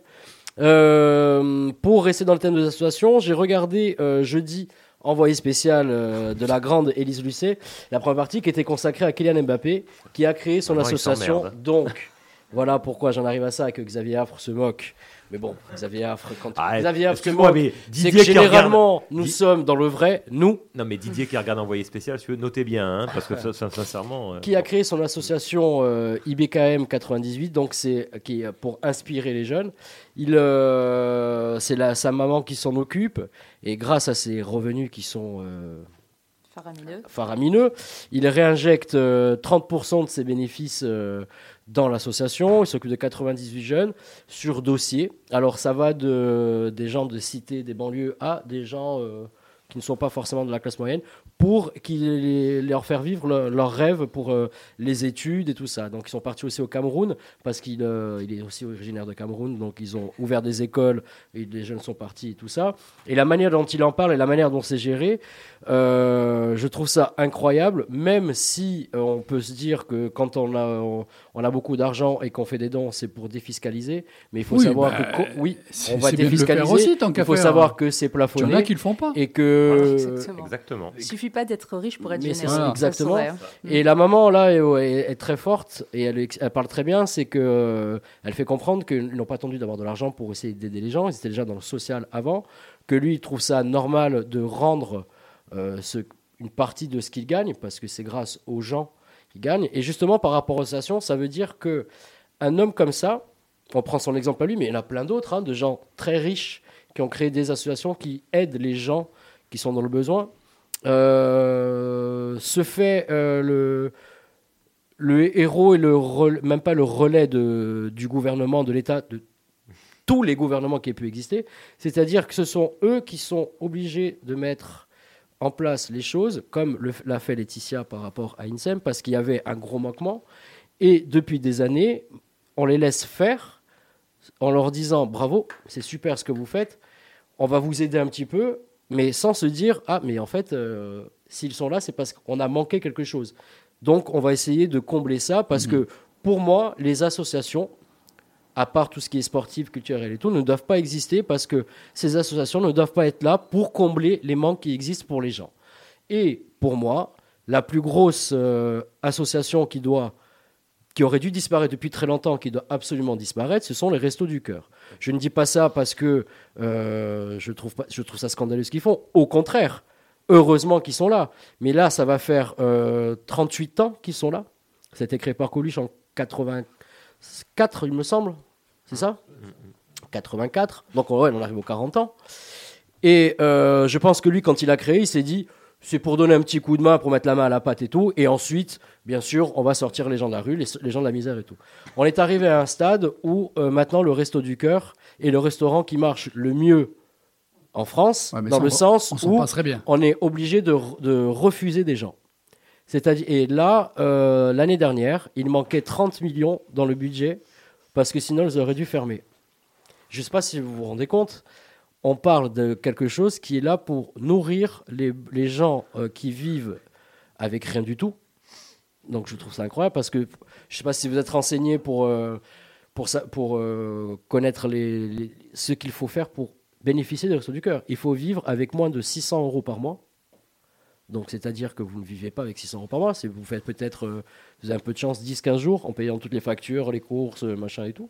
Euh, pour rester dans le thème des associations, j'ai regardé euh, jeudi Envoyé spécial euh, de la grande Élise Lucet, la première partie qui était consacrée à Kylian Mbappé, qui a créé son Ah non, il association. s'emmerde. Donc, voilà pourquoi j'en arrive à ça, que Xavier Affre se moque. Mais bon, Xavier Affre, quand Ah, Xavier Affre se excuse-moi, moque, mais c'est Didier que qui regarde- généralement, nous Di- sommes dans le vrai, nous, Non, mais Didier qui regarde Envoyé spécial, si tu veux, notez bien, hein, parce que ça, ça, sincèrement... euh, qui a créé son association euh, I B K M quatre-vingt-dix-huit, donc c'est qui est pour inspirer les jeunes. Il, euh, c'est la, sa maman qui s'en occupe, et grâce à ses revenus qui sont euh, Faramineux. faramineux, il réinjecte euh, trente pour cent de ses bénéfices euh, dans l'association. Il s'occupe de quatre-vingt-dix-huit jeunes sur dossier. Alors ça va de, des gens de cité, des banlieues, à des gens euh, qui ne sont pas forcément de la classe moyenne, pour qu'ils les- leur faire vivre le- leurs rêves pour euh, les études et tout ça. Donc ils sont partis aussi au Cameroun, parce qu'il euh, il est aussi originaire de Cameroun, donc ils ont ouvert des écoles, et les jeunes sont partis et tout ça. Et la manière dont il en parle et la manière dont c'est géré, euh, je trouve ça incroyable, même si euh, on peut se dire que quand on a, on, on a beaucoup d'argent et qu'on fait des dons, c'est pour défiscaliser, mais il faut Oui, savoir bah, que co- oui, c'est- on va c'est bien de le faire défiscaliser, aussi, tant il qu'à faut faire. savoir que c'est plafonné. Il y en a qui le font pas. Et que... Exactement. Exactement. Il suffit pas d'être riche pour être Mais c'est généreux. ça, Ça exactement. saurait, hein. Et la maman là est, est- est très forte et elle, ex- elle parle très bien. C'est que euh, elle fait comprendre qu'ils n'ont pas attendu d'avoir de l'argent pour essayer d'aider les gens. Ils étaient déjà dans le social avant. Que lui, il trouve ça normal de rendre euh, ce- une partie de ce qu'il gagne parce que c'est grâce aux gens qu'il gagne. Et justement, par rapport aux associations, ça veut dire que un homme comme ça, on prend son exemple à lui, mais il y en a plein d'autres, hein, de gens très riches qui ont créé des associations qui aident les gens qui sont dans le besoin. Euh, se fait euh, le, le héros et le relais, même pas le relais de, du gouvernement, de l'État, de tous les gouvernements qui aient pu exister. C'est-à-dire que ce sont eux qui sont obligés de mettre en place les choses, comme le- l'a fait Laetitia par rapport à INSEM, parce qu'il y avait un gros manquement. Et depuis des années, on les laisse faire en leur disant bravo, c'est super ce que vous faites, on va vous aider un petit peu, mais sans se dire ah mais en fait euh, s'ils sont là c'est parce qu'on a manqué quelque chose. Donc on va essayer de combler ça parce que pour moi les associations, à part tout ce qui est sportif, culturel et tout, ne doivent pas exister parce que ces associations ne doivent pas être là pour combler les manques qui existent pour les gens. Et pour moi, la plus grosse euh, association qui doit qui aurait dû disparaître depuis très longtemps, qui doit absolument disparaître, ce sont les restos du cœur. Je ne dis pas ça parce que euh, je trouve pas, je trouve ça scandaleux ce qu'ils font. Au contraire, heureusement qu'ils sont là. Mais là, ça va faire euh, trente-huit ans qu'ils sont là. C'était créé par Coluche en quatre-vingt-quatre, il me semble. C'est ça ? quatre-vingt-quatre. Donc ouais, on arrive aux quarante ans. Et euh, je pense que lui, quand il a créé, il s'est dit... C'est pour donner un petit coup de main, pour mettre la main à la pâte et tout. Et ensuite, bien sûr, on va sortir les gens de la rue, les, les gens de la misère et tout. On est arrivé à un stade où euh, maintenant le Resto du Cœur est le restaurant qui marche le mieux en France, ouais, dans ça, le on, sens on où passerait bien. on est obligé de, de refuser des gens. C'est-à-dire, et là, euh, l'année dernière, il manquait trente millions dans le budget parce que sinon, ils auraient dû fermer. Je ne sais pas si vous vous rendez compte. On parle de quelque chose qui est là pour nourrir les, les gens euh, qui vivent avec rien du tout. Donc je trouve ça incroyable parce que je ne sais pas si vous êtes renseigné pour, euh, pour, ça, pour euh, connaître les, les, ce qu'il faut faire pour bénéficier des Restos du Cœur. Il faut vivre avec moins de six cents euros par mois. Donc c'est-à-dire que vous ne vivez pas avec six cents euros par mois. C'est, vous faites peut-être, euh, vous avez un peu de chance, dix à quinze jours en payant toutes les factures, les courses, machin et tout.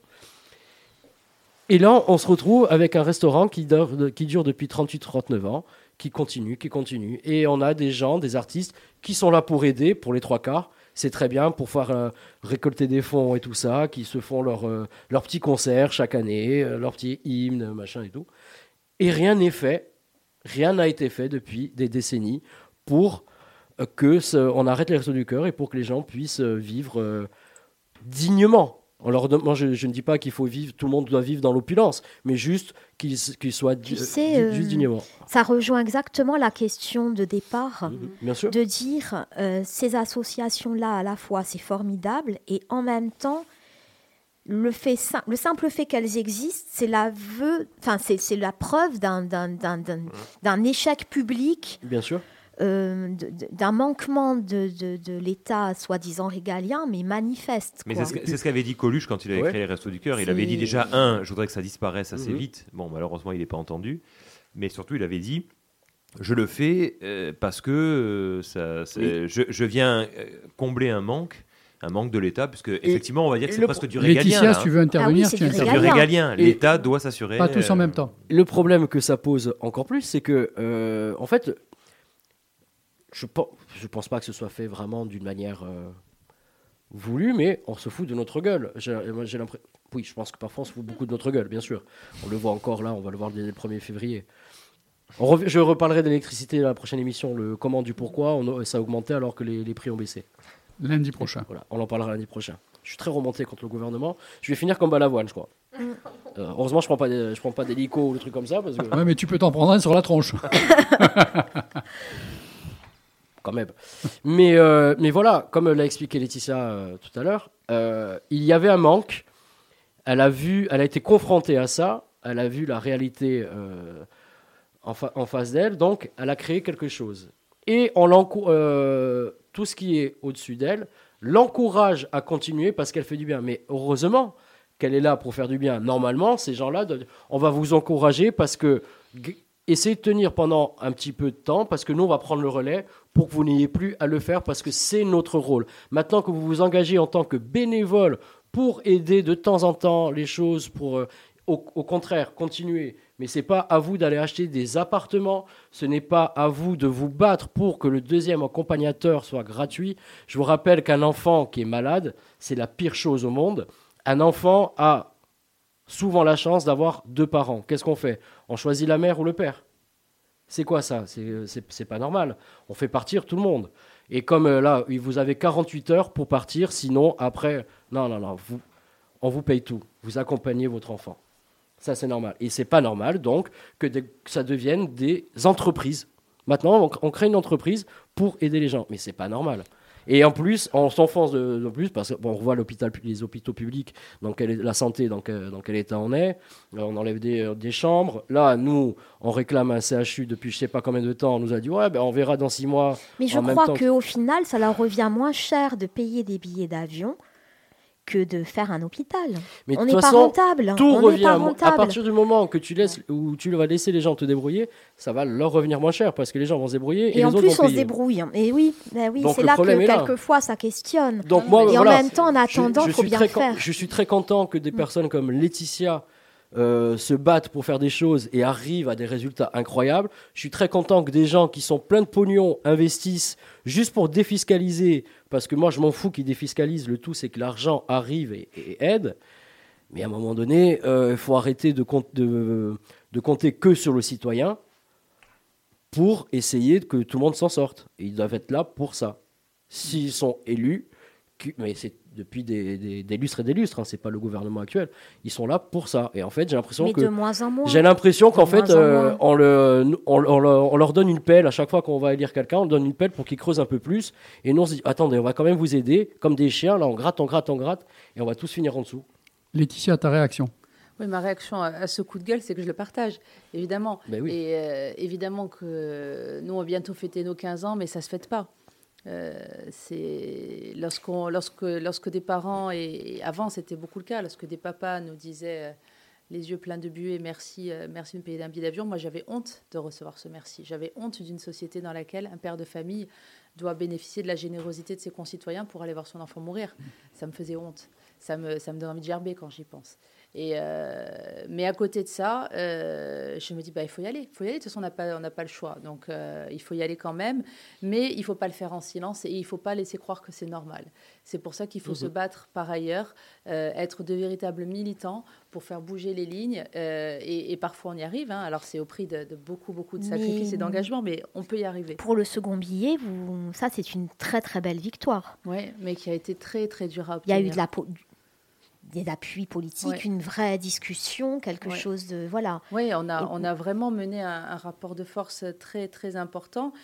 Et là, on se retrouve avec un restaurant qui dure, qui dure depuis trente-huit à trente-neuf ans, qui continue, qui continue. Et on a des gens, des artistes qui sont là pour aider, pour les trois quarts. C'est très bien pour faire euh, récolter des fonds et tout ça, qui se font leur, euh, leur petit concert chaque année, euh, leur petit hymne, machin et tout. Et rien n'est fait, rien n'a été fait depuis des décennies pour euh, que ce, on arrête les Restos du Cœur et pour que les gens puissent euh, vivre euh, dignement. Alors, moi, je, je ne dis pas qu'il faut vivre, tout le monde doit vivre dans l'opulence, mais juste qu'il, qu'il soit tu sais, euh, juste dignement. Ça rejoint exactement la question de départ, mmh, bien sûr. De dire euh, ces associations-là, à la fois, c'est formidable, et en même temps, le, fait, le simple fait qu'elles existent, c'est l'aveu, enfin, c'est, c'est la preuve d'un, d'un, d'un, d'un, d'un échec public. Bien sûr. Euh, de, de, d'un manquement de, de, de l'État soi-disant régalien, mais manifeste. Mais quoi. c'est, ce, c'est ce qu'avait dit Coluche quand il avait ouais. créé les Restos du Cœur. Il c'est... avait dit déjà, un, je voudrais que ça disparaisse assez mmh. vite. Bon, malheureusement, il n'est pas entendu. Mais surtout, il avait dit, je le fais euh, parce que euh, ça, oui. je, je viens euh, combler un manque. Un manque de l'État, puisque et, effectivement, on va dire que c'est presque du régalien. Laetitia, là, si tu veux intervenir, ah oui, tu c'est du régalien. régalien. L'État doit s'assurer. Pas tous en même temps. Le problème que ça pose encore plus, c'est que, euh, en fait, je ne pense pas que ce soit fait vraiment d'une manière euh, voulue, mais on se fout de notre gueule. J'ai, j'ai l'impression... Oui, je pense que parfois on se fout beaucoup de notre gueule, bien sûr. On le voit encore là, on va le voir dès le premier février. On rev... Je reparlerai d'électricité dans la prochaine émission, le comment du pourquoi, on... ça a augmenté alors que les, les prix ont baissé. Lundi prochain. Voilà, on en parlera lundi prochain. Je suis très remonté contre le gouvernement. Je vais finir comme Balavoine, je crois. Euh, heureusement, je ne prends pas des, je prends pas d'hélico ou des trucs comme ça. Parce que... Ouais, mais tu peux t'en prendre un sur la tronche. Quand même. Mais, euh, mais voilà, comme l'a expliqué Laetitia euh, tout à l'heure, euh, il y avait un manque. Elle a, vu, elle a été confrontée à ça. Elle a vu la réalité euh, en, fa- en face d'elle. Donc, elle a créé quelque chose. Et on l'encourage... Euh, tout ce qui est au-dessus d'elle, l'encourage à continuer parce qu'elle fait du bien. Mais heureusement qu'elle est là pour faire du bien. Normalement, ces gens-là, on va vous encourager parce que essayez de tenir pendant un petit peu de temps parce que nous, on va prendre le relais pour que vous n'ayez plus à le faire parce que c'est notre rôle. Maintenant que vous vous engagez en tant que bénévole pour aider de temps en temps les choses, pour euh, au, au contraire continuer. Mais ce n'est pas à vous d'aller acheter des appartements, ce n'est pas à vous de vous battre pour que le deuxième accompagnateur soit gratuit. Je vous rappelle qu'un enfant qui est malade, c'est la pire chose au monde. Un enfant a souvent la chance d'avoir deux parents. Qu'est-ce qu'on fait ? On choisit la mère ou le père ? C'est quoi ça ? c'est, c'est, c'est pas normal. On fait partir tout le monde. Et comme euh, là, vous avez quarante-huit heures pour partir, sinon après, non, non, non, vous, on vous paye tout. Vous accompagnez votre enfant. Ça, c'est normal. Et c'est pas normal, donc, que, de, que ça devienne des entreprises. Maintenant, on, on crée une entreprise pour aider les gens. Mais c'est pas normal. Et en plus, on s'enfonce de, de plus, parce qu'on bon, revoit l'hôpital, les hôpitaux publics, dans quel, la santé, dans quel, dans quel état on est. On enlève des, des chambres. Là, nous, on réclame un C H U depuis je sais pas combien de temps. On nous a dit, ouais, ben, on verra dans six mois. Mais je crois qu'au final, ça leur revient moins cher de payer des billets d'avion que de faire un hôpital. Mais on de n'est toute pas façon, rentable. tout on n'est revient pas à rentable. partir du moment que tu laisses où tu vas laisser les gens te débrouiller, ça va leur revenir moins cher parce que les gens vont se débrouiller et, Et, les en autres plus, vont on se payer. débrouille. Et oui, ben oui Donc, c'est le là problème que est là. quelquefois ça questionne. Donc moi, et voilà, en même temps, en je- attendant, je il faut suis bien très le con- faire. Je suis très content que des personnes comme Laetitia euh, se battent pour faire des choses et arrivent à des résultats incroyables. Je suis très content que des gens qui sont pleins de pognon investissent juste pour défiscaliser, parce que moi je m'en fous qu'ils défiscalisent, le tout c'est que l'argent arrive et, et aide. Mais à un moment donné, euh, il faut arrêter de, compte- de, de compter que sur le citoyen pour essayer que tout le monde s'en sorte. Et ils doivent être là pour ça. S'ils sont élus, qui- mais c'est depuis des, des, des lustres et des lustres, hein, c'est pas le gouvernement actuel, ils sont là pour ça. Et en fait, j'ai l'impression Mais que de moins en moins. j'ai l'impression qu'en De fait, moins en euh, moins. on, le, on, on leur- on leur donne une pelle à chaque fois qu'on va élire quelqu'un, on leur donne une pelle pour qu'ils creusent un peu plus. Et nous, on se dit, attendez, on va quand même vous aider, comme des chiens, là, on gratte, on gratte, on gratte, et on va tous finir en dessous. Laetitia, ta réaction? Oui, ma réaction à, à ce coup de gueule, c'est que je le partage, évidemment. Ben oui. Et euh, évidemment que nous, on va bientôt fêter nos quinze ans, mais ça ne se fête pas. Euh, c'est lorsqu'on, lorsque, lorsque des parents, et, et avant c'était beaucoup le cas, lorsque des papas nous disaient euh, les yeux pleins de buée, merci, euh, merci de me payer d'un billet d'avion, moi j'avais honte de recevoir ce merci. J'avais honte d'une société dans laquelle un père de famille doit bénéficier de la générosité de ses concitoyens pour aller voir son enfant mourir. Ça me faisait honte. Ça me, ça me donne envie de gerber quand j'y pense. Et euh, mais à côté de ça, euh, je me dis, bah, il faut y aller. Il faut y aller. De toute façon, on n'a pas, on n'a pas le choix. Donc, euh, il faut y aller quand même. Mais il ne faut pas le faire en silence et il ne faut pas laisser croire que c'est normal. C'est pour ça qu'il faut Mmh. se battre par ailleurs, euh, être de véritables militants pour faire bouger les lignes. Euh, et, et parfois, on y arrive. Hein. Alors, c'est au prix de, de beaucoup, beaucoup de sacrifices Mais- et d'engagement, mais on peut y arriver. Pour le second billet, vous... ça, c'est une très, très belle victoire. Oui, mais qui a été très, très dur à Il y a obtenir. eu de la po- des appuis politiques, Ouais. une vraie discussion, quelque Ouais. chose de... Voilà. Oui, on a, Et- on a vraiment mené un, un rapport de force très, très important.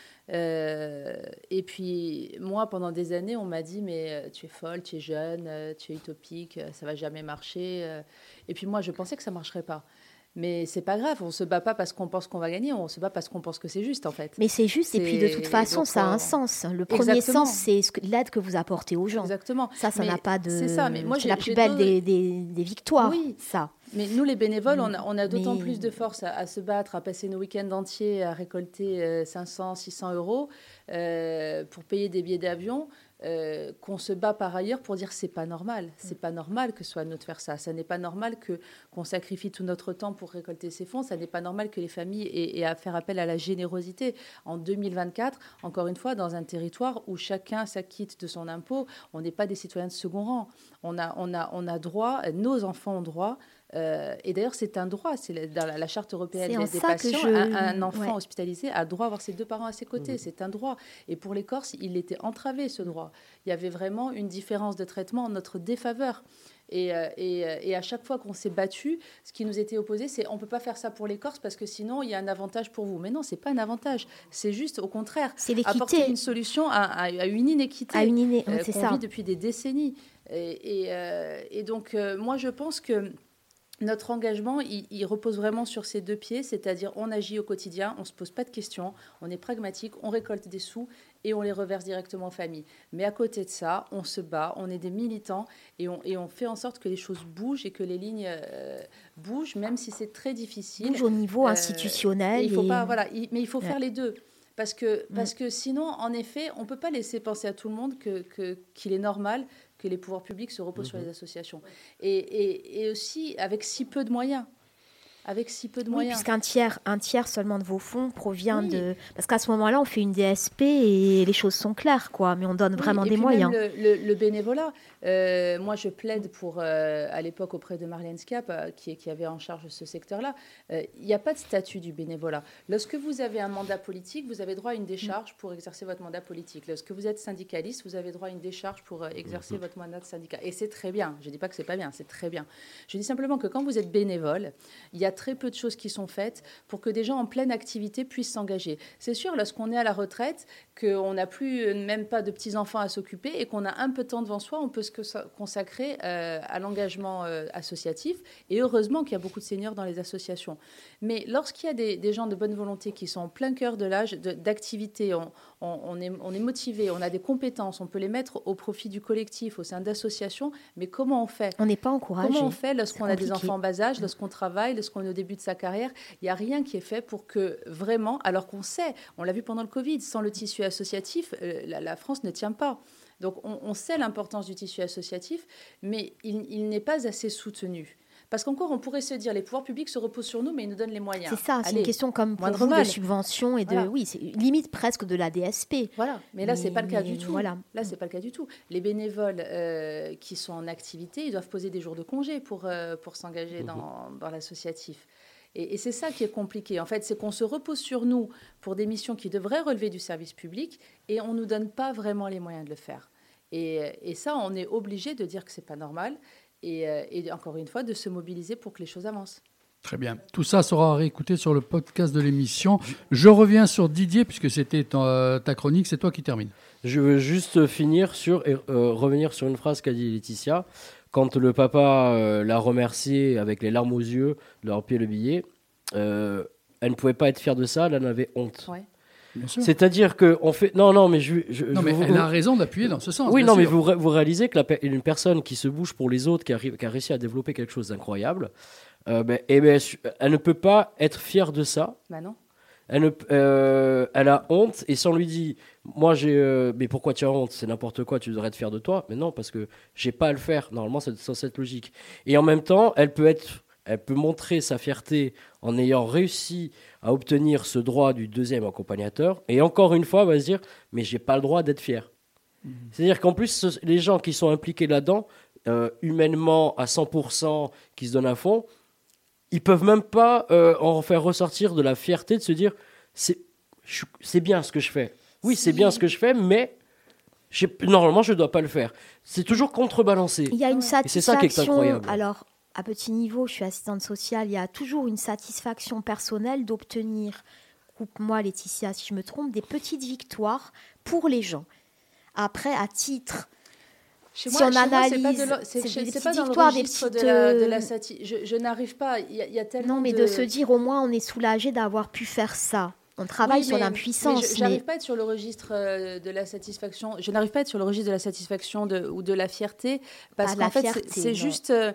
Euh, et puis, moi, pendant des années, on m'a dit, mais euh, tu es folle, tu es jeune, euh, tu es utopique, euh, ça va jamais marcher. euh. Et puis, moi, je pensais que ça marcherait pas. Mais c'est pas grave, on se bat pas parce qu'on pense qu'on va gagner, on se bat parce qu'on pense que c'est juste, en fait. Mais c'est juste, et puis de toute C'est- façon, donc, ça a on- un sens. Le premier Exactement. sens, c'est ce que- l'aide que vous apportez aux gens. Exactement. Ça, ça Mais n'a pas de... c'est ça, mais moi, c'est j'ai- la j'ai plus belle d'autres- des, des, des victoires, Oui. ça. Mais nous, les bénévoles, on a, on a d'autant Mais- plus de force à, à se battre, à passer nos week-ends entiers, à récolter euh, cinq cents, six cents euros euh, pour payer des billets d'avion, euh, qu'on se bat par ailleurs pour dire c'est pas normal. C'est pas normal que ce soit à nous de faire ça. Ça n'est pas normal que qu'on sacrifie tout notre temps pour récolter ces fonds. Ça n'est pas normal que les familles aient, aient à faire appel à la générosité. En deux mille vingt-quatre, encore une fois, dans un territoire où chacun s'acquitte de son impôt, on n'est pas des citoyens de second rang. On a, on a, on a droit, nos enfants ont droit. Euh, et d'ailleurs, c'est un droit. C'est la- dans la, la charte européenne C'est en des, des ça que patients. je- Un, un enfant ouais. hospitalisé a le droit d'avoir ses deux parents à ses côtés. C'est un droit. Et pour les Corses, il était entravé, ce droit. Il y avait vraiment une différence de traitement en notre défaveur. Et, euh, et, euh, et à chaque fois qu'on s'est battu, ce qui nous était opposé, c'est on ne peut pas faire ça pour les Corses parce que sinon, il y a un avantage pour vous. Mais non, ce n'est pas un avantage. C'est juste, au contraire, C'est l'équité. apporter une solution à, à- à une inéquité À une iné- euh, c'est qu'on ça. vit depuis des décennies. Et, et, euh, et donc, euh, moi, je pense que notre engagement, il, il repose vraiment sur ces deux pieds, c'est-à-dire on agit au quotidien, on ne se pose pas de questions, on est pragmatique, on récolte des sous et on les reverse directement aux familles. Mais à côté de ça, on se bat, on est des militants et on, et on fait en sorte que les choses bougent et que les lignes euh, bougent, même si c'est très difficile. Bouge au niveau Euh, institutionnel et il faut et- pas, voilà, il- mais il faut Ouais. faire les deux. Parce que, Mm. parce que sinon, en effet, on ne peut pas laisser penser à tout le monde que, que- qu'il est normal que les pouvoirs publics se reposent sur les associations. Et, et, et aussi avec si peu de moyens. Avec si peu de Oui, moyens. puisqu'un tiers, un tiers seulement de vos fonds provient Oui. de... Parce qu'à ce moment-là, on fait une D S P et les choses sont claires, quoi. Mais on donne Oui, vraiment et des puis moyens. même le, le- le bénévolat. Euh, moi, je plaide pour, euh, à l'époque auprès de Marlène Schiap, euh, qui, qui avait en charge ce secteur-là. Euh, Il n'y a pas de statut du bénévolat. Lorsque vous avez un mandat politique, vous avez droit à une décharge pour exercer votre mandat politique. Lorsque vous êtes syndicaliste, vous avez droit à une décharge pour euh, exercer votre mandat de syndicat. Et c'est très bien. Je ne dis pas que c'est pas bien, c'est très bien. Je dis simplement que quand vous êtes bénévole, il y a très peu de choses qui sont faites pour que des gens en pleine activité puissent s'engager. C'est sûr, lorsqu'on est à la retraite, qu'on n'a plus même pas de petits-enfants à s'occuper et qu'on a un peu de temps devant soi, on peut se consacrer euh, à l'engagement euh, associatif. Et heureusement qu'il y a beaucoup de seniors dans les associations. Mais lorsqu'il y a des, des gens de bonne volonté qui sont en plein cœur de l'âge de, d'activité, on, on, on, est, on est motivé, on a des compétences, on peut les mettre au profit du collectif, au sein d'associations. Mais comment on fait ? On n'est pas encouragé. Comment on fait lorsqu'on a des enfants en bas âge, lorsqu'on travaille, lorsqu'on est au début de sa carrière ? Il n'y a rien qui est fait pour que vraiment, alors qu'on sait, on l'a vu pendant le Covid, sans le tissu associatif, euh, la, la France ne tient pas. Donc on, on sait l'importance du tissu associatif, mais il, il n'est pas assez soutenu. Parce qu'encore, on pourrait se dire, les pouvoirs publics se reposent sur nous, mais ils nous donnent les moyens. C'est ça, c'est Allez, une question comme pour vous mal. de subventions et de, voilà. oui, c'est limite presque de la D S P. Voilà, mais là, mais, c'est pas le cas mais, du tout. Voilà. Là, c'est pas le cas du tout. Les bénévoles euh, qui sont en activité, ils doivent poser des jours de congé pour euh, pour s'engager mmh. dans dans l'associatif. Et, et c'est ça qui est compliqué. En fait, c'est qu'on se repose sur nous pour des missions qui devraient relever du service public, et on nous donne pas vraiment les moyens de le faire. Et, et ça, on est obligé de dire que c'est pas normal. Et, et encore une fois, de se mobiliser pour que les choses avancent. Très bien. Tout ça sera réécouté sur le podcast de l'émission. Je reviens sur Didier, puisque c'était ta, ta chronique, c'est toi qui termine. Je veux juste finir sur, et euh, revenir sur une phrase qu'a dit Laetitia. Quand le papa euh, l'a remercié avec les larmes aux yeux, de leur pied le billet, euh, elle ne pouvait pas être fière de ça, elle en avait honte. Ouais. C'est-à-dire qu'on fait... Non, non, mais je... je non, je mais vous... elle a raison d'appuyer dans ce sens. Oui, non, sûr. mais vous, vous réalisez que la, une personne qui se bouge pour les autres, qui, arrive, qui a réussi à développer quelque chose d'incroyable, euh, ben, eh ben, elle ne peut pas être fière de ça. Bah non. Elle, ne, euh, elle a honte, et si on lui dit, moi j'ai... Euh, mais pourquoi tu as honte ? C'est n'importe quoi, tu devrais être fier de toi. Mais non, parce que j'ai pas à le faire. Normalement, c'est censé être logique. Et en même temps, elle peut être... Elle peut montrer sa fierté en ayant réussi à obtenir ce droit du deuxième accompagnateur. Et encore une fois, elle va se dire, mais j'ai pas le droit d'être fier. Mmh. C'est-à-dire qu'en plus, ce, les gens qui sont impliqués là-dedans, euh, humainement, à cent pour cent, qui se donnent à fond, ils peuvent même pas euh, en faire ressortir de la fierté de se dire, c'est, je, c'est bien ce que je fais. Oui, si. c'est bien ce que je fais, mais... J'ai, normalement, je ne dois pas le faire. C'est toujours contrebalancé. Il y a une satisfaction. Et c'est ça qui est incroyable. Alors, à petit niveau, je suis assistante sociale, il y a toujours une satisfaction personnelle d'obtenir, coupe-moi Laetitia si je me trompe, des petites victoires pour les gens. Après, à titre... Chez si moi, on chez analyse, moi, c'est pas, de c'est, c'est c'est des pas dans le victoires, registre des petites... de la, de la sati- je, je n'arrive pas, il y, y a tellement Non, mais de... de se dire, au moins, on est soulagé d'avoir pu faire ça. On travaille oui, sur mais, l'impuissance. Mais je n'arrive mais... pas à être sur le registre de la satisfaction. Je n'arrive pas à être sur le registre de la satisfaction de, ou de la fierté, parce pas qu'en fait, fierté, c'est, c'est juste euh,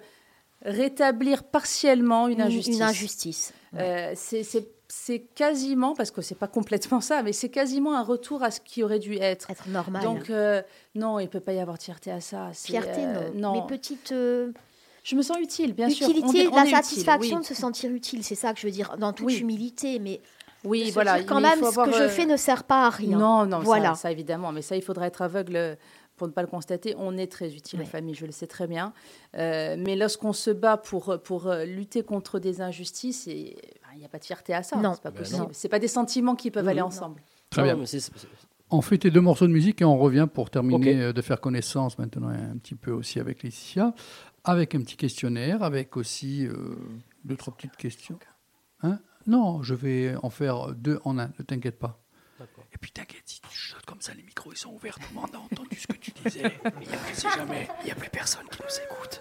rétablir partiellement une injustice. Une injustice. Euh, c'est, c'est, c'est quasiment, parce que c'est pas complètement ça, mais c'est quasiment un retour à ce qui aurait dû être. Être normal. Donc euh, non, il peut pas y avoir de fierté à ça. C'est, fierté, euh, non. non. Mais petite. Euh... Je me sens utile, bien utilité, sûr. Utilité, la satisfaction utile, oui. de se sentir utile, c'est ça que je veux dire, dans toute oui. humilité, mais. Oui, voilà. Quand même, ce avoir, que je fais ne sert pas à rien. Non, non, voilà. ça, ça évidemment. Mais ça, il faudrait être aveugle pour ne pas le constater. On est très utile, ouais. la famille, je le sais très bien. Euh, mais lorsqu'on se bat pour, pour lutter contre des injustices, il n'y a pas de fierté à ça. Non. C'est pas Ben possible. Ce pas des sentiments qui peuvent mmh, aller non. ensemble. Très non, bien. Mais c'est, c'est... On fait tes deux morceaux de musique et on revient pour terminer okay. de faire connaissance maintenant un petit peu aussi avec Laetitia, avec un petit questionnaire, avec aussi euh, deux, trois petites questions. Hein? Non, je vais en faire deux en un, ne t'inquiète pas. D'accord. Et puis t'inquiète, si tu chuchotes comme ça, les micros ils sont ouverts, tout le monde a entendu ce que tu disais. Mais on ne sait jamais, il n'y a plus personne qui nous écoute.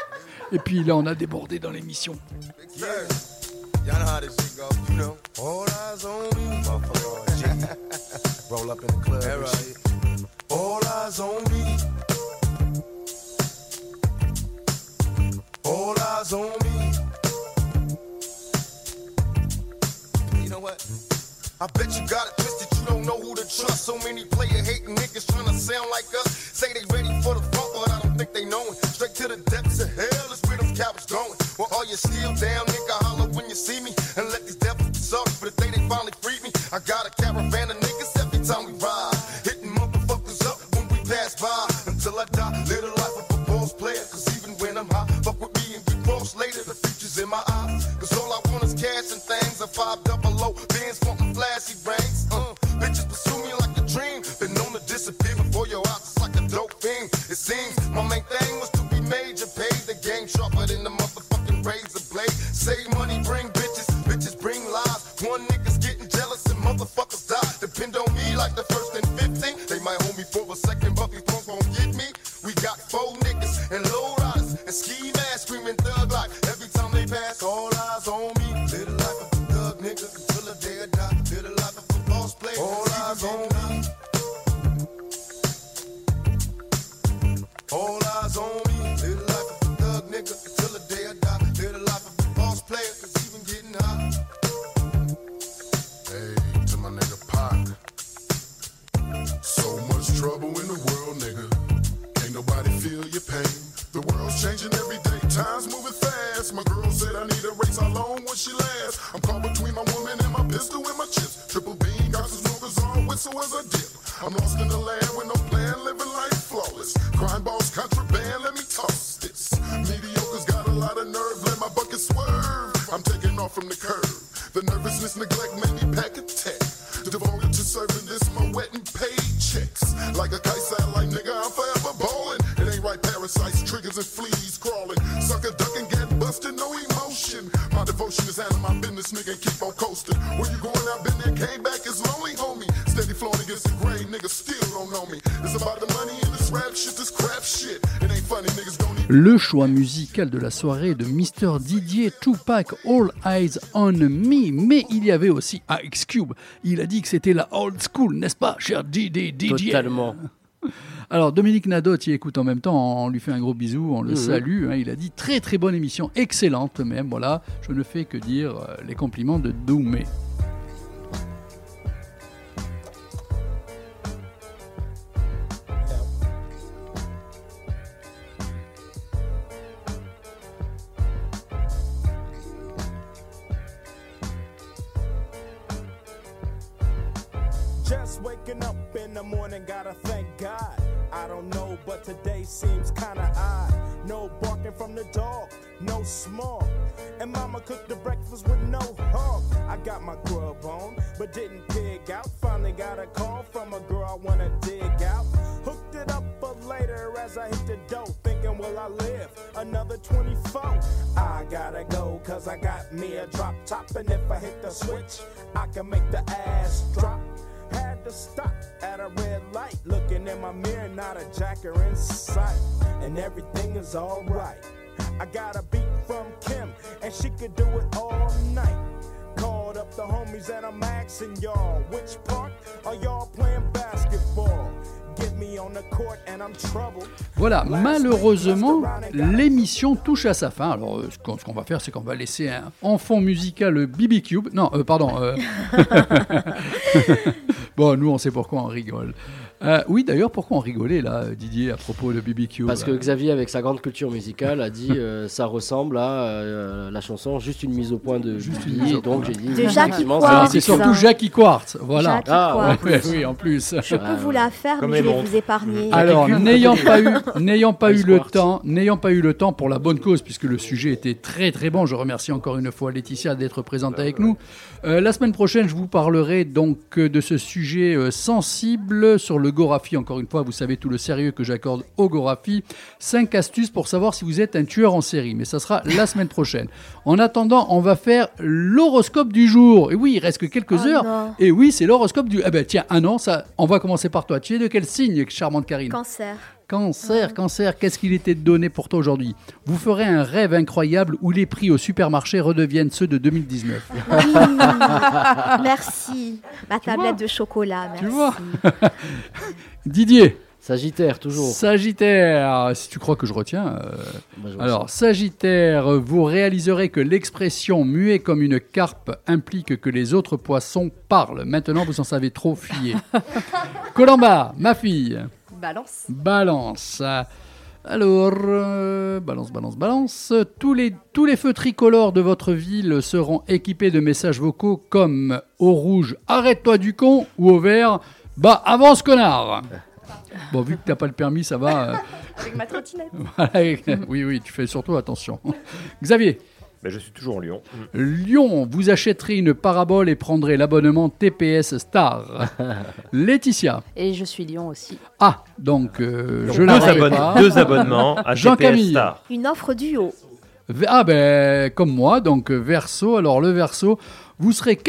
Et puis là, on a débordé dans l'émission. Yeah. Y'all know how this shit go, you know. All eyes on me, motherfucker. Roll up in the club, yeah, right. All eyes on me. All eyes on me. You know what? I bet you got it twisted, you don't know who to trust. So many player hating niggas trying to sound like us. Say they ready for the front, but I don't think they know it. Straight to the depths of hell is where them cowards going. Well, all you still down, nigga, holler when you see me. And let these devils be sorry for the day they finally freed me. I got a caravan of niggas every time we ride. Hitting motherfuckers up when we pass by. Until I die, live the life of a boss player. Cause even when I'm high, fuck with me and get cross later. The future's in my eyes. Cause all I want is cash and things. A five double O, bands wanting flashy rings. Uh, bitches pursue me like a dream. Been known to disappear before your eyes, it's like a dope thing. It seems my main thing was to be major. Pay the game sharper than the motherfucking razor blade. Save money, bring bills. on niggas getting jealous and motherfuckers die. Depend on me like the first and fifteen. They might hold me for a second, but before gon' get me. We got four niggas and low riders and ski masks screaming thug life. Every time they pass, all eyes on me. Live the life of a thug nigga until the day I die. Live the life of a boss player. All eyes on me. All eyes on me. Live the life of a thug nigga until the day I die. Live the life of a boss player, cause even getting high. Hey, to my nigga Pac. So much trouble in the world, nigga. Ain't nobody feel your pain. The world's changing every day, time's moving fast. My girl said I need a race, how long will she last? I'm caught between my woman and my pistol and my chips. Triple beam, got some smokers on, whistle as I dip. I'm lost in the land with no plan, living life flawless. Crime balls, contraband, let me toss this. Mediocre's got a lot of nerve, let my bucket swerve. I'm taking off from the curb. The nervousness, neglect made me pack a tech. Devoted to serving this, my wet and paid checks. Like a kite satellite, nigga, I'm forever ballin'. It ain't right, parasites, triggers and fleas crawling. Sucker duck and get busted, no emotion. My devotion is handling my business, nigga, and keep on coasting. Where you going, I've been there, came back, it's lonely, homie. Steady flowing against the grain, niggas still don't know me. It's about the money and this rap shit, this crap shit. It ain't funny, niggas don't need. Le choix musical de la soirée de mister Didier Tupac, All Eyes on Me. Mais il y avait aussi Ice Cube. Il a dit que c'était la old school, n'est-ce pas, cher D D Didier? Totalement. Alors Dominique Nadot y écoute en même temps, on lui fait un gros bisou, on le mmh. salue. Hein, il a dit très très bonne émission, excellente même. Voilà, je ne fais que dire euh, les compliments de Doumé. Just waking up in the morning, gotta thank God. I don't know, but today seems kinda odd. No barking from the dog, no small. And mama cooked the breakfast with no hog. I got my grub on, but didn't pig out. Finally got a call from a girl I wanna dig out. Hooked it up for later as I hit the dough. Thinking, will I live another twenty-four? I gotta go, cause I got me a drop top. And if I hit the switch, I can make the ass drop. Had to stop at a red light, looking in my mirror, not a jacker in sight, and everything is alright. I got a beat from Kim, and she could do it all night. Called up the homies and I'm asking y'all, which part are y'all playing basketball? Get me on the court and I'm troubled. Voilà, malheureusement, l'émission touche à sa fin. Alors, ce qu'on, ce qu'on va faire, c'est qu'on va laisser un, en fond musical B B Cube. Non, euh, pardon. Euh... Bon, nous, on sait pourquoi on rigole. Euh, oui, d'ailleurs, pourquoi on rigolait, là, Didier, à propos de B B Q? Parce que Xavier, avec sa grande culture musicale, a dit euh, ça ressemble à euh, la chanson Juste une mise au point de Bibi. Donc, j'ai dit. De Jackie Quartz. C'est surtout Jackie Quartz. Voilà. Jackie ah, ouais, ouais, oui, en plus. Je peux vous la faire, mais je vais vous épargner. Alors, n'ayant pas eu, n'ayant pas eu le temps, n'ayant pas eu le temps pour la bonne cause, puisque le sujet était très très bon, je remercie encore une fois Laetitia d'être présente avec nous. Euh, la semaine prochaine, je vous parlerai donc de ce sujet euh, sensible sur le Gorafi. Encore une fois, vous savez tout le sérieux que j'accorde au Gorafi. Cinq astuces pour savoir si vous êtes un tueur en série, mais ça sera la semaine prochaine. En attendant, on va faire l'horoscope du jour. Et oui, il reste que quelques oh heures. Non. Et oui, c'est l'horoscope du. Ah ben tiens, ah non, ça. On va commencer par toi. Tu es de quel signe, charmante Karine? Cancer. Cancer, mmh. cancer, qu'est-ce qu'il était donné pour toi aujourd'hui? Vous ferez un rêve incroyable où les prix au supermarché redeviennent ceux de deux mille dix-neuf. Oui, merci. Ma tablette de chocolat, merci. Tu vois Didier. Sagittaire, toujours. Sagittaire, si tu crois que je retiens. Euh... Bah, je alors, Sagittaire, vous réaliserez que l'expression muet comme une carpe implique que les autres poissons parlent. Maintenant, vous en savez trop fier. Colomba, ma fille. Balance. Balance. Alors, euh, balance, balance, balance. Tous les, tous les feux tricolores de votre ville seront équipés de messages vocaux comme au rouge, arrête-toi du con, ou au vert, bah avance connard. Bon, vu que tu n'as pas le permis, ça va. Euh... Avec ma trottinette. Oui, oui, tu fais surtout attention. Xavier. Ben, je suis toujours Lyon. Lyon, vous achèterez une parabole et prendrez l'abonnement T P S Star. Laetitia. Et je suis Lyon aussi. Ah, donc, euh, donc je la l'avais pas. Deux abonnements à T P S Star. Une offre duo. Ah ben, comme moi, donc Verseau. Alors le Verseau, vous serez cap...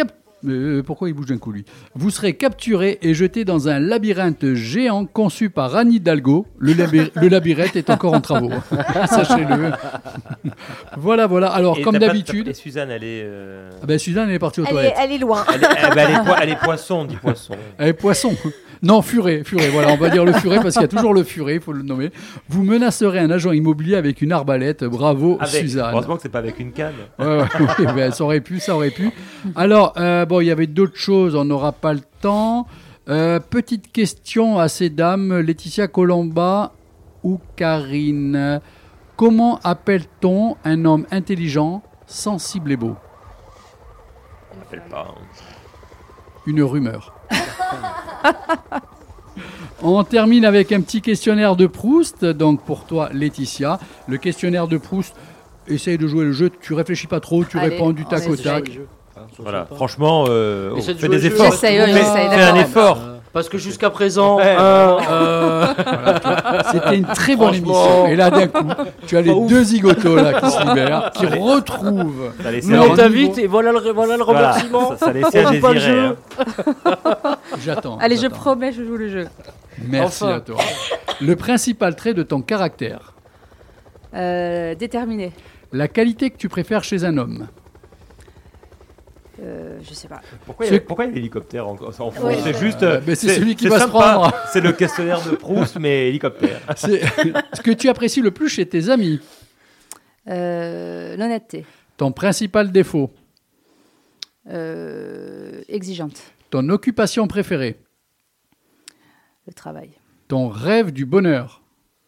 Mais euh, pourquoi il bouge d'un coup, lui? Vous serez capturé et jeté dans un labyrinthe géant conçu par Anne Hidalgo. Le, labyr- le labyrinthe est encore en travaux. Sachez-le. Voilà, voilà. Alors, Et comme t'as pas- d'habitude... t'as- Et Suzanne, elle est. euh, Ah ben, Suzanne, elle est partie aux Elle toilettes. est, elle est loin. Elle est, eh ben, elle est poi- elle est poisson, dit poisson. Elle est poisson. Non, furet, furet. Voilà, on va dire le furet parce qu'il y a toujours le furet, il faut le nommer. Vous menacerez un agent immobilier avec une arbalète. Bravo, Avec- Suzanne. Heureusement que c'est pas avec une canne. Ouais, ouais, oui, ben, ça aurait pu, ça aurait pu. Alors, euh, bon, il y avait d'autres choses, on n'aura pas le temps. Euh, petite question à ces dames, Laetitia Colomba ou Karine. Comment appelle-t-on un homme intelligent, sensible et beau? On n'appelle pas. hein. Une rumeur. On termine avec un petit questionnaire de Proust. Donc pour toi, Laetitia, le questionnaire de Proust. Essaye de jouer le jeu. Tu réfléchis pas trop. Tu Allez, réponds du tac allez, au c'est tac. Voilà, franchement, euh, oh, Essaie de fais jouer des le jeu. efforts. J'essaye, ouais, Fais- j'essaye, fais un d'accord. effort. Euh, Parce que jusqu'à présent, Ouais. un, euh, Voilà, tu vois, c'était une très bonne Franchement. émission. Et là, d'un coup, tu as les Pas ouf. deux zigotos là qui se libèrent, qui Allez. retrouvent. Ça laissait nous leur on niveau. t'invite et voilà le, voilà le Voilà, remerciement. ça, ça laissait On à joue pas le désirer. jeu. hein. J'attends. Allez, je j'attends. promets, je joue le jeu. Merci Enfin. à toi. Le principal trait de ton caractère. Euh, déterminé. La qualité que tu préfères chez un homme. Euh, je sais pas. Pourquoi il y Ce- a- pourquoi il y a l'hélicoptère en, en fond? Ouais, C'est c'est- juste. Euh, mais c'est celui qui c'est va se sympa. prendre. C'est le questionnaire de Proust, mais hélicoptère. C'est ce que tu apprécies le plus chez tes amis. Euh, L'honnêteté. Ton principal défaut. Euh, exigeante. Ton occupation préférée. Le travail. Ton rêve du bonheur.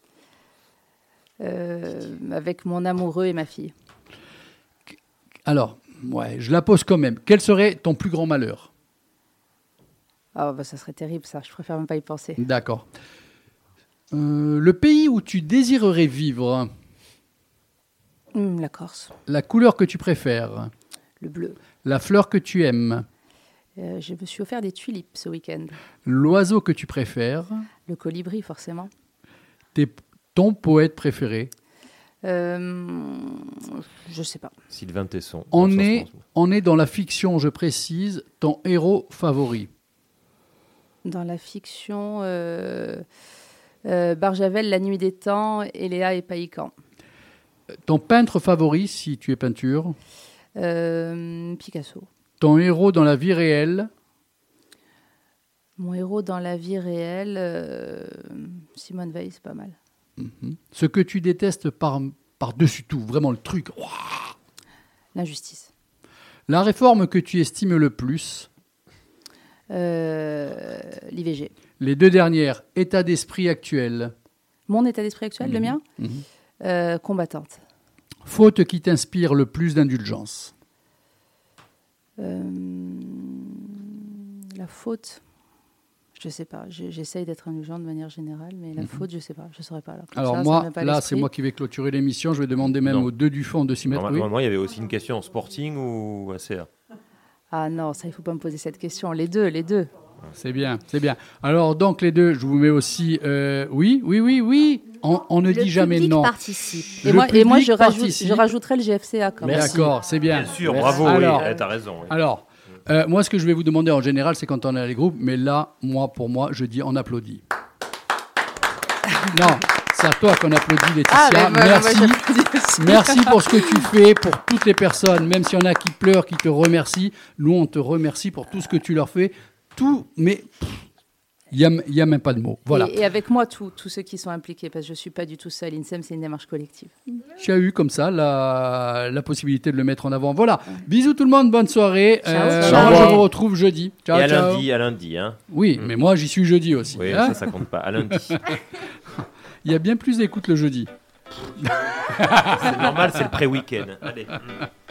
Euh, avec mon amoureux et ma fille. Alors, ouais, je la pose quand même. Quel serait ton plus grand malheur? Ah bah ça serait terrible ça, je préfère même pas y penser. D'accord. Euh, le pays où tu désirerais vivre. Hum, la Corse. La couleur que tu préfères. Le bleu. La fleur que tu aimes. Euh, je me suis offert des tulipes ce week-end. L'oiseau que tu préfères. Le colibri forcément. Tes- ton poète préféré. Euh, je sais pas. Sylvain Tesson. On Non, ça, je est, pense. on est dans la fiction, je précise, ton héros favori. Dans la fiction, euh, euh, Barjavel, La Nuit des Temps, Eléa et Païcan. Ton peintre favori, si tu es peinture. Euh, Picasso. Ton héros dans la vie réelle. Mon héros dans la vie réelle, euh, Simone Veil, c'est pas mal. Mhm. Ce que tu détestes par, par-dessus tout, vraiment le truc. Ouah. L'injustice. La réforme que tu estimes le plus. Euh, L'I V G. Les deux dernières, état d'esprit actuel. Mon état d'esprit actuel, le Mhm. mien Mhm. Euh, Combattante. Faute qui t'inspire le plus d'indulgence. Euh, la faute, je sais pas. Je- J'essaye d'être indulgent de manière générale, mais la Mhm. faute, je sais pas. Je saurais pas. Là. Comme Alors ça, ça moi, me vient pas à là, l'esprit. c'est moi qui vais clôturer l'émission. Je vais demander même Non. aux deux du fond de s'y mettre. Oui. Normalement, il y avait aussi une question Sporting ou A C A. Ah non, ça, il faut pas me poser cette question. Les deux, les deux. C'est bien, c'est bien. Alors donc les deux, je vous mets aussi. euh, oui, oui, oui, oui. On, on ne Le dit jamais public non. participe. Et Le moi, et moi public je, rajoute, participe. je rajouterai le G F C A quand même. D'accord, c'est bien. Bien sûr, Merci. bravo, Alors, oui, t'as raison. oui. alors euh, moi, ce que je vais vous demander en général, c'est quand on est à les groupes, mais là, moi, pour moi, je dis on applaudit. Non, c'est à toi qu'on applaudit, Laetitia. Ah, mais moi, Merci. moi, j'applaudis aussi. Merci pour ce que tu fais, pour toutes les personnes, même s'il y en a qui pleurent, qui te remercient. Nous, on te remercie pour tout ce que tu leur fais. Tout, mais il n'y a, a même pas de mots. Voilà. Et, et avec moi, tous tous ceux qui sont impliqués, parce que je ne suis pas du tout seule. l'INSEM, c'est une démarche collective. Tu as eu comme ça la, la possibilité de le mettre en avant. Voilà. Bisous tout le monde, bonne soirée. Ciao. moi, Ciao. je vous retrouve jeudi. Ciao, Et à ciao. lundi, à lundi. Hein. Oui, mais moi, j'y suis jeudi aussi. Oui, hein. ça, ça compte pas. À lundi. Il y a bien plus d'écoute le jeudi. C'est normal, c'est le pré-week-end. Allez.